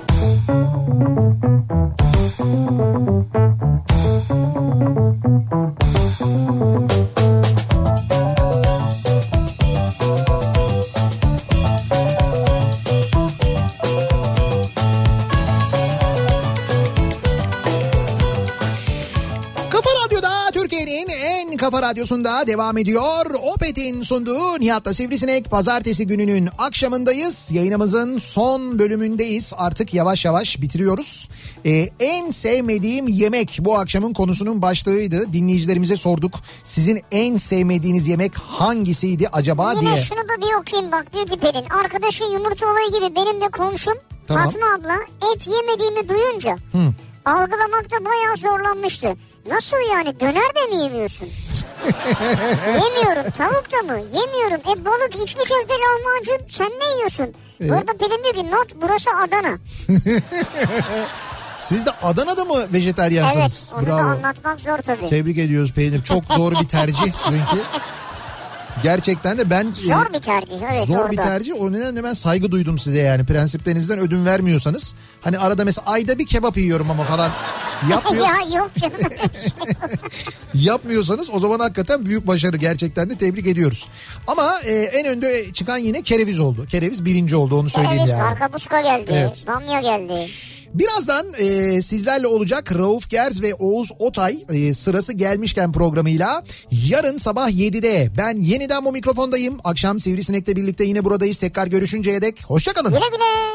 En Kafa Radyosu'nda devam ediyor. Opet'in sunduğu Nihat'la Sivrisinek. Pazartesi gününün akşamındayız. Yayınımızın son bölümündeyiz. Artık yavaş yavaş bitiriyoruz. Ee, en sevmediğim yemek bu akşamın konusunun başlığıydı. Dinleyicilerimize sorduk. Sizin en sevmediğiniz yemek hangisiydi acaba Yine diye. Yine şunu da bir okuyayım bak, diyor ki Pelin. Arkadaşın yumurta olayı gibi benim de komşum Tamam. Fatma abla et yemediğimi duyunca Hı. algılamakta bayağı zorlanmıştı. Nasıl yani, döner de mi yemiyorsun? Yemiyorum. Tavuk da mı? Yemiyorum. E balık, içli köfte, lahmacun, sen ne yiyorsun? Evet. Orada Pelin diyor ki not, burası Adana. Siz de Adana'da mı vejetaryansınız? Evet, onu Bravo. da anlatmak zor tabii. Tebrik ediyoruz Pelin. Çok doğru bir tercih sizinki. Gerçekten de ben... Zor bir tercih. Evet, Zor orada. bir tercih. O nedenle ben saygı duydum size yani. Prensiplerinizden ödün vermiyorsanız. Hani arada mesela ayda bir kebap yiyorum ama falan yapmıyor. Ya yok canım. Yapmıyorsanız o zaman hakikaten büyük başarı, gerçekten de tebrik ediyoruz. Ama e, en önde çıkan yine kereviz oldu. Kereviz birinci oldu, onu söyleyeyim Kereviz yani. var, kapuska geldi. Evet. Bamya geldi. Birazdan e, sizlerle olacak Rauf Gerz ve Oğuz Otay e, sırası gelmişken programıyla yarın sabah yedide ben yeniden bu mikrofondayım. Akşam Sivrisinek'le birlikte yine buradayız. Tekrar görüşünceye dek hoşça kalın. Güle güle.